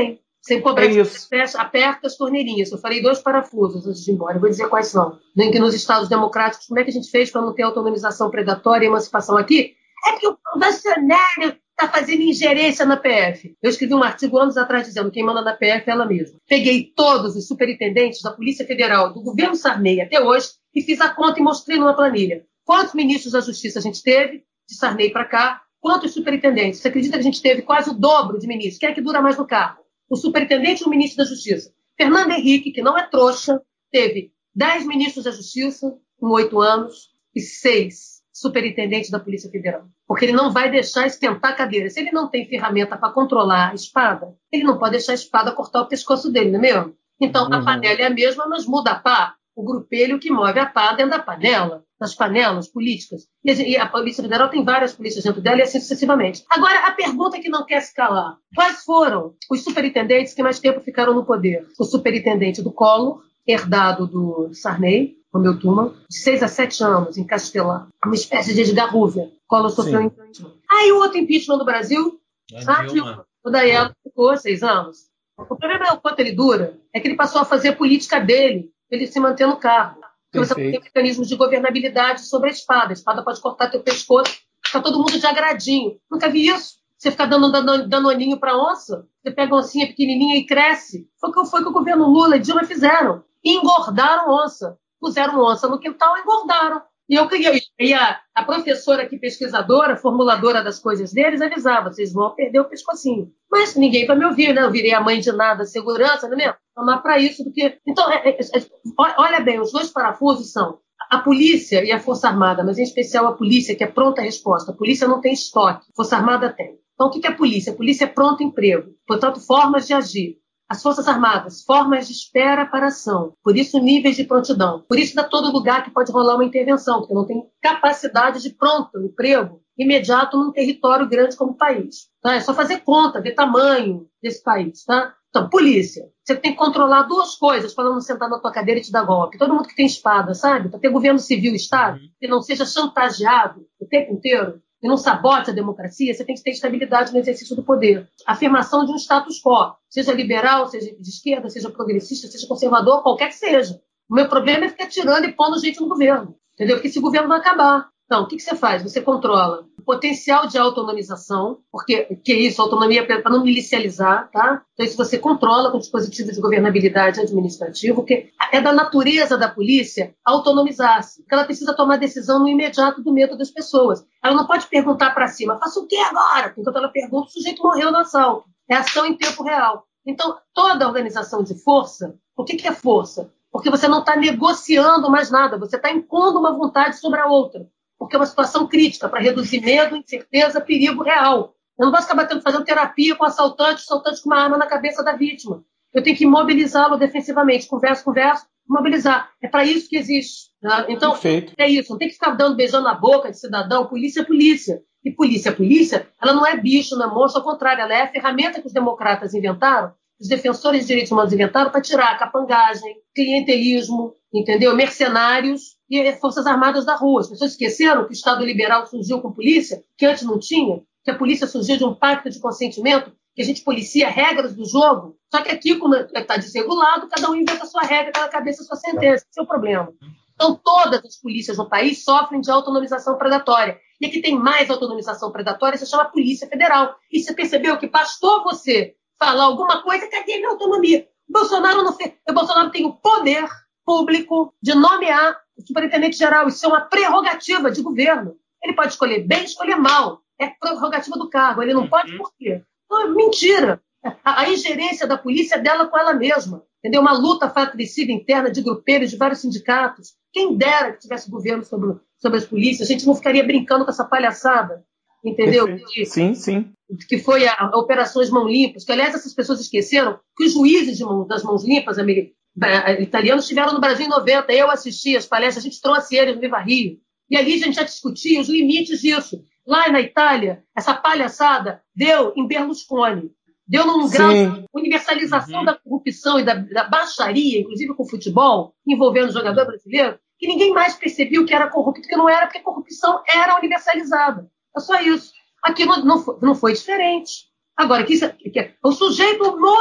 Sem cobrar, fecha, aperta as torneirinhas. Eu falei dois parafusos antes de ir embora. Eu vou dizer quais são. Nem que nos Estados democráticos, como é que a gente fez para não ter autonomização predatória e emancipação aqui? É que o Bolsonaro está fazendo ingerência na P F. Eu escrevi um artigo anos atrás dizendo quem manda na P F é ela mesma. Peguei todos os superintendentes da Polícia Federal, do governo Sarney até hoje, e fiz a conta e mostrei numa planilha. Quantos ministros da Justiça a gente teve, de Sarney para cá? Quantos superintendentes? Você acredita que a gente teve quase o dobro de ministros? Quem é que dura mais no cargo? O superintendente ou o ministro da Justiça? Fernando Henrique, que não é trouxa, teve dez ministros da Justiça em oito anos e seis superintendentes da Polícia Federal. Porque ele não vai deixar esquentar a cadeira. Se ele não tem ferramenta para controlar a espada, ele não pode deixar a espada cortar o pescoço dele, não é mesmo? Então, uhum. a panela é a mesma, mas muda a pá. O grupelho que move a pá dentro da panela, das panelas políticas. E a Polícia Federal tem várias polícias dentro dela e assim sucessivamente. Agora, a pergunta que não quer se calar. Quais foram os superintendentes que mais tempo ficaram no poder? O superintendente do Collor, herdado do Sarney, o meu turma, de seis a sete anos, em Castelar. Uma espécie de Edgar Hoover. Collor sofreu impeachment. Aí o outro impeachment do Brasil, a Dilma. O da ela ficou seis anos. O problema é o quanto ele dura. É que ele passou a fazer a política dele, ele se manter no cargo. Porque você não tem mecanismos de governabilidade sobre a espada. A espada pode cortar teu pescoço, fica todo mundo de agradinho. Nunca vi isso. Você fica dando danoninho para onça, você pega a oncinha pequenininha e cresce. Foi o que, foi que o governo Lula e Dilma fizeram. E engordaram onça. Puseram onça no quintal e engordaram. E, eu, e a, a professora aqui, pesquisadora, formuladora das coisas deles, avisava, vocês vão perder o pescocinho. Mas ninguém vai me ouvir, né? Eu virei a mãe de nada, segurança, não é mesmo? Tomar para isso do que... Então, é, é, é, olha bem, os dois parafusos são a polícia e a Força Armada, mas em especial a polícia, que é pronta resposta. A polícia não tem estoque, a Força Armada tem. Então, o que é a polícia? A polícia é pronto emprego, portanto, formas de agir. As Forças Armadas, formas de espera para ação. Por isso, níveis de prontidão. Por isso, dá todo lugar que pode rolar uma intervenção, porque não tem capacidade de pronto emprego imediato num território grande como o país. Tá? É só fazer conta, ver tamanho desse país. Tá? Então, polícia. Você tem que controlar duas coisas para não sentar na tua cadeira e te dar golpe. Todo mundo que tem espada, sabe? Para ter governo civil e Estado, que não seja chantageado o tempo inteiro, e não sabote a democracia, você tem que ter estabilidade no exercício do poder. Afirmação de um status quo, seja liberal, seja de esquerda, seja progressista, seja conservador, qualquer que seja. O meu problema é ficar tirando e pondo gente no governo, entendeu? Porque esse governo vai acabar. Então, o que, que você faz? Você controla o potencial de autonomização, porque que é isso, autonomia para não milicializar, tá? Então, isso você controla com dispositivo de governabilidade administrativo, porque é da natureza da polícia autonomizar-se, porque ela precisa tomar decisão no imediato do medo das pessoas. Ela não pode perguntar para cima, faça o que agora? Enquanto ela pergunta, o sujeito morreu no assalto. É ação em tempo real. Então, toda organização de força, o que, que é força? Porque você não está negociando mais nada, você está impondo uma vontade sobre a outra. Porque é uma situação crítica para reduzir medo, incerteza, perigo real. Eu não posso ficar batendo, fazendo terapia com o assaltante, o assaltante com uma arma na cabeça da vítima. Eu tenho que imobilizá-lo defensivamente. Converso, converso, mobilizar. É para isso que existe. Né? Então, Perfeito. É isso. Não tem que ficar dando beijão na boca de cidadão. Polícia é polícia. E polícia é polícia, ela não é bicho, não é monstro, ao contrário, ela é a ferramenta que os democratas inventaram, os defensores de direitos humanos inventaram para tirar capangagem, clientelismo, entendeu? Mercenários e forças armadas da rua. As pessoas esqueceram que o Estado liberal surgiu com polícia, que antes não tinha, que a polícia surgiu de um pacto de consentimento, que a gente policia regras do jogo, só que aqui, como está desregulado, cada um inventa a sua regra, cada cabeça a sua sentença. Esse é o problema. Então, todas as polícias no país sofrem de autonomização predatória. E aqui tem mais autonomização predatória, se chama Polícia Federal. E você percebeu que bastou você falar alguma coisa, cadê a minha autonomia? O Bolsonaro não fez. O Bolsonaro tem o poder público de nomear o superintendente-geral. Isso é uma prerrogativa de governo. Ele pode escolher bem, escolher mal. É prerrogativa do cargo. Ele não pode por quê? Não, é mentira. A, a ingerência da polícia é dela com ela mesma. Entendeu? Uma luta fratricida interna de grupeiros, de vários sindicatos. Quem dera que tivesse governo sobre, sobre as polícias, a gente não ficaria brincando com essa palhaçada. Entendeu? Que, sim, sim. Que foi a, a Operações Mão Limpas, que, aliás, essas pessoas esqueceram que os juízes de mão, das Mãos Limpas italianos estiveram no Brasil em noventa. Eu assisti as palestras, a gente trouxe eles no Viva Rio. E ali a gente já discutia os limites disso. Lá na Itália, essa palhaçada deu em Berlusconi. Deu num grau de universalização uhum. da corrupção e da, da baixaria, inclusive com o futebol, envolvendo o jogador brasileiro, que ninguém mais percebia o que era corrupto, que não era, porque a corrupção era universalizada. É só isso. Aqui não, não, foi, não foi diferente. Agora, que, que, o sujeito, o Moro,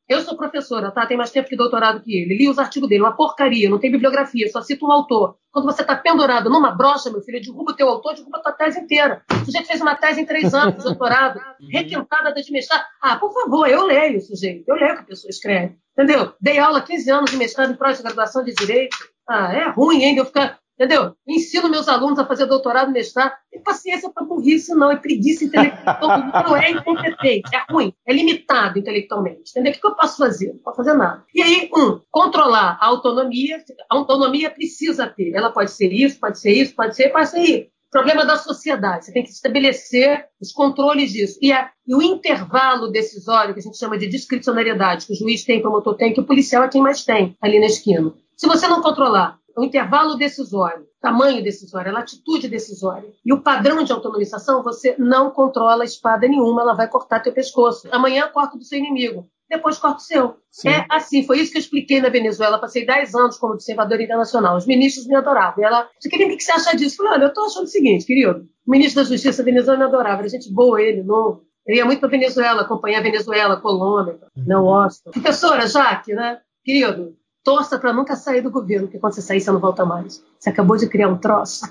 Eu sou professora, tá? Tem mais tempo que doutorado que ele. Li os artigos dele, uma porcaria, não tem bibliografia, só cito um autor. Quando você está pendurado numa brocha, meu filho, derruba o teu autor, derruba a tua tese inteira. O sujeito fez uma tese em três anos, de doutorado, requentada da de mestrado. Ah, por favor, eu leio o sujeito, eu leio o que a pessoa escreve. Entendeu? Dei aula há quinze anos de mestrado em pós-graduação de Direito. Ah, é ruim ainda eu ficar... Entendeu? Ensino meus alunos a fazer doutorado, mestrado. Tem paciência para burrice, não. É preguiça intelectual. Não é incompetente. É ruim. É limitado intelectualmente. Entendeu? O que eu posso fazer? Não posso fazer nada. E aí, um, controlar a autonomia. A autonomia precisa ter. Ela pode ser isso, pode ser isso, pode ser, pode ser isso. Problema da sociedade. Você tem que estabelecer os controles disso. E, a, e o intervalo decisório, que a gente chama de discricionariedade, que o juiz tem, que o promotor tem, que o policial é quem mais tem ali na esquina. Se você não controlar o intervalo decisório, tamanho decisório, a latitude decisória e o padrão de autonomização, você não controla espada nenhuma, ela vai cortar teu pescoço. Amanhã corta do seu inimigo, depois corta o seu. Sim. É assim, foi isso que eu expliquei na Venezuela. Passei dez anos como observadora internacional. Os ministros me adoravam. E ela, você queria o que você acha disso? Eu falei, olha, eu estou achando o seguinte, querido, o ministro da Justiça venezuelano me adorava, era gente boa, ele, novo. Eu ia muito para Venezuela, acompanhar a Venezuela, Colômbia, não Washington. Professora Jaque, né, querido, torça para nunca sair do governo, porque quando você sair, você não volta mais. Você acabou de criar um troço.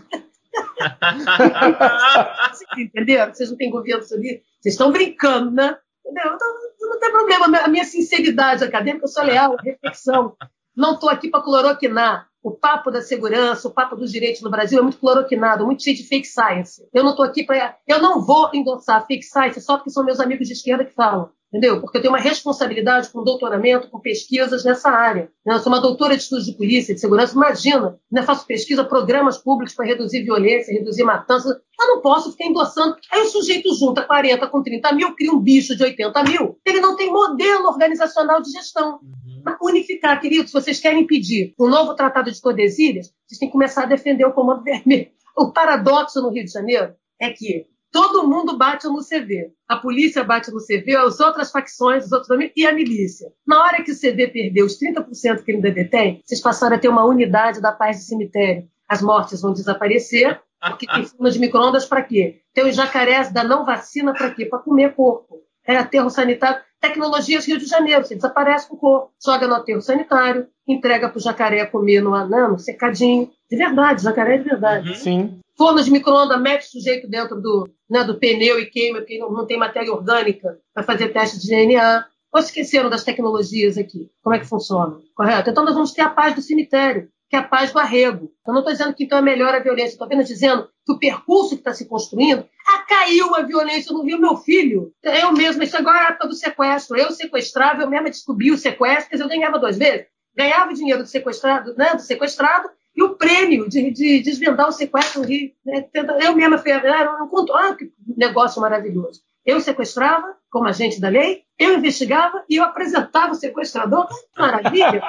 Entenderam? Vocês não têm governo ali? Vocês estão brincando, né? Entendeu? Então, não tem problema. A minha sinceridade acadêmica, eu sou leal, reflexão. Não estou aqui para cloroquinar. O papo da segurança, o papo dos direitos no Brasil é muito cloroquinado, muito cheio de fake science. Eu não estou aqui para... Eu não vou endossar fake science só porque são meus amigos de esquerda que falam. Entendeu? Porque eu tenho uma responsabilidade com doutoramento, com pesquisas nessa área. Eu sou uma doutora de estudos de polícia, de segurança. Imagina, né? Faço pesquisa, programas públicos para reduzir violência, reduzir matança. Eu não posso ficar endossando. Aí o sujeito junta quarenta com trinta mil, cria um bicho de oitenta mil. Ele não tem modelo organizacional de gestão. Para unificar, queridos, se vocês querem impedir um novo tratado de Tordesilhas, vocês têm que começar a defender o Comando Vermelho. O paradoxo no Rio de Janeiro é que todo mundo bate no C V. A polícia bate no C V, as outras facções, os outros amigos, e a milícia. Na hora que o C V perdeu os trinta por cento que ele ainda detém, vocês passaram a ter uma unidade da paz de cemitério. As mortes vão desaparecer, porque tem forma de micro-ondas para quê? Tem os jacarés da não vacina para quê? Para comer corpo. É aterro sanitário. Tecnologias Rio de Janeiro, você desaparece com o corpo, joga no aterro sanitário, entrega para o jacaré comer no, no secadinho. De verdade, jacaré é de verdade. Uhum. Sim. Forno de micro-ondas, mete o sujeito dentro do, né, do pneu e queima, porque não, não tem matéria orgânica para fazer teste de D N A. Ou esqueceram das tecnologias aqui? Como é que funciona? Correto? Então nós vamos ter a paz do cemitério, que é a paz do arrego. Eu não estou dizendo que então é melhor a violência, estou apenas dizendo que o percurso que está se construindo, ah, caiu a violência no Rio, meu filho. Eu mesmo, isso é igual a época do sequestro. Eu sequestrava, eu mesma descobri o sequestro, porque eu ganhava duas vezes. Ganhava o dinheiro do sequestrado, né, do sequestrado, e o prêmio de, de desvendar o sequestro no Rio. Né? Eu mesma fui, era um conto, ah, que negócio maravilhoso. Eu sequestrava, como agente da lei, eu investigava e eu apresentava o sequestrador. Que maravilha!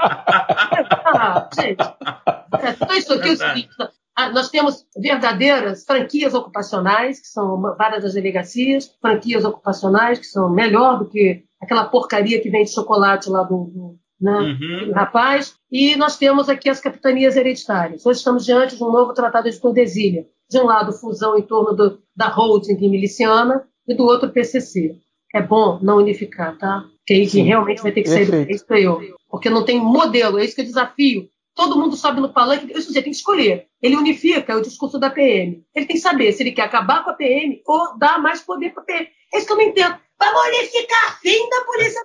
Ah, gente, é, tudo isso aqui é o seguinte, nós temos verdadeiras franquias ocupacionais, que são várias das delegacias, franquias ocupacionais, que são melhor do que aquela porcaria que vem de chocolate lá do... do né, uhum. rapaz, e nós temos aqui as capitanias hereditárias. Hoje estamos diante de um novo tratado de Tordesilhas. De um lado, fusão em torno do, da holding miliciana e do outro, P C C. É bom não unificar, tá? Que aí que realmente vai ter que sair do país sou eu. Porque não tem modelo, é isso que eu desafio. Todo mundo sobe no palanque, isso você tem que escolher. Ele unifica o discurso da P M. Ele tem que saber se ele quer acabar com a P M ou dar mais poder para a P M. É isso que eu não entendo. Para unificar, fim da polícia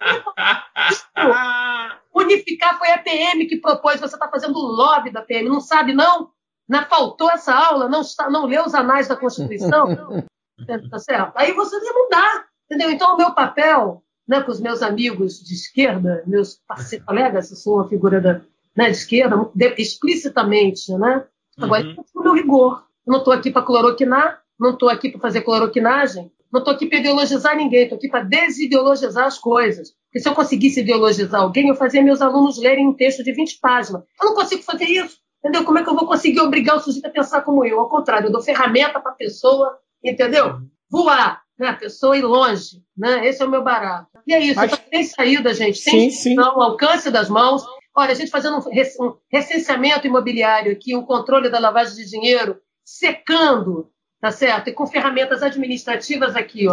militar. Unificar foi a P M que propôs, você está fazendo o lobby da P M, não sabe, não? Não faltou essa aula, não, está, não leu os anais da Constituição? Tá certo? Aí você não dá, entendeu? Então, o meu papel, né, com os meus amigos de esquerda, meus parceiros, colegas, eu sou uma figura da, né, de esquerda, de, explicitamente, né? Agora, uhum. o meu rigor. Eu não estou aqui para cloroquinar, não estou aqui para fazer cloroquinagem, não estou aqui para ideologizar ninguém, estou aqui para desideologizar as coisas. Porque se eu conseguisse ideologizar alguém, eu fazia meus alunos lerem um texto de vinte páginas. Eu não consigo fazer isso, entendeu? Como é que eu vou conseguir obrigar o sujeito a pensar como eu? Ao contrário, eu dou ferramenta para a pessoa, entendeu? Voar, né? A pessoa ir longe, né? Esse é o meu barato. E é isso, Mas... tem saída, gente, tem instituição, alcance das mãos. Olha, a gente fazendo um recenseamento imobiliário aqui, um controle da lavagem de dinheiro, secando, tá certo? E com ferramentas administrativas aqui, ó.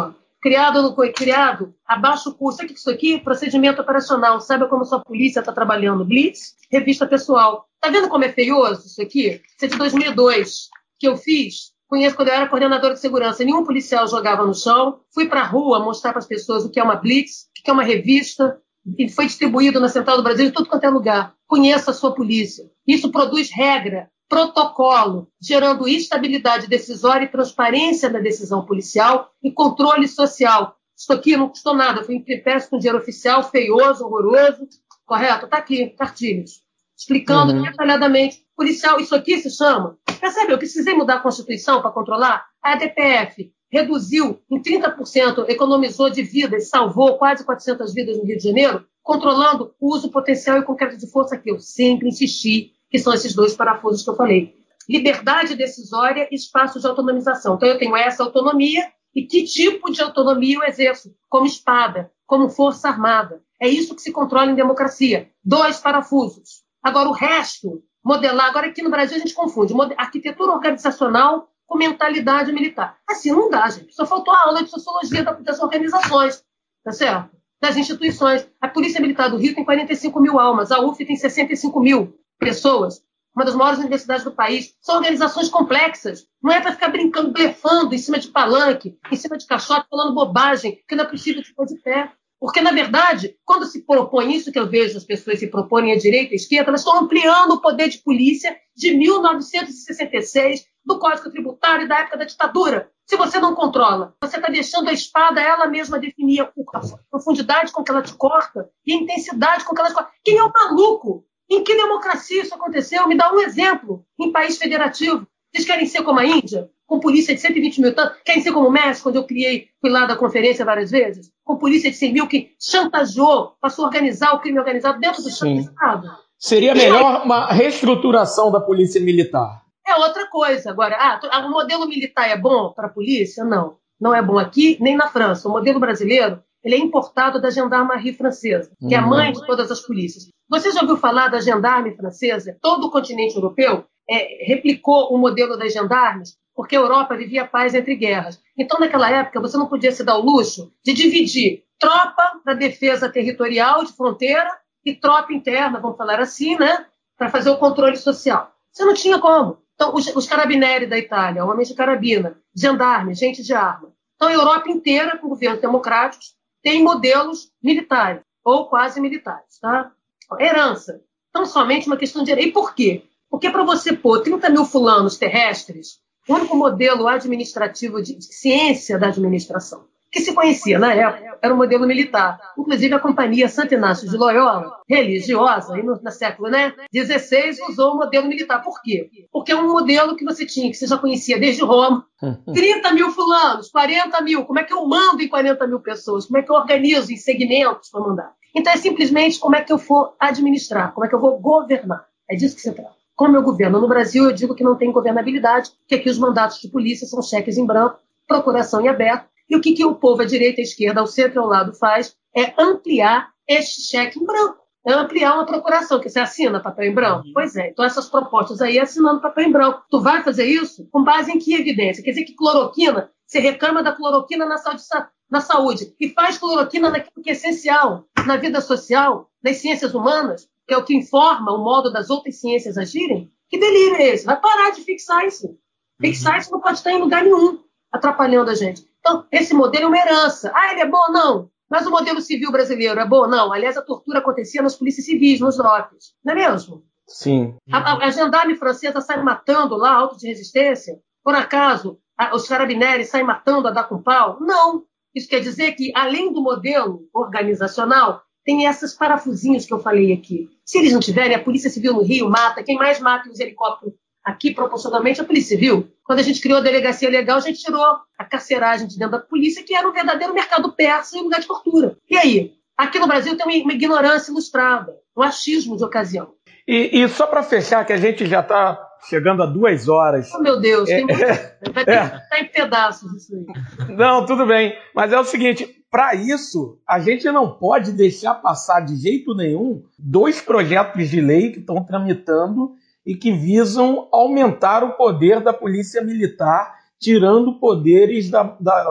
criado no criado a baixo custo. O que é isso aqui? Procedimento operacional. Saiba como sua polícia está trabalhando. Blitz, revista pessoal. Tá vendo como é feioso isso aqui? Isso é de dois mil e dois, que eu fiz. Conheço quando eu era coordenadora de segurança. Nenhum policial jogava no chão. Fui para a rua mostrar para as pessoas o que é uma blitz, o que é uma revista. E foi distribuído na Central do Brasil, em tudo quanto é lugar. Conheça a sua polícia. Isso produz regra, protocolo, gerando estabilidade decisória e transparência na decisão policial e controle social. Isso aqui não custou nada. Foi impresso com dinheiro oficial, feioso, horroroso. Correto? Está aqui, cartilhas. Explicando uhum. detalhadamente. Policial, isso aqui se chama... Percebe? Eu precisei mudar a Constituição para controlar. A D P F reduziu em trinta por cento, economizou de vidas, salvou quase quatrocentas vidas no Rio de Janeiro, controlando o uso potencial e concreto de força, que eu sempre insisti, que são esses dois parafusos que eu falei. Liberdade decisória e espaço de autonomização. Então, eu tenho essa autonomia e que tipo de autonomia eu exerço? Como espada, como força armada. É isso que se controla em democracia. Dois parafusos. Agora, o resto, modelar... Agora, aqui no Brasil, a gente confunde arquitetura organizacional com mentalidade militar. Assim não dá, gente. Só faltou a aula de sociologia das organizações, tá certo? Das instituições. A Polícia Militar do Rio tem quarenta e cinco mil almas, a U F tem sessenta e cinco mil pessoas, uma das maiores universidades do país. São organizações complexas. Não é para ficar brincando, blefando em cima de palanque, em cima de caixote, falando bobagem, que não é possível de pôr de pé. Porque, na verdade, quando se propõe isso que eu vejo as pessoas se proporem à direita e à esquerda, elas estão ampliando o poder de polícia de mil novecentos e sessenta e seis, do Código Tributário e da época da ditadura. Se você não controla, você está deixando a espada ela mesma definir a profundidade com que ela te corta e a intensidade com que ela te corta. Quem é o maluco? Em que democracia isso aconteceu? Me dá um exemplo. Em país federativo. Vocês querem ser como a Índia? Com polícia de cento e vinte mil tantos? Querem ser como o México, onde eu criei, fui lá da conferência várias vezes? Com polícia de cem mil que chantageou, passou a organizar o crime organizado dentro do Estado? Seria melhor uma reestruturação da polícia militar. É outra coisa. Agora, ah, o modelo militar é bom para a polícia? Não. Não é bom aqui, nem na França. O modelo brasileiro ele é importado da Gendarmerie francesa, que é a mãe de todas as polícias. Você já ouviu falar da Gendarme francesa? Todo o continente europeu é, replicou o modelo das gendarmes, porque a Europa vivia paz entre guerras. Então, naquela época, você não podia se dar o luxo de dividir tropa para defesa territorial de fronteira e tropa interna, vamos falar assim, né, para fazer o controle social. Você não tinha como. Então, os, os carabinieri da Itália, homens de carabina, gendarmes, gente de arma. Então, a Europa inteira, com governos democráticos, tem modelos militares, ou quase militares. Tá? Herança. Então, somente uma questão de... E por quê? Porque para você pôr trinta mil fulanos terrestres, o único modelo administrativo de, de ciência da administração que se conhecia na época era o modelo militar. Inclusive, a Companhia Santo Inácio de Loyola, religiosa, aí no, no século né, dezesseis, usou o modelo militar. Por quê? Porque é um modelo que você tinha, que você já conhecia desde Roma. trinta mil fulanos, quarenta mil. Como é que eu mando em quarenta mil pessoas? Como é que eu organizo em segmentos para mandar? Então, é simplesmente como é que eu vou administrar, como é que eu vou governar. É disso que se trata. Como eu governo no Brasil, eu digo que não tem governabilidade, que aqui os mandatos de polícia são cheques em branco, procuração em aberto. E o que, que o povo, à direita, à esquerda, ao centro e ao lado faz é ampliar este cheque em branco. É ampliar uma procuração, que você assina papel em branco. Uhum. Pois é, então essas propostas aí assinando papel em branco. Tu vai fazer isso com base em que evidência? Quer dizer que cloroquina, você reclama da cloroquina na saúde, na saúde e faz cloroquina naquilo que é essencial na vida social, nas ciências humanas, que é o que informa o modo das outras ciências agirem. Que delírio é esse? Vai parar de fixar isso. Fixar isso não pode estar em lugar nenhum, atrapalhando a gente. Então, esse modelo é uma herança. Ah, ele é bom? Não. Mas o modelo civil brasileiro é bom? Não. Aliás, a tortura acontecia nas polícias civis, nos D O Ps. Não é mesmo? Sim. A, a, a gendarme francesa sai matando lá, auto de resistência? Por acaso, a, os carabinieri saem matando a dar com pau? Não. Isso quer dizer que, além do modelo organizacional, tem esses parafusinhos que eu falei aqui. Se eles não tiverem, a Polícia Civil no Rio mata. Quem mais mata os helicópteros aqui, proporcionalmente, é a Polícia Civil. Quando a gente criou a delegacia legal, a gente tirou a carceragem de dentro da polícia, que era um verdadeiro mercado persa e um lugar de tortura. E aí? Aqui no Brasil tem uma ignorância ilustrada, um achismo de ocasião. E, e só para fechar, que a gente já está chegando a duas horas. Oh, meu Deus, tem é, muito... vai ter é. que estar em pedaços isso aí. Não, tudo bem. Mas é o seguinte, para isso, a gente não pode deixar passar de jeito nenhum dois projetos de lei que estão tramitando e que visam aumentar o poder da polícia militar, tirando poderes da, da,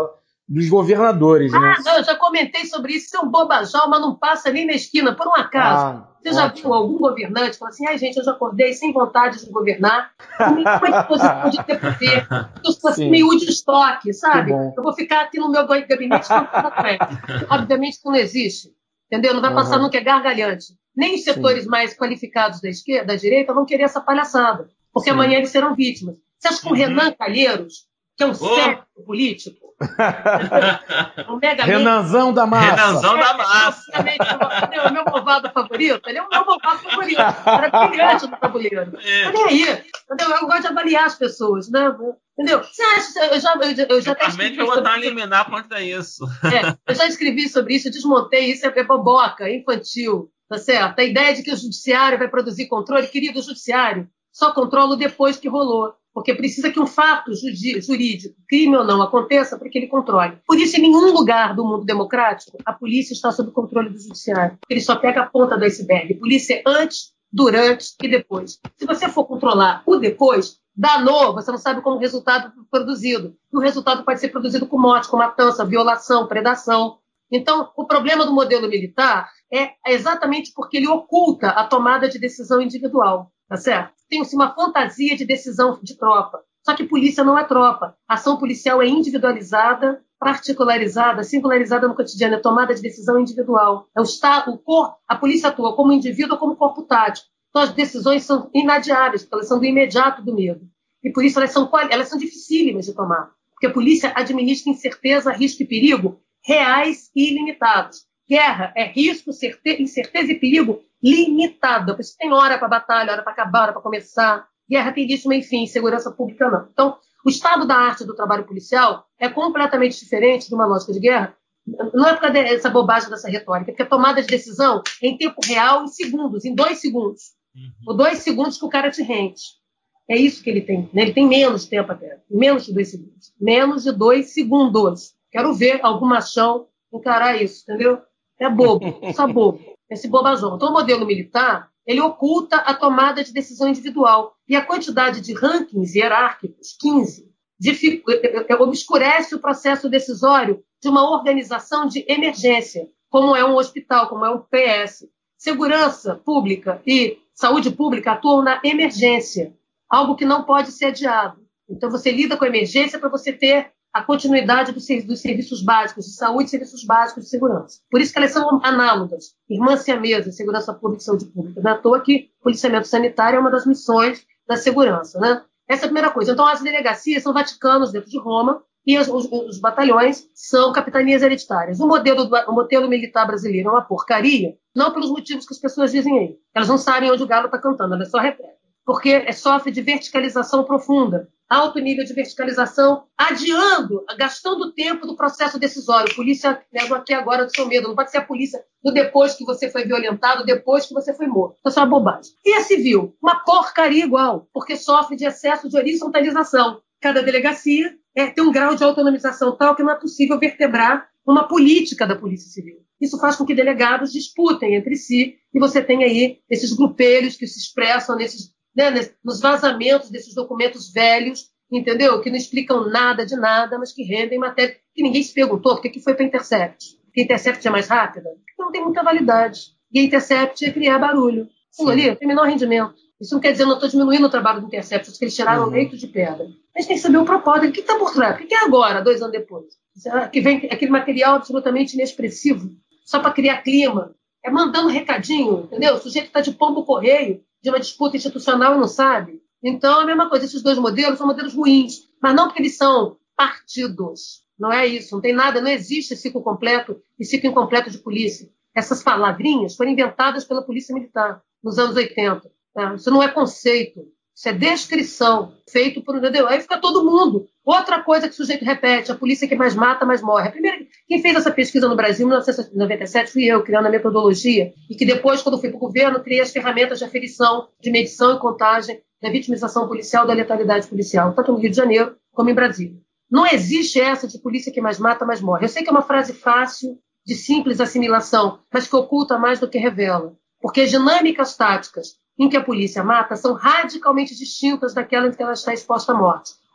dos governadores, ah, né? não, eu já comentei sobre isso. Isso é um bobajal, mas não passa nem na esquina, por um acaso. Ah, Você já ótimo. viu algum governante falar assim, ai, gente, eu já acordei sem vontade de governar, com nenhuma disposição de ter poder, eu sou assim meio de estoque, sabe? Eu vou ficar aqui no meu gabinete cantando atleta. Obviamente isso não existe, entendeu? Não vai passar Uhum. nunca, é gargalhante. Nem os setores Sim. mais qualificados da esquerda, da direita, vão querer essa palhaçada, porque Sim. amanhã eles serão vítimas. Você acha que o uhum. Renan Calheiros, que é um oh. cérebro político, um mega Renanzão da massa. Renanzão da massa. É, é o meu malvado favorito. Ele é o meu malvado favorito. Era brilhante no tabuleiro. É. Mas nem aí. Entendeu? Eu gosto de avaliar as pessoas, né? Entendeu? Você acha? Eu já, eu já, eu já até escrevi. Eu vou botar liminar contra isso. É, eu já escrevi sobre isso, eu desmontei isso, é boboca, é infantil. Tá certo? A ideia de que o judiciário vai produzir controle, querido, o judiciário só controla depois que rolou. Porque precisa que um fato jurídico, crime ou não, aconteça para que ele controle. Por isso, em nenhum lugar do mundo democrático, a polícia está sob o controle do judiciário. Ele só pega a ponta do iceberg. Polícia é antes, durante e depois. Se você for controlar o depois, danou, você não sabe como o resultado é produzido. E o resultado pode ser produzido com morte, com matança, violação, predação. Então, o problema do modelo militar é exatamente porque ele oculta a tomada de decisão individual. Tá certo? Tem-se uma fantasia de decisão de tropa. Só que polícia não é tropa. A ação policial é individualizada, particularizada, singularizada no cotidiano. É tomada de decisão individual. É o Estado, o corpo, a polícia atua como indivíduo ou como corpo tático. Então as decisões são inadiáveis, porque elas são do imediato do medo. E por isso elas são, elas são dificílimas de tomar. Porque a polícia administra incerteza, risco e perigo reais e ilimitados. Guerra é risco, certe... incerteza e perigo limitado. Por isso tem hora para batalha, hora para acabar, hora para começar. Guerra tem início, meio e fim, segurança pública não. Então, o estado da arte do trabalho policial é completamente diferente de uma lógica de guerra. Não é por causa dessa bobagem dessa retórica, porque a tomada de decisão é em tempo real, em segundos, em dois segundos. Uhum. Ou dois segundos que o cara te rende. É isso que ele tem. Né? Ele tem menos tempo até. Menos de dois segundos. Menos de dois segundos. Quero ver algum machão encarar isso, entendeu? É bobo, só bobo. Esse bobajão. Então, o modelo militar, ele oculta a tomada de decisão individual. E a quantidade de rankings hierárquicos, quinze, obscurece o processo decisório de uma organização de emergência, como é um hospital, como é um P S. Segurança pública e saúde pública atuam na emergência, algo que não pode ser adiado. Então, você lida com a emergência para você ter a continuidade dos, dos serviços básicos de saúde e serviços básicos de segurança. Por isso que elas são análogas, irmãs siamesas, segurança pública e saúde pública. Não é à toa que o policiamento sanitário é uma das missões da segurança, né? Essa é a primeira coisa. Então, as delegacias são vaticanos dentro de Roma e os, os, os batalhões são capitanias hereditárias. O modelo, do, o modelo militar brasileiro é uma porcaria, não pelos motivos que as pessoas dizem aí. Elas não sabem onde o galo está cantando, elas só repetem. Porque é, sofre de verticalização profunda, alto nível de verticalização, adiando, gastando o tempo do processo decisório. Polícia, leva aqui agora do seu medo, não pode ser a polícia do depois que você foi violentado, depois que você foi morto. Isso é uma bobagem. E a civil? Uma porcaria igual, porque sofre de excesso de horizontalização. Cada delegacia é, tem um grau de autonomização tal que não é possível vertebrar uma política da Polícia Civil. Isso faz com que delegados disputem entre si e você tem aí esses grupelhos que se expressam nesses Né, nos vazamentos desses documentos velhos, entendeu? Que não explicam nada de nada, mas que rendem matéria que ninguém se perguntou por que foi para a Intercept. Porque a Intercept é mais rápida? Porque não tem muita validade. E a Intercept é criar barulho. Aquilo ali tem menor rendimento. Isso não quer dizer que eu não estou diminuindo o trabalho do Intercept, acho que eles tiraram uhum. leito de pedra. A gente tem que saber o propósito. O que está por trás? O que é agora, dois anos depois? Que vem aquele material absolutamente inexpressivo, só para criar clima. É mandando recadinho, entendeu? O sujeito está de pombo-correio, de uma disputa institucional e não sabe. Então, é a mesma coisa. Esses dois modelos são modelos ruins, mas não porque eles são partidos. Não é isso. Não tem nada, não existe ciclo completo e ciclo incompleto de polícia. Essas palavrinhas foram inventadas pela Polícia Militar nos anos oitenta. Tá? Isso não é conceito. Isso é descrição, feito por... Entendeu? Aí fica todo mundo. Outra coisa que o sujeito repete, a polícia que mais mata, mais morre. A primeira, quem fez essa pesquisa no Brasil em mil novecentos e noventa e sete fui eu, criando a metodologia, e que depois, quando fui para o governo, criei as ferramentas de aferição, de medição e contagem da vitimização policial, da letalidade policial, tanto no Rio de Janeiro como em Brasília. Não existe essa de polícia que mais mata, mais morre. Eu sei que é uma frase fácil, de simples assimilação, mas que oculta mais do que revela. Porque as dinâmicas táticas em que a polícia mata são radicalmente distintas daquela em que ela está exposta à morte.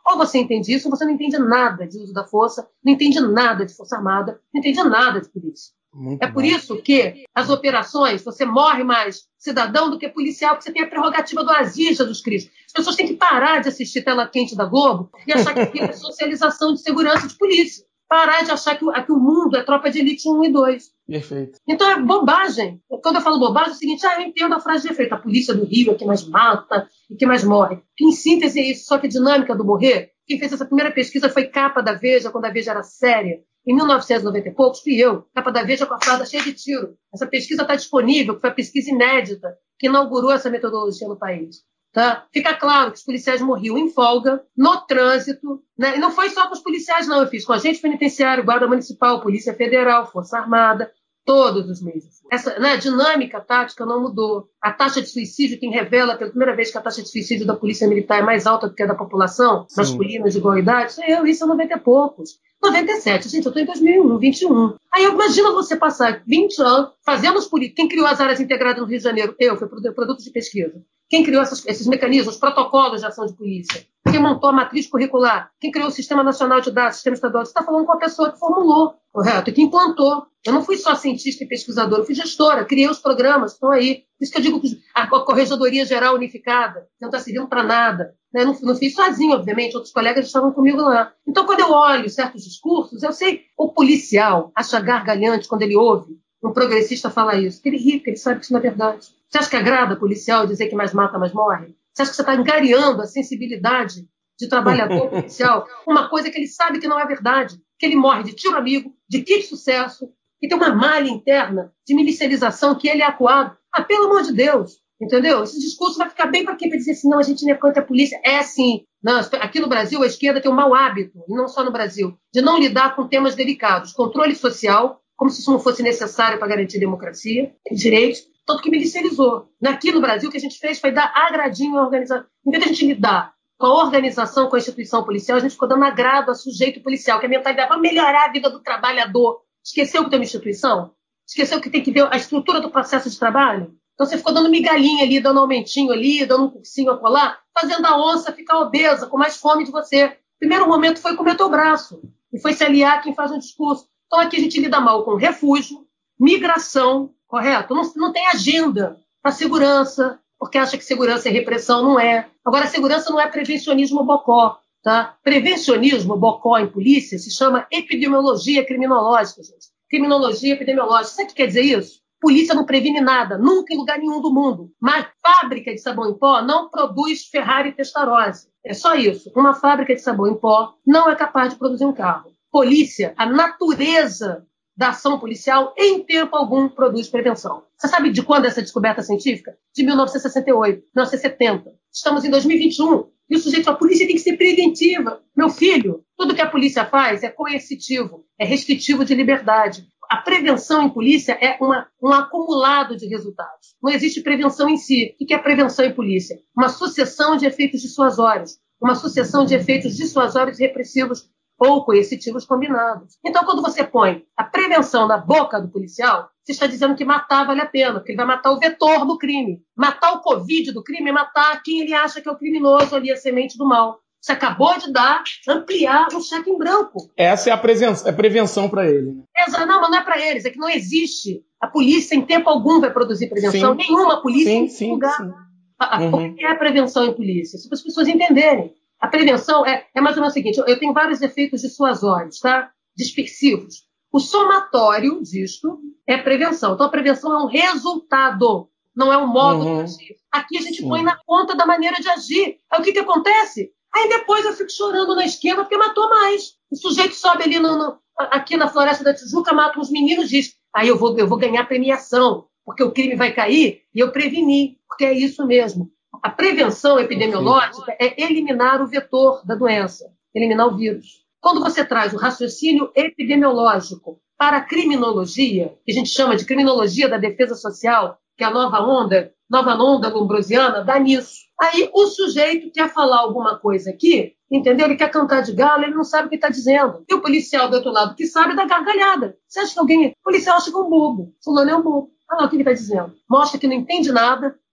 Ou você entende isso, ou você não entende nada de uso da força, não entende nada de força armada, não entende nada de polícia. Muito é por bom. isso que as operações, você morre mais cidadão do que policial, porque você tem a prerrogativa do Aziz Jesus Cristo. As pessoas têm que parar de assistir Tela Quente da Globo e achar que é socialização de segurança de polícia. Parar de achar que o, que o mundo é tropa de elite um e dois. Perfeito. Então é bobagem. Quando eu falo bobagem, é o seguinte, ah, eu entendo a frase de efeito. A polícia do Rio é que mais mata e que mais morre. Em síntese é isso, só que a dinâmica do morrer, quem fez essa primeira pesquisa foi Capa da Veja, quando a Veja era séria. Em mil novecentos e noventa e poucos, fui eu, Capa da Veja com a farda cheia de tiro. Essa pesquisa está disponível, foi a pesquisa inédita que inaugurou essa metodologia no país. Tá? Fica claro que os policiais morriam em folga, no trânsito, né? E não foi só com os policiais, não. Eu fiz com agente penitenciário, guarda municipal, polícia federal, força armada, todos os meses. Essa, né, dinâmica tática não mudou. A taxa de suicídio, quem revela pela primeira vez que a taxa de suicídio da polícia militar é mais alta do que a da população, Sim. masculina de igual idade, sou eu, isso é noventa e poucos. noventa e sete, gente, eu estou em dois mil e um, vinte e um. Aí imagina você passar vinte anos fazendo os políticos. Quem criou as áreas integradas no Rio de Janeiro? Eu, foi produto de pesquisa. Quem criou essas, esses mecanismos, os protocolos de ação de polícia? Quem montou a matriz curricular? Quem criou o Sistema Nacional de Dados, o Sistema Estadual? Você está falando com a pessoa que formulou, correto? E que implantou. Eu não fui só cientista e pesquisadora, eu fui gestora, criei os programas, estão aí. Por isso que eu digo que a Corregedoria Geral Unificada não está servindo para nada. Eu não, não fiz sozinho, obviamente, outros colegas estavam comigo lá. Então, quando eu olho certos discursos, eu sei, o policial acha gargalhante quando ele ouve um progressista falar isso, que ele ri, porque ele sabe que isso não é verdade. Você acha que agrada policial dizer que mais mata, mais morre? Você acha que você está angariando a sensibilidade de trabalhador policial? Uma coisa que ele sabe que não é verdade, que ele morre de tiro amigo, de kit sucesso, que tem uma malha interna de milicialização que ele é acuado. Ah, pelo amor de Deus, entendeu? Esse discurso vai ficar bem para quem? Para dizer assim, não, a gente não é contra a polícia. É sim. Não, aqui no Brasil, a esquerda tem um mau hábito, e não só no Brasil, de não lidar com temas delicados. Controle social, como se isso não fosse necessário para garantir democracia, direitos, tanto que milicializou. Aqui no Brasil, o que a gente fez foi dar agradinho à organização. Em vez de a gente lidar com a organização, com a instituição policial, a gente ficou dando agrado a sujeito policial, que é a mentalidade para melhorar a vida do trabalhador. Esqueceu que tem uma instituição? Esqueceu que tem que ver a estrutura do processo de trabalho? Então você ficou dando migalhinha ali, dando aumentinho ali, dando um cursinho a colar, fazendo a onça ficar obesa, com mais fome de você. Primeiro momento foi comer teu braço, e foi se aliar a quem faz um discurso. Então aqui a gente lida mal com refúgio, migração, correto? Não, não tem agenda para segurança, porque acha que segurança é repressão, não é. Agora, segurança não é prevencionismo bocó, tá? Prevencionismo bocó em polícia se chama epidemiologia criminológica, gente. Criminologia epidemiológica. Sabe o que quer dizer isso? Polícia não previne nada, nunca em lugar nenhum do mundo. Mas fábrica de sabão em pó não produz Ferrari e Testarose. É só isso. Uma fábrica de sabão em pó não é capaz de produzir um carro. Polícia, a natureza da ação policial, em tempo algum, produz prevenção. Você sabe de quando é essa descoberta científica? De mil novecentos e sessenta e oito, mil novecentos e setenta. Estamos em dois mil e vinte e um. E o sujeito fala, a polícia tem que ser preventiva. Meu filho, tudo que a polícia faz é coercitivo, é restritivo de liberdade. A prevenção em polícia é uma, um acumulado de resultados. Não existe prevenção em si. O que é prevenção em polícia? Uma sucessão de efeitos dissuasórios. Uma sucessão de efeitos dissuasórios repressivos ou coercitivos combinados. Então, quando você põe a prevenção na boca do policial, você está dizendo que matar vale a pena, porque ele vai matar o vetor do crime. Matar o Covid do crime é matar quem ele acha que é o criminoso ali, a semente do mal. Você acabou de dar, ampliar um cheque em branco. Essa é a, presença, é prevenção para ele. Né? Exato, não, mas não é para eles, é que não existe. A polícia, em tempo algum, vai produzir prevenção. Sim. Nenhuma polícia sim, em sim, lugar. Sim. A, a, uhum. O que é a prevenção em polícia? Se as pessoas entenderem. A prevenção é, é mais ou menos o seguinte, eu tenho vários efeitos dissuasórios, tá? Dispersivos. O somatório disto é prevenção. Então, a prevenção é um resultado, não é um modo uhum. de agir. Aqui a gente Sim. põe na conta da maneira de agir. Aí o que, que acontece? Aí depois eu fico chorando na esquina porque matou mais. O sujeito sobe ali no, no, aqui na Floresta da Tijuca, mata uns meninos e diz, aí eu vou, eu vou ganhar premiação, porque o crime vai cair e eu preveni, porque é isso mesmo. A prevenção epidemiológica é eliminar o vetor da doença, eliminar o vírus. Quando você traz o raciocínio epidemiológico para a criminologia, que a gente chama de criminologia da defesa social, que é a nova onda, nova onda lombrosiana, dá nisso. Aí o sujeito quer falar alguma coisa aqui, entendeu? Ele quer cantar de galo, ele não sabe o que está dizendo. E o policial do outro lado que sabe dá gargalhada. Você acha que alguém... O policial acha que é um bobo. Fulano é um bobo. Ah, lá, o que ele está dizendo? Mostra que não entende nada,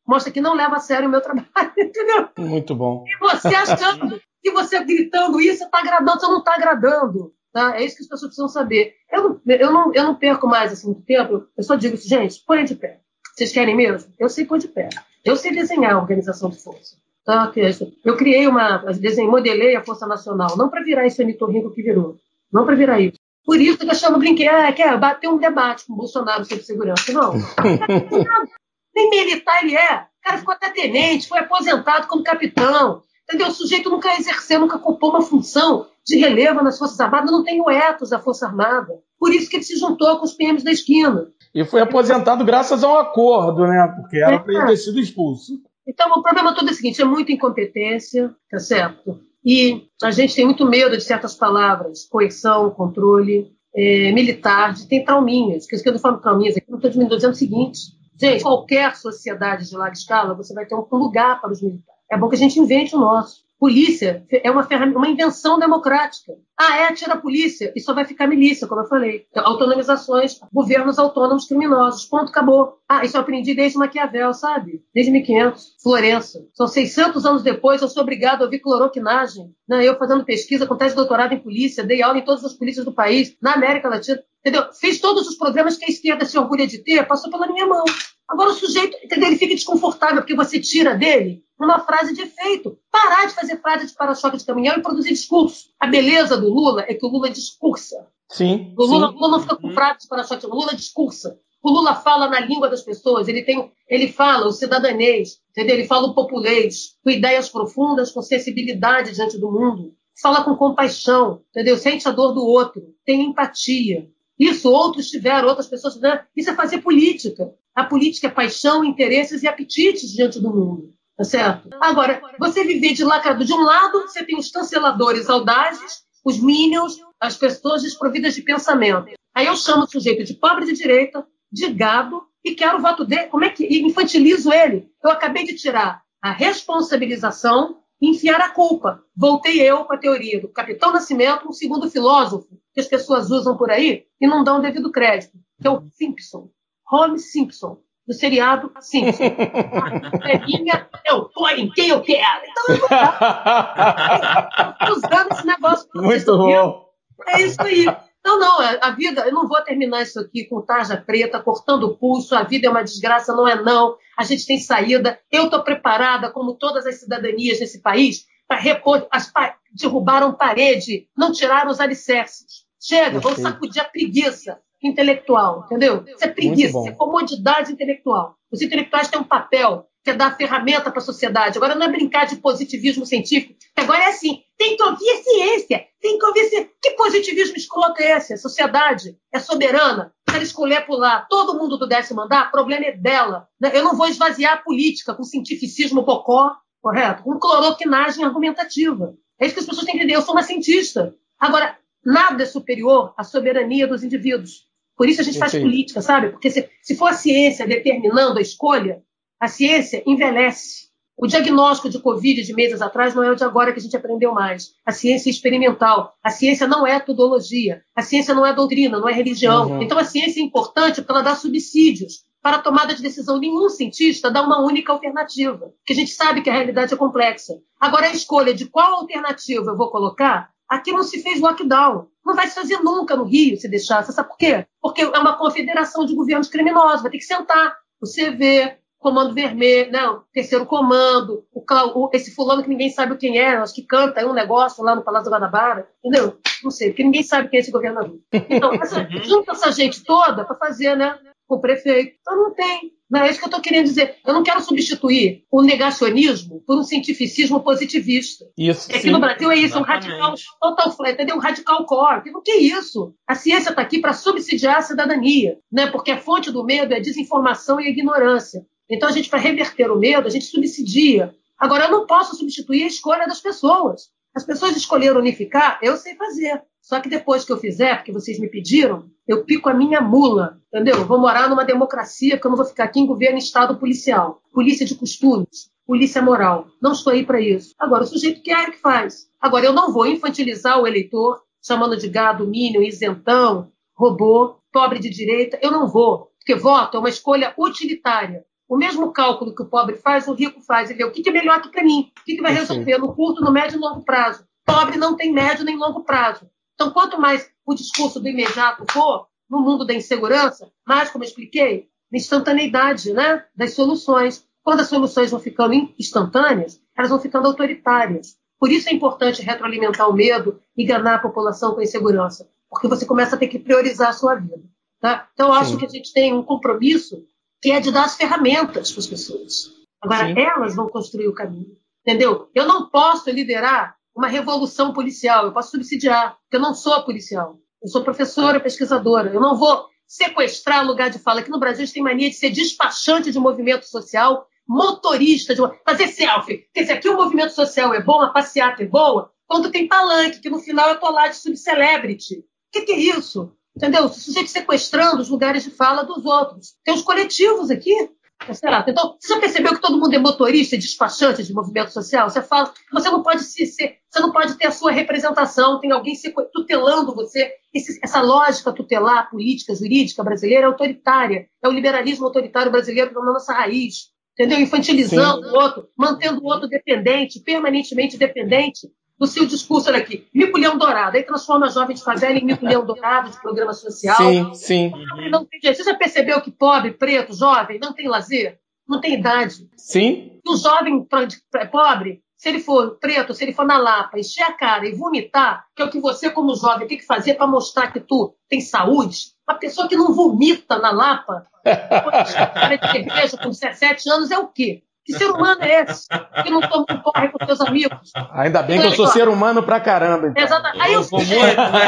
mostra que não leva a sério o meu trabalho, entendeu? Muito bom. E você achando que você gritando isso, você está agradando, você não está agradando. Tá? É isso que as pessoas precisam saber. Eu não, eu não, eu não perco mais assim, muito tempo, eu só digo isso, gente, põe de pé. Vocês querem mesmo? Eu sei pôr de pé. Eu sei desenhar a organização de força. Tá? Eu criei uma, desenhei, modelei a Força Nacional, não para virar esse ornitorrinco que virou, não para virar isso. Por isso que eu chamo, brinquei, ah, quer bater um debate com o Bolsonaro sobre segurança. Não. Nem militar ele é. O cara ficou até tenente, foi aposentado como capitão. Entendeu? O sujeito nunca exerceu, nunca ocupou uma função de relevo nas Forças Armadas, não tem o ethos da Força Armada. Por isso que ele se juntou com os P Ms da esquina. E foi aposentado graças a um acordo, né? Porque era para ele ter sido expulso. Então, o problema todo é o seguinte, é muita incompetência, tá certo? E a gente tem muito medo de certas palavras, coerção, controle, é, militar, tem trauminhas. Porque eu não falo trauminhas aqui, não estou dizendo o seguinte, gente, qualquer sociedade de larga escala, você vai ter um lugar para os militares. É bom que a gente invente o nosso. Polícia é uma, ferramenta, uma invenção democrática. Ah, é, tira a polícia e só vai ficar milícia, como eu falei. Autonomizações, governos autônomos criminosos. Ponto, acabou. Ah, isso eu aprendi desde Maquiavel, sabe? Desde mil e quinhentos. Florença. São seiscentos anos depois, eu sou obrigado a ouvir cloroquinagem. Né? Eu fazendo pesquisa com tese de doutorado em polícia, dei aula em todas as polícias do país, na América Latina. Entendeu? Fiz todos os programas que a esquerda se orgulha de ter, passou pela minha mão. Agora o sujeito, entendeu? Ele fica desconfortável porque você tira dele uma frase de efeito. Parar de fazer frase de para-choque de caminhão e produzir discurso. A beleza do Lula é que o Lula discursa. Sim. O Lula, sim. o Lula não fica com frase de para-choque, o Lula discursa. O Lula fala na língua das pessoas, ele, tem, ele fala o cidadanês, entendeu? Ele fala o populês, com ideias profundas, com sensibilidade diante do mundo. Fala com compaixão, entendeu? Sente a dor do outro, tem empatia. Isso outros tiveram, outras pessoas tiveram. Isso é fazer política. A política é paixão, interesses e apetites diante do mundo. Tá certo? Agora, você viver de lacrado. De um lado, você tem os canceladores audazes, os minions, as pessoas desprovidas de pensamento. Aí eu chamo o sujeito de pobre de direita, de gado, e quero o voto dele. Como é que e infantilizo ele? Eu acabei de tirar a responsabilização e enfiar a culpa. Voltei eu com a teoria do Capitão Nascimento, um segundo filósofo que as pessoas usam por aí e não dão devido crédito, que é o Simpson, Homer Simpson, do seriado Simpson. Peguinha, eu ponho em quem eu quero. Então eu estou usando esse negócio. Muito bom. É isso aí. Não, não, a vida, eu não vou terminar isso aqui com tarja preta, cortando o pulso, a vida é uma desgraça, não é não, a gente tem saída, eu estou preparada, como todas as cidadanias desse país, para repor, as pa... derrubaram parede, não tiraram os alicerces. Chega, vão sacudir a preguiça intelectual, entendeu? Isso é preguiça, isso é comodidade intelectual. Os intelectuais têm um papel que é dar ferramenta para a sociedade. Agora não é brincar de positivismo científico, que agora é assim, tem que ouvir a ciência, tem que ouvir a ciência. Que positivismo escroto é esse? A sociedade é soberana, se ela escolher pular todo mundo do décimo andar, o problema é dela. Eu não vou esvaziar a política com cientificismo bocó, correto? Com cloroquinagem argumentativa. É isso que as pessoas têm que entender. Eu sou uma cientista. Agora, nada é superior à soberania dos indivíduos. Por isso a gente faz Entendi. política, sabe? Porque se, se for a ciência determinando a escolha, a ciência envelhece. O diagnóstico de Covid de meses atrás não é o de agora que a gente aprendeu mais. A ciência é experimental. A ciência não é tudologia. A ciência não é doutrina, não é religião. Uhum. Então a ciência é importante porque ela dá subsídios para a tomada de decisão. Nenhum cientista dá uma única alternativa, porque a gente sabe que a realidade é complexa. Agora a escolha de qual alternativa eu vou colocar, aqui não se fez lockdown. Não vai se fazer nunca no Rio, se deixar. Você sabe por quê? Porque é uma confederação de governos criminosos. Vai ter que sentar o C V, Comando Vermelho, não, Terceiro Comando, o, o, esse fulano que ninguém sabe quem é, acho que canta um negócio lá no Palácio da Guanabara, entendeu? Não sei, porque ninguém sabe quem é esse governador. Então, essa, junta essa gente toda para fazer, né, com o prefeito. Então não tem. Não é isso que eu estou querendo dizer. Eu não quero substituir o negacionismo por um cientificismo positivista. Isso, Aqui sim. no Brasil é isso, Exatamente. um radical total, entendeu? Um radical core. O que é isso? A ciência está aqui para subsidiar a cidadania, né? Porque a fonte do medo é a desinformação e a ignorância. Então, a gente, para reverter o medo, a gente subsidia. Agora, eu não posso substituir a escolha das pessoas. As pessoas escolheram unificar, eu sei fazer. Só que depois que eu fizer, porque vocês me pediram, eu pico a minha mula, entendeu? Eu vou morar numa democracia, porque eu não vou ficar aqui em governo em estado policial. Polícia de costumes, polícia moral. Não estou aí para isso. Agora, o sujeito quer é que faz. Agora, eu não vou infantilizar o eleitor, chamando de gado, mínimo, isentão, robô, pobre de direita. Eu não vou, porque voto é uma escolha utilitária. O mesmo cálculo que o pobre faz, o rico faz. E vê o que é melhor aqui para mim, o que vai resolver no curto, no médio e no longo prazo. Pobre não tem médio nem longo prazo. Então, quanto mais o discurso do imediato for, no mundo da insegurança, mais, como eu expliquei, na instantaneidade, né, das soluções. Quando as soluções vão ficando instantâneas, elas vão ficando autoritárias. Por isso é importante retroalimentar o medo e enganar a população com a insegurança, porque você começa a ter que priorizar a sua vida. Tá? Então, eu acho Sim. que a gente tem um compromisso que é de dar as ferramentas para as pessoas. Agora, Sim. elas vão construir o caminho. Entendeu? Eu não posso liderar uma revolução policial, eu posso subsidiar, porque eu não sou policial. Eu sou professora, pesquisadora. Eu não vou sequestrar lugar de fala. Aqui no Brasil a gente tem mania de ser despachante de movimento social, motorista, de fazer selfie. Quer dizer, aqui o movimento social é bom, a passeata é boa, quando tem palanque, que no final eu tô lá de subcelebrity. O que, que é isso? Entendeu? O sujeito sequestrando os lugares de fala dos outros. Tem os coletivos aqui. Certo? Então, você já percebeu que todo mundo é motorista e despachante de movimento social? Você fala, você não pode se, ser, você não pode ter a sua representação, tem alguém se tutelando você. Esse, essa lógica tutelar política, jurídica brasileira é autoritária. É o liberalismo autoritário brasileiro na nossa raiz. Entendeu? Infantilizando Sim. o outro, mantendo o outro dependente, permanentemente dependente do seu discurso. Olha aqui, mico-leão dourado. Aí transforma a jovem de favela em mico-leão dourado de programa social. Sim, sim. Não tem jeito. Você já percebeu que pobre, preto, jovem, não tem lazer? Não tem idade? Sim. E o jovem pobre, se ele for preto, se ele for na Lapa, encher a cara e vomitar, que é o que você, como jovem, tem que fazer para mostrar que tu tem saúde, uma pessoa que não vomita na Lapa, cara de cerveja com dezessete anos, é o quê? Que ser humano é esse? Que não toma um porre com seus amigos? Ainda bem que eu sou ser humano pra caramba. Então. Exatamente. Aí eu muito,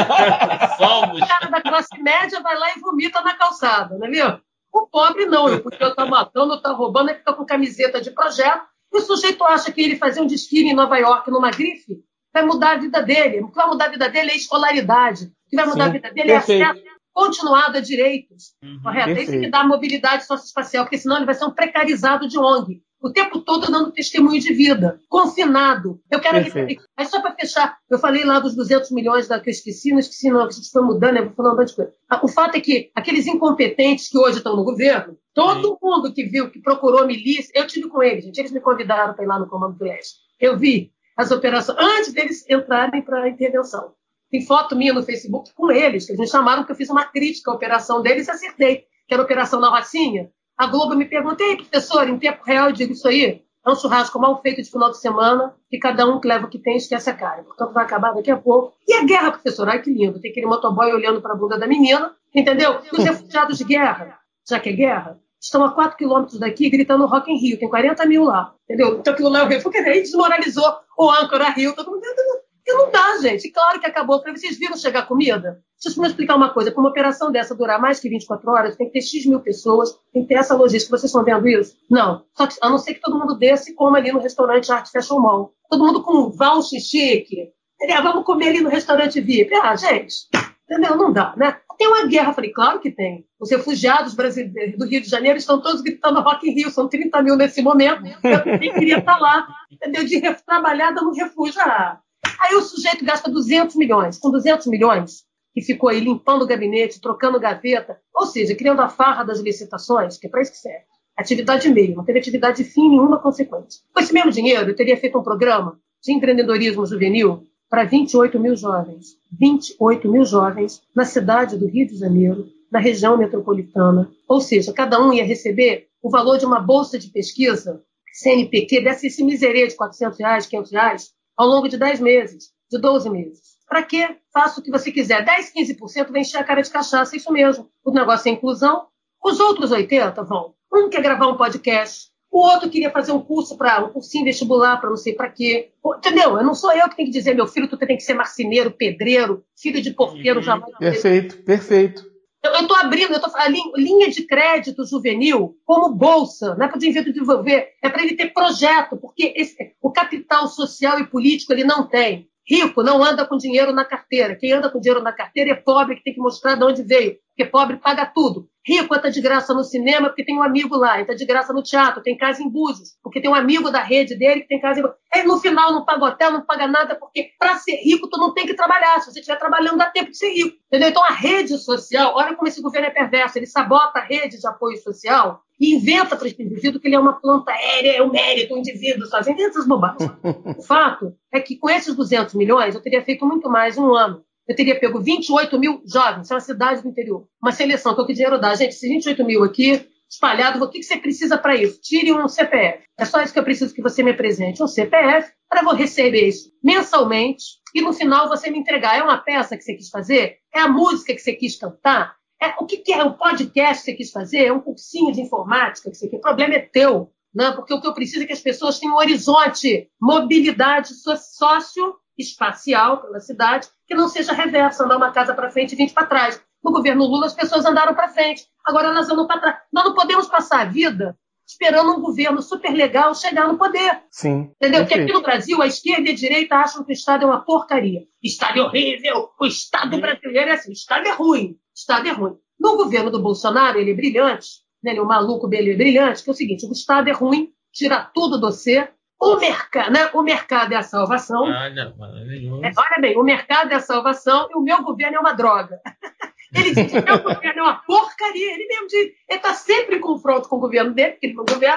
né? Somos. O cara da classe média vai lá e vomita na calçada, não é mesmo? O pobre não, ele podia estar matando, estar roubando, ele fica com camiseta de projeto, e o sujeito acha que ele fazer um desfile em Nova York, numa grife, vai mudar a vida dele. O que vai mudar a vida dele é escolaridade. O que vai mudar Sim, a vida dele perfeito. é acesso continuado a direitos. Uhum, correto? É isso que dá mobilidade socioespacial, porque senão ele vai ser um precarizado de O N G. O tempo todo dando testemunho de vida, confinado. Eu quero... Aí só para fechar, eu falei lá dos duzentos milhões da que eu esqueci, não esqueci não, que a gente foi mudando, eu vou falando um monte de coisa. O fato é que aqueles incompetentes que hoje estão no governo, todo Sim. mundo que viu, que procurou milícia, eu tive com eles, gente, eles me convidaram para ir lá no Comando do Leste. Eu vi as operações, antes deles entrarem para a intervenção. Tem foto minha no Facebook com eles, que eles me chamaram porque eu fiz uma crítica à operação deles e acertei, que era a Operação na Rocinha. A Globo me pergunta, ei, professor, em tempo real eu digo isso aí, é um churrasco mal feito de final de semana, que cada um que leva o que tem esquece a cara. Portanto, vai acabar daqui a pouco. E a guerra, professor, ai que lindo, tem aquele motoboy olhando para a bunda da menina, entendeu? E os refugiados de guerra, já que é guerra, estão a quatro quilômetros daqui gritando Rock in Rio, tem quarenta mil lá, entendeu? Então aquilo lá é o refúgio, aí desmoralizou o âncora Rio, todo mundo... E não dá, gente. Claro que acabou. Vocês viram chegar comida? Deixa eu me explicar uma coisa. Para uma operação dessa durar mais que vinte e quatro horas, tem que ter X mil pessoas, tem que ter essa logística. Vocês estão vendo isso? Não. Só que, a não ser que todo mundo desça e coma ali no restaurante Arte Fashion Mall. Todo mundo com um voucher chique. Entendeu? Vamos comer ali no restaurante V I P. Ah, gente, entendeu? Não dá, né? Tem uma guerra. Falei, claro que tem. Os refugiados brasileiros do Rio de Janeiro estão todos gritando Rock in Rio. São trinta mil nesse momento. Eu nem queria estar lá. Entendeu? De trabalhar dando refúgio. Ah, aí o sujeito gasta duzentos milhões. Com duzentos milhões, que ficou aí limpando o gabinete, trocando gaveta, ou seja, criando a farra das licitações, que é para isso que serve. Atividade meio, não teve atividade fim nenhuma consequente. Com esse mesmo dinheiro, eu teria feito um programa de empreendedorismo juvenil para vinte e oito mil jovens. vinte e oito mil jovens na cidade do Rio de Janeiro, na região metropolitana. Ou seja, cada um ia receber o valor de uma bolsa de pesquisa, C N P Q, desse esse miserê de quatrocentos reais, quinhentos reais, ao longo de dez meses, de doze meses. Para quê? Faça o que você quiser. dez, quinze por cento vai encher a cara de cachaça, é isso mesmo. O negócio é inclusão. Os outros oitenta por cento vão. Um quer gravar um podcast, o outro queria fazer um curso para um cursinho vestibular para não sei para quê. Entendeu? Eu não sou eu que tenho que dizer, meu filho, tu tem que ser marceneiro, pedreiro, filho de porteiro, jamais. Perfeito, perfeito. Eu estou abrindo, eu tô falando linha de crédito juvenil como bolsa, não é para o indivíduo desenvolver, é para ele ter projeto, porque esse, o capital social e político ele não tem. Rico não anda com dinheiro na carteira. Quem anda com dinheiro na carteira é pobre, que tem que mostrar de onde veio, porque pobre paga tudo. Rico está de graça no cinema porque tem um amigo lá, está de graça no teatro, tem casa em Búzios, porque tem um amigo da rede dele que tem casa em Búzios. Aí no final não paga hotel, não paga nada, porque para ser rico tu não tem que trabalhar. Se você estiver trabalhando, dá tempo de ser rico. Entendeu? Então a rede social, olha como esse governo é perverso, ele sabota a rede de apoio social e inventa para esse indivíduo que ele é uma planta aérea, é um mérito, um indivíduo sozinho, inventa essas bobagens. O fato é que com esses duzentos milhões eu teria feito muito mais em um ano. Eu teria pego vinte e oito mil jovens, é uma cidade do interior, uma seleção, que é o que dinheiro dá. Gente, esses vinte e oito mil aqui, espalhado, o que você precisa para isso? Tire um C P F. É só isso que eu preciso que você me apresente, um C P F, para eu receber isso mensalmente e no final você me entregar. É uma peça que você quis fazer? É a música que você quis cantar? É, o que, que é? Um podcast que você quis fazer? É um cursinho de informática que você quer? O problema é teu, né? Porque o que eu preciso é que as pessoas tenham um horizonte, mobilidade socioespacial pela cidade, que não seja reversa, andar uma casa para frente e vinte para trás. No governo Lula, as pessoas andaram para frente, agora elas andam para trás. Nós não podemos passar a vida esperando um governo super legal chegar no poder. Sim. Entendeu? Porque aqui no Brasil, a esquerda e a direita acham que o Estado é uma porcaria. O Estado é horrível, o Estado brasileiro é assim, o Estado é ruim, o Estado é ruim. No governo do Bolsonaro, ele é brilhante, né? Ele é um maluco, ele é brilhante, que é o seguinte, o Estado é ruim, tira tudo do você, o mercado, né? O mercado é a salvação. Olha, maravilhoso. É, olha bem, o mercado é a salvação e o meu governo é uma droga. Ele diz que o meu governo é uma porcaria. Ele mesmo diz, ele está sempre em confronto com o governo dele, porque ele não governa.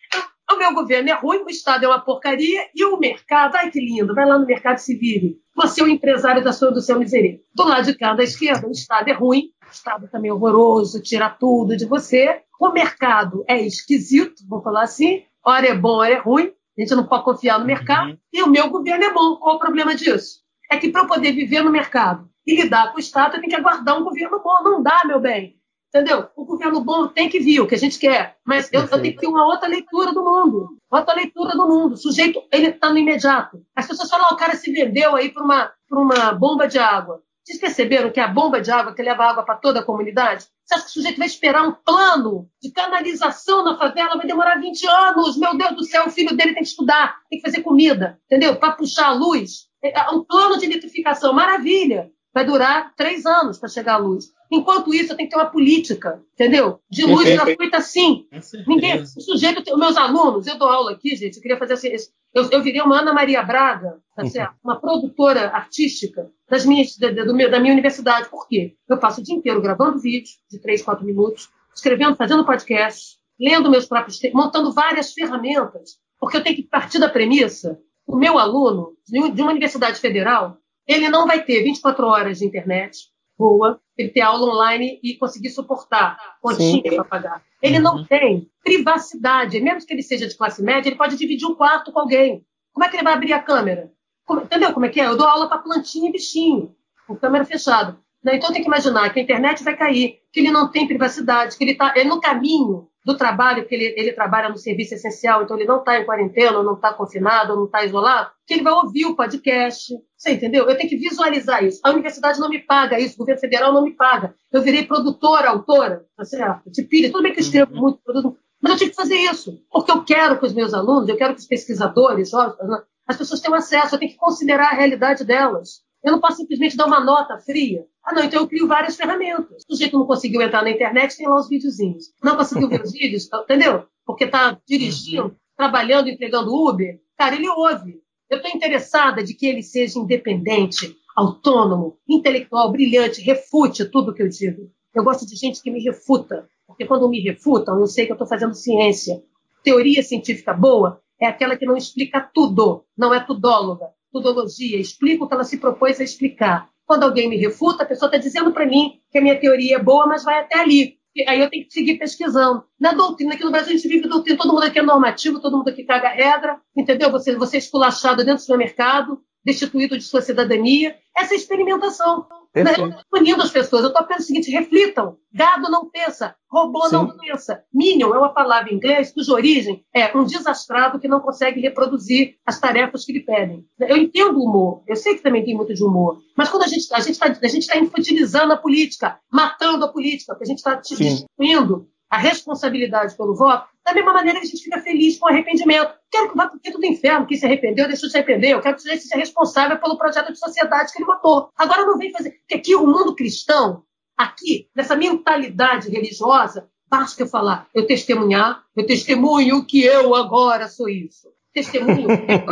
O meu governo é ruim, o Estado é uma porcaria e o mercado, ai que lindo, vai lá no mercado e se vire. Você é o empresário da sua, do seu miserê. Do lado de cá, da esquerda, o Estado é ruim, o Estado também é horroroso, tira tudo de você. O mercado é esquisito, vamos falar assim, hora é bom, hora é ruim, a gente não pode confiar no mercado. Uhum. E o meu governo é bom. Qual o problema disso? É que para eu poder viver no mercado e lidar com o Estado, eu tenho que aguardar um governo bom. Não dá, meu bem. Entendeu? O governo bom tem que vir, o que a gente quer. Mas eu, eu tenho que ter uma outra leitura do mundo. Outra leitura do mundo. O sujeito, ele está no imediato. As pessoas falam, ah, o cara se vendeu aí para uma, para uma bomba de água. Vocês perceberam que a bomba de água que leva água para toda a comunidade? Você acha que o sujeito vai esperar um plano de canalização na favela? Vai demorar vinte anos. Meu Deus do céu, o filho dele tem que estudar, tem que fazer comida, entendeu? Para puxar a luz. Um plano de eletrificação, maravilha. Vai durar três anos para chegar à luz. Enquanto isso, eu tenho que ter uma política, entendeu? De luz gratuita, sim. Ninguém, o sujeito, os meus alunos, eu dou aula aqui, gente, eu queria fazer assim, eu, eu virei uma Ana Maria Braga, tá certo? Uma produtora artística das minhas, da, do meu, da minha universidade. Por quê? Eu passo o dia inteiro gravando vídeo de três, quatro minutos, escrevendo, fazendo podcast, lendo meus próprios textos, montando várias ferramentas, porque eu tenho que partir da premissa, o meu aluno de uma universidade federal, ele não vai ter vinte e quatro horas de internet boa, ele ter aula online e conseguir suportar continha para pagar. Ele não tem privacidade, mesmo que ele seja de classe média, ele pode dividir um quarto com alguém. Como é que ele vai abrir a câmera? Como, entendeu como é que é? Eu dou aula para plantinha e bichinho, com câmera fechada. Então tem que imaginar que a internet vai cair, que ele não tem privacidade, que ele está no caminho do trabalho, que ele, ele trabalha no serviço essencial, então ele não está em quarentena, não está confinado, não está isolado, que ele vai ouvir o podcast. Você entendeu? Eu tenho que visualizar isso. A universidade não me paga isso, o governo federal não me paga. Eu virei produtora, autora, tá certo? De pilha. Tudo bem que eu escrevo uhum. muito, produzo, mas eu tive que fazer isso. Porque eu quero que os meus alunos, eu quero que os pesquisadores, as pessoas tenham acesso, eu tenho que considerar a realidade delas. Eu não posso simplesmente dar uma nota fria. Ah, não, então eu crio várias ferramentas. O sujeito não conseguiu entrar na internet, tem lá os videozinhos. Não conseguiu ver os vídeos, entendeu? Porque está dirigindo, trabalhando, entregando Uber. Cara, ele ouve. Eu estou interessada de que ele seja independente, autônomo, intelectual, brilhante, refute tudo que eu digo. Eu gosto de gente que me refuta. Porque quando me refutam, eu sei que eu estou fazendo ciência. Teoria científica boa é aquela que não explica tudo, não é tudóloga. Tudologia, explica o que ela se propôs a explicar. Quando alguém me refuta, a pessoa está dizendo para mim que a minha teoria é boa, mas vai até ali. E aí eu tenho que seguir pesquisando. Na doutrina, aqui no Brasil a gente vive doutrina, todo mundo aqui é normativo, todo mundo aqui caga regra, entendeu? Você, você é esculachado dentro do supermercado, destituído de sua cidadania. Essa é a experimentação. Eu estou punindo as pessoas. Eu estou apenas o seguinte, reflitam. Gado não pensa, robô Sim. não pensa. Minion é uma palavra em inglês cuja origem é um desastrado que não consegue reproduzir as tarefas que lhe pedem. Eu entendo o humor, eu sei que também tem muito de humor, mas quando a gente a gente está tá infantilizando a política, matando a política, porque a gente está destruindo a responsabilidade pelo voto, da mesma maneira que a gente fica feliz com o arrependimento. Quero que vá para o quinto do inferno, quem se arrependeu, deixou de se arrepender. Eu quero que ele seja responsável pelo projeto de sociedade que ele votou. Agora não vem fazer... Porque aqui o mundo cristão, aqui, nessa mentalidade religiosa, basta eu falar, eu testemunhar, eu testemunho que eu agora sou isso. Testemunho,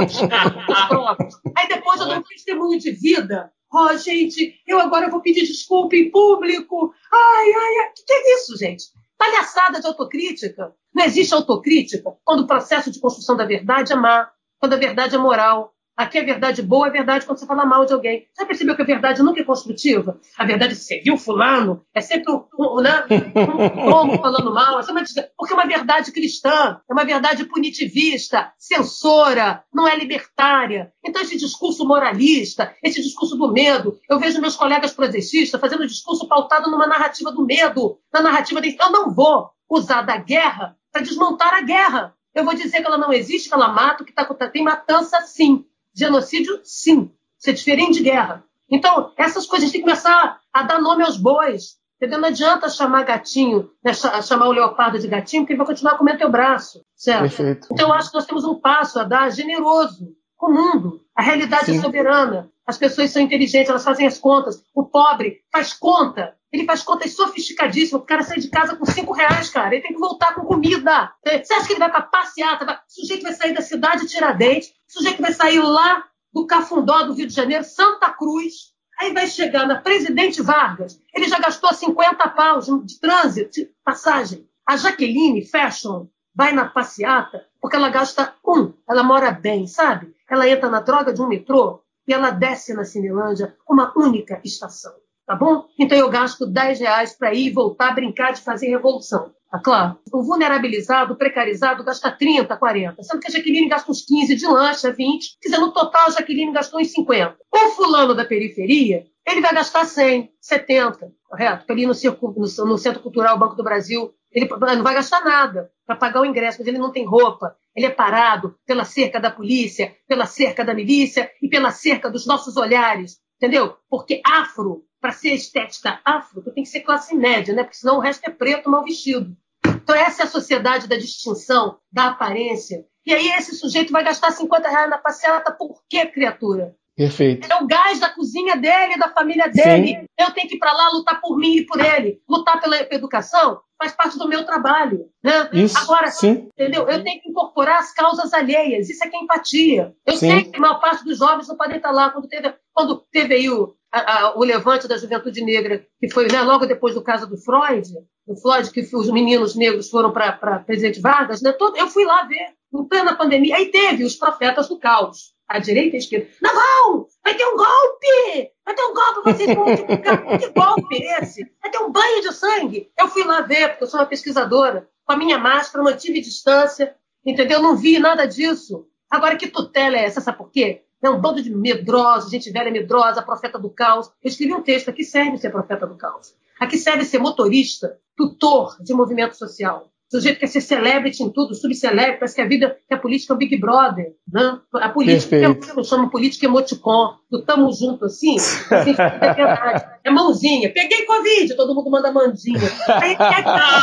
as provas. Aí depois eu dou um testemunho de vida. Ó, oh, gente, eu agora vou pedir desculpa em público. Ai, ai, ai. O que é isso, gente? Palhaçada de autocrítica. Não existe autocrítica quando o processo de construção da verdade é má, quando a verdade é moral. Aqui a verdade boa é verdade quando você fala mal de alguém. Já percebeu que a verdade nunca é construtiva? A verdade, você viu fulano? É sempre um, um, né? um dono falando mal. É uma, porque é uma verdade cristã, é uma verdade punitivista, censora, não é libertária. Então esse discurso moralista, esse discurso do medo, eu vejo meus colegas progressistas fazendo um discurso pautado numa narrativa do medo, na narrativa de eu não vou usar da guerra para desmontar a guerra. Eu vou dizer que ela não existe, que ela mata, que tá, tem matança sim. Genocídio, sim. Isso é diferente de guerra. Então, essas coisas a gente tem que começar a dar nome aos bois. Entendeu? Não adianta chamar gatinho, né, chamar o leopardo de gatinho, porque ele vai continuar comendo teu braço. Certo? Perfeito. Então, eu acho que nós temos um passo a dar generoso com o mundo. A realidade sim. é soberana. As pessoas são inteligentes, elas fazem as contas. O pobre faz conta. Ele faz contas sofisticadíssimas. O cara sai de casa com cinco reais, cara. Ele tem que voltar com comida. Você acha que ele vai para passeata? Vai... O sujeito vai sair da cidade de Tiradentes. O sujeito vai sair lá do Cafundó, do Rio de Janeiro, Santa Cruz. Aí vai chegar na Presidente Vargas. Ele já gastou cinquenta paus de trânsito, de passagem. A Jaqueline Fashion vai na passeata porque ela gasta um. Ela mora bem, sabe? Ela entra na droga de um metrô e ela desce na Cinelândia uma única estação. Tá bom? Então eu gasto dez reais para ir e voltar, brincar de fazer revolução. Tá claro? O vulnerabilizado, o precarizado, gasta trinta, quarenta. Sendo que a Jaqueline gasta uns quinze de lancha, vinte. Quer dizer, no total a Jaqueline gastou uns cinquenta. O fulano da periferia, ele vai gastar cem, setenta. Correto? Para ir no, circo, no, no Centro Cultural Banco do Brasil, ele não vai gastar nada para pagar o ingresso, mas ele não tem roupa. Ele é parado pela cerca da polícia, pela cerca da milícia e pela cerca dos nossos olhares. Entendeu? Porque afro, para ser estética afro, tu tem que ser classe média, né? Porque senão o resto é preto, mal vestido. Então essa é a sociedade da distinção, da aparência. E aí esse sujeito vai gastar cinquenta reais na passeata por quê, criatura? Perfeito. É o gás da cozinha dele, da família dele. Sim. Eu tenho que ir para lá lutar por mim e por ele. Lutar pela educação faz parte do meu trabalho. Né? Isso, Agora, sim. Entendeu? Eu tenho que incorporar as causas alheias. Isso é que é empatia. Eu Sim. sei que a maior parte dos jovens não podem estar lá. Quando teve, quando teve aí o, a, a, o levante da juventude negra, que foi, né, logo depois do caso do Freud, do Floyd, que os meninos negros foram para Presidente Vargas, né, todo, eu fui lá ver, em plena pandemia. Aí teve os profetas do caos. A direita e a esquerda. Não vão! Vai ter um golpe! Vai ter um golpe, vocês vão multiplicar. Que golpe é esse? Vai ter um banho de sangue. Eu fui lá ver, porque eu sou uma pesquisadora. Com a minha máscara, mantive distância. Entendeu? Não vi nada disso. Agora, que tutela é essa? Sabe por quê? É um bando de medrosos, gente velha medrosa, profeta do caos. Eu escrevi um texto. Aqui serve ser profeta do caos. Aqui serve ser motorista, tutor de movimento social. O sujeito quer ser celebrity em tudo, subcelebrity, parece que a vida, que a política é o Big Brother. Né? A política, eu chamo política emoticon, do tamo junto assim, assim é verdade. É mãozinha. Peguei Covid, todo mundo manda mandinha. Aí quer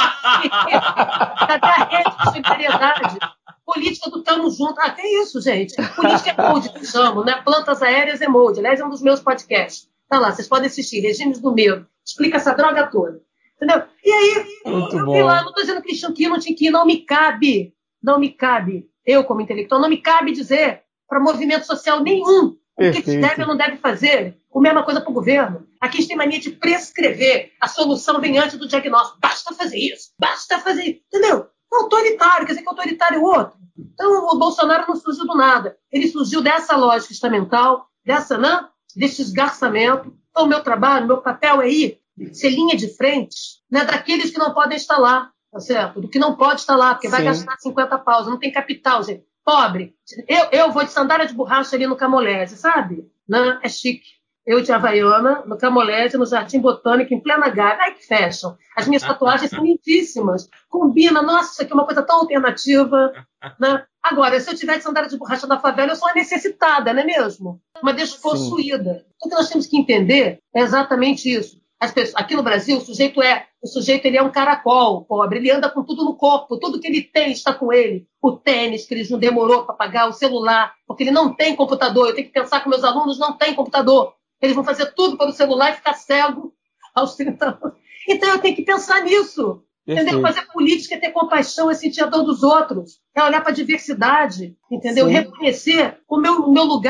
que cadê a rede de solidariedade? Política do tamo junto. Ah, que isso, gente? Política emoji, que eu chamo, né? Plantas aéreas emoji. Aliás, é um dos meus podcasts. Tá lá, vocês podem assistir. Regimes do Medo. Explica essa droga toda. Entendeu? E aí, Muito eu bom. fui lá, não estou dizendo que tinha que ir, não tinha que ir, não me cabe, não me cabe, eu como intelectual, não me cabe dizer para movimento social nenhum o que deve ou não deve fazer. A mesma coisa para o governo. Aqui a gente tem mania de prescrever, a solução vem antes do diagnóstico. Basta fazer isso, basta fazer isso, entendeu? Autoritário, quer dizer que autoritário é o outro. Então o Bolsonaro não surgiu do nada. Ele surgiu dessa lógica estamental, dessa, né, desse esgarçamento. Então o meu trabalho, o meu papel é ir ser linha de frente, né, daqueles que não podem estar lá, tá certo? Do que não pode estar lá, porque Sim. vai gastar cinquenta paus, não tem capital, gente. Pobre. Eu, eu vou de sandália de borracha ali no Camolese, sabe? Né? É chique. Eu de Havaiana, no Camolese, no Jardim Botânico, em plena Gávea. Ai, que fashion. As minhas tatuagens são lindíssimas. Combina. Nossa, isso aqui é uma coisa tão alternativa. Né? Agora, se eu tiver de sandália de borracha na favela, eu sou uma necessitada, não é mesmo? Uma despossuída. O que nós temos que entender é exatamente isso. As pessoas, aqui no Brasil, o sujeito é o sujeito ele é um caracol, pobre. Ele anda com tudo no corpo. Tudo que ele tem está com ele. O tênis, que ele não demorou para pagar, o celular, porque ele não tem computador. Eu tenho que pensar que meus alunos não têm computador. Eles vão fazer tudo pelo celular e ficar cego aos trinta anos. Então eu tenho que pensar nisso. Entendeu? Fazer política é ter compaixão, é sentir a dor dos outros. É olhar para a diversidade. Entendeu? Sim. Reconhecer o meu, o meu lugar.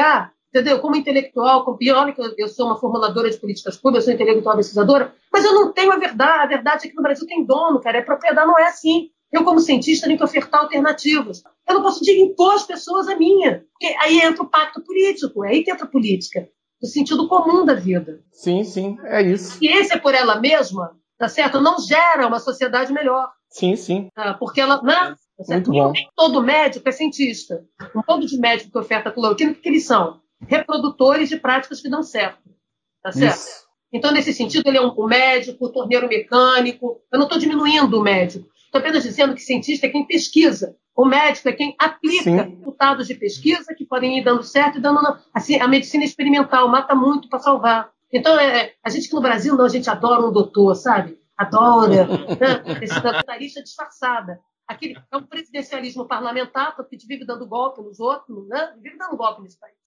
entendeu? Como intelectual, como, e olha que eu, eu sou uma formuladora de políticas públicas, eu sou intelectual pesquisadora, mas eu não tenho a verdade. A verdade é que no Brasil tem dono, cara, é propriedade, não é assim. Eu, como cientista, tenho que ofertar alternativas. Eu não posso impor às pessoas a minha, porque aí entra o pacto político, é aí que entra a política, no sentido comum da vida. Sim, sim, é isso. A ciência por ela mesma, tá certo? Não gera uma sociedade melhor. Sim, sim. Ah, porque ela... Não, tá certo? Nem, nem todo médico é cientista. Um todo de médico que oferta cloroquina, o que eles são? Reprodutores de práticas que dão certo. Tá certo? Isso. Então, nesse sentido, ele é um, um médico, um torneiro mecânico. Eu não estou diminuindo o médico. Estou apenas dizendo que cientista é quem pesquisa. O médico é quem aplica Sim. resultados de pesquisa que podem ir dando certo e dando... Assim, a medicina experimental mata muito para salvar. Então, é, a gente que no Brasil, não, a gente adora um doutor, sabe? Adora. Né? Esse doutorista disfarçada. Aquele, é um presidencialismo parlamentar, porque a gente vive dando golpe nos outros, né? Vive dando golpe nesse país.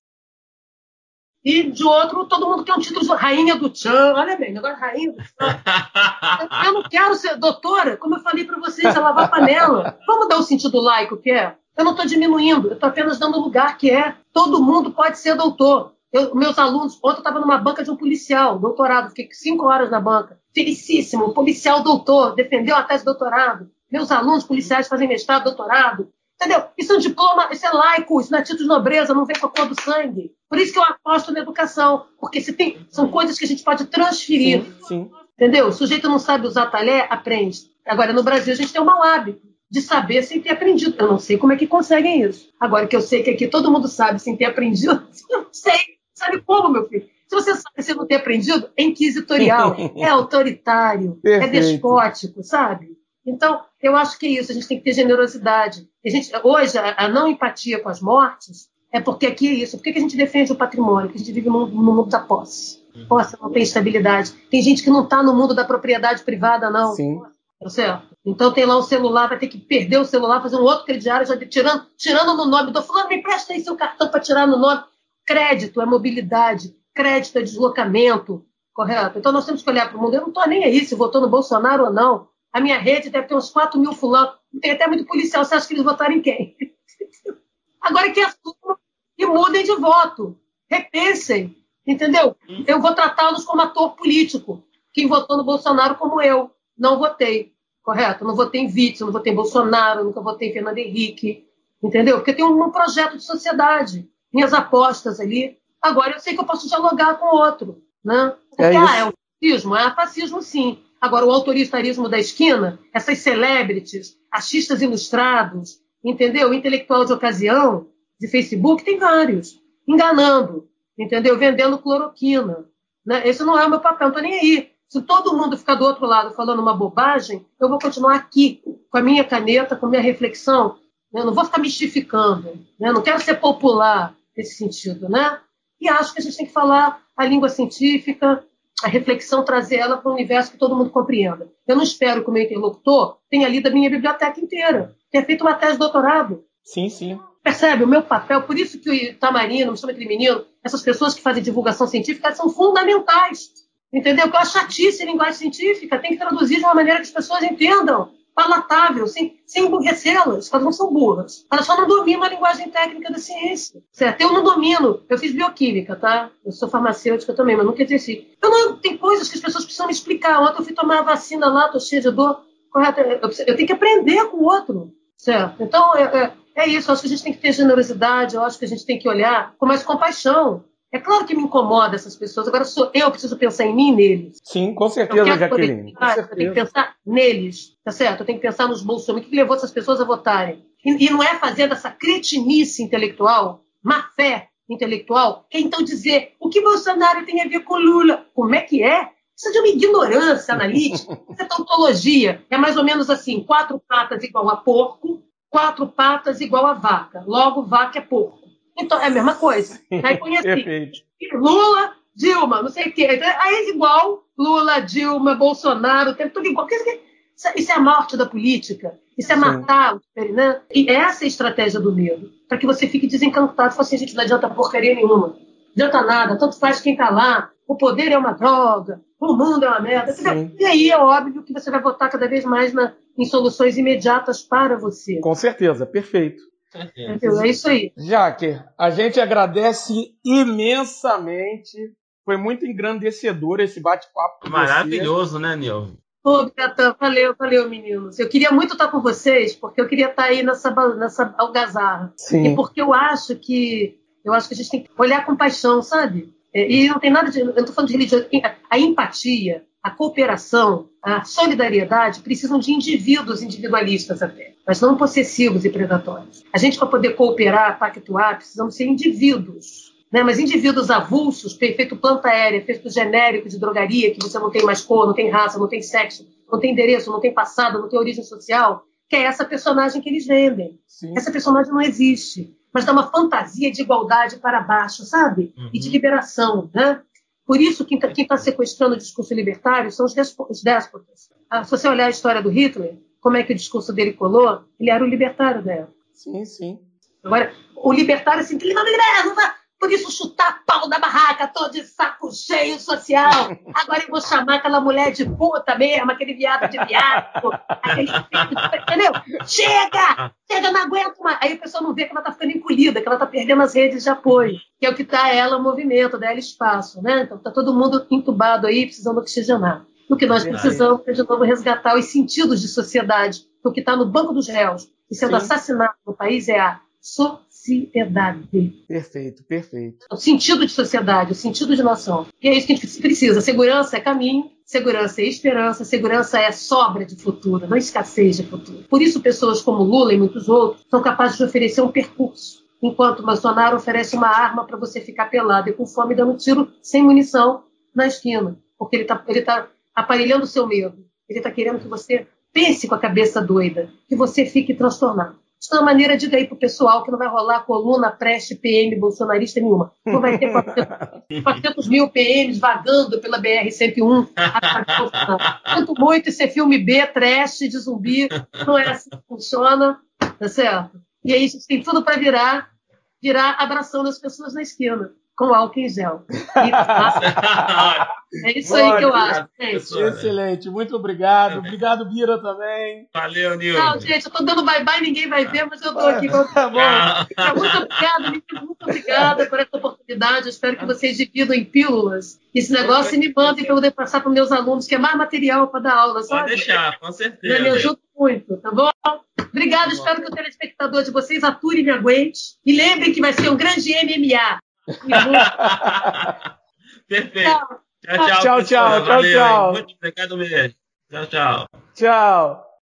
E, de outro, todo mundo quer um título de rainha do Tchan. Olha bem, agora rainha do Tchan. Eu não quero ser doutora, como eu falei para vocês, é lavar panela. Vamos dar o sentido laico que é? Eu não estou diminuindo, eu estou apenas dando lugar que é. Todo mundo pode ser doutor. Eu, meus alunos, ontem eu estava numa banca de um policial, doutorado, fiquei cinco horas na banca. Felicíssimo, um policial doutor, defendeu a tese de doutorado. Meus alunos policiais fazem mestrado, doutorado. Entendeu? Isso é um diploma, isso é laico, isso não é título de nobreza, não vem com a cor do sangue. Por isso que eu aposto na educação, porque se tem, são coisas que a gente pode transferir. Sim, sim. Entendeu? O sujeito não sabe usar talher, aprende. Agora, no Brasil, a gente tem um mau hábito de saber sem ter aprendido. Eu não sei como é que conseguem isso. Agora que eu sei que aqui todo mundo sabe sem ter aprendido, eu não sei. Sabe como, meu filho? Se você sabe sem não ter aprendido, é inquisitorial, é autoritário, Perfeito. É despótico, sabe? Então, eu acho que é isso, a gente tem que ter generosidade. A gente, hoje, a, a não empatia com as mortes é porque aqui é isso. Por que a gente defende o patrimônio? Porque a gente vive no, no mundo da posse. Posse não tem estabilidade. Tem gente que não está no mundo da propriedade privada, não. Sim. Tá certo? Então tem lá um celular, vai ter que perder o celular, fazer um outro crediário, já tirando, tirando no nome. Estou falando, me presta aí seu cartão para tirar no nome. Crédito é mobilidade, crédito é deslocamento, correto? Então nós temos que olhar para o mundo. Eu não estou nem aí se votou no Bolsonaro ou não. A minha rede deve ter uns quatro mil fulanos. Tem até muito policial. Você acha que eles votaram em quem? Agora que assumam e mudem de voto. Repensem. Entendeu? Eu vou tratá-los como ator político. Quem votou no Bolsonaro como eu. Não votei. Correto? Não votei em Witzel, não votei em Bolsonaro, nunca votei em Fernando Henrique. Entendeu? Porque tem um, um projeto de sociedade. Minhas apostas ali. Agora eu sei que eu posso dialogar com o outro. Né? Porque, é ah, é o fascismo? É fascismo, sim. Agora, o autoritarismo da esquina, essas celebrities, achistas ilustrados, entendeu? Intelectual de ocasião, de Facebook, tem vários. Enganando, entendeu? Vendendo cloroquina. Né? Esse não é o meu papel, não estou nem aí. Se todo mundo ficar do outro lado falando uma bobagem, eu vou continuar aqui, com a minha caneta, com a minha reflexão. Né? Eu não vou ficar mistificando. Né? Não quero ser popular nesse sentido. Né? E acho que a gente tem que falar a língua científica, a reflexão, trazer ela para um universo que todo mundo compreenda. Eu não espero que o meu interlocutor tenha lido a minha biblioteca inteira, tenha feito uma tese de doutorado. Sim, sim. Percebe? O meu papel, por isso que o Itamarino, me chama aquele menino, essas pessoas que fazem divulgação científica são fundamentais. Entendeu? Porque eu acho chatice a linguagem científica, tem que traduzir de uma maneira que as pessoas entendam, palatável, sem, sem emburrecê-las. Elas não são burras. Elas só não dominam a linguagem técnica da ciência. Certo? Eu não domino. Eu fiz bioquímica, tá? Eu sou farmacêutica também, mas nunca exerci. Eu não, tem coisas que as pessoas precisam me explicar. Ontem eu fui tomar a vacina lá, tô cheia de dor. Correto? Eu, eu tenho que aprender com o outro. Certo? Então, é, é, é isso. Eu acho que a gente tem que ter generosidade. Eu acho que a gente tem que olhar com mais compaixão. É claro que me incomoda essas pessoas. Agora sou eu preciso pensar em mim e neles. Sim, com certeza, Jaqueline. Com certeza. Eu tenho que pensar neles, tá certo? Eu tenho que pensar nos bolsominions. O que levou essas pessoas a votarem? E, e não é fazendo essa cretinice intelectual, má fé intelectual, que é então dizer o que Bolsonaro tem a ver com Lula. Como é que é? Isso é de uma ignorância analítica. Isso é tautologia. É mais ou menos assim, quatro patas igual a porco, quatro patas igual a vaca. Logo, vaca é porco. Então, é a mesma coisa. Aí põe assim, Lula, Dilma, não sei o quê. Aí é igual Lula, Dilma, Bolsonaro, o tempo todo igual. Isso é a morte da política. Isso é matar, né? E essa é a estratégia do medo. Para que você fique desencantado. Fala assim, gente, não adianta porcaria nenhuma. Não adianta nada. Tanto faz quem está lá. O poder é uma droga. O mundo é uma merda. E aí é óbvio que você vai votar cada vez mais na, em soluções imediatas para você. Com certeza, perfeito. Entendeu? É isso aí. Jaque, a gente agradece imensamente. Foi muito engrandecedor esse bate-papo com Maravilhoso, você. né, Nil? Ô, Betão, valeu, valeu, meninos. Eu queria muito estar com vocês, porque eu queria estar aí nessa, nessa algazarra. Sim. E porque eu acho que eu acho que a gente tem que olhar com paixão, sabe? E não tem nada de. Eu não estou falando de religião. A empatia, a cooperação, a solidariedade precisam de indivíduos individualistas até, mas não possessivos e predatórios. A gente, para poder cooperar, pactuar, precisamos ser indivíduos. Né? Mas indivíduos avulsos, feito planta aérea, feito genérico de drogaria, que você não tem mais cor, não tem raça, não tem sexo, não tem endereço, não tem passado, não tem origem social, que é essa personagem que eles vendem. Sim. Essa personagem não existe, mas dá uma fantasia de igualdade para baixo, sabe? Uhum. E de liberação, né? Por isso, quem está sequestrando o discurso libertário são os déspotas. Ah, se você olhar a história do Hitler, como é que o discurso dele colou, ele era o libertário dela. Sim, sim. Agora, o libertário, assim, que ele não não vai... Por isso, chutar pau da barraca, tô de saco cheio social. Agora eu vou chamar aquela mulher de puta mesmo, aquele viado de viado, aquele... Entendeu? Chega! Chega, eu não aguento mais. Aí a pessoa não vê que ela tá ficando encolhida, que ela tá perdendo as redes de apoio, que é o que dá a ela o movimento, dá ela espaço, né? Então tá todo mundo entubado aí, precisando oxigenar. O que nós precisamos é, de novo, resgatar os sentidos de sociedade. O que está no banco dos réus e sendo Sim. assassinado no país é a sociedade. Perfeito, perfeito. O sentido de sociedade, o sentido de nação. E é isso que a gente precisa. Segurança é caminho, segurança é esperança, segurança é sobra de futuro, não escassez de futuro. Por isso, pessoas como Lula e muitos outros são capazes de oferecer um percurso, enquanto o Bolsonaro oferece uma arma para você ficar pelado e com fome dando tiro sem munição na esquina. Porque ele está ele tá aparelhando o seu medo. Ele está querendo que você pense com a cabeça doida, que você fique transtornado. De toda maneira, diga aí pro pessoal que não vai rolar coluna, preste, P M bolsonarista nenhuma. Não vai ter quatrocentos mil P Ms vagando pela B R cento e um. Tanto muito esse filme B, trash, de zumbi. Não é assim que funciona, tá certo? E aí a gente tem tudo para virar, virar abração das pessoas na esquina, com álcool em gel. É isso aí que eu acho. Gente. Excelente, muito obrigado. Obrigado, Bira, também. Valeu, Nilson. Não, gente, eu tô dando bye-bye, ninguém vai ver, mas eu tô aqui. Tá bom. Muito obrigada, muito obrigada por essa oportunidade. Eu espero que vocês dividam em pílulas esse negócio e me mandem para eu poder passar para os meus alunos, que é mais material para dar aula, sabe? Pode deixar, com certeza. Me ajuda muito, tá bom? Obrigada, espero que o telespectador de vocês ature e me aguente. E lembrem que vai ser um grande M M A. Perfeito. Tchau, tchau. Tchau, tchau, tchau, tchau. Muito obrigado mesmo. Tchau, tchau. Tchau.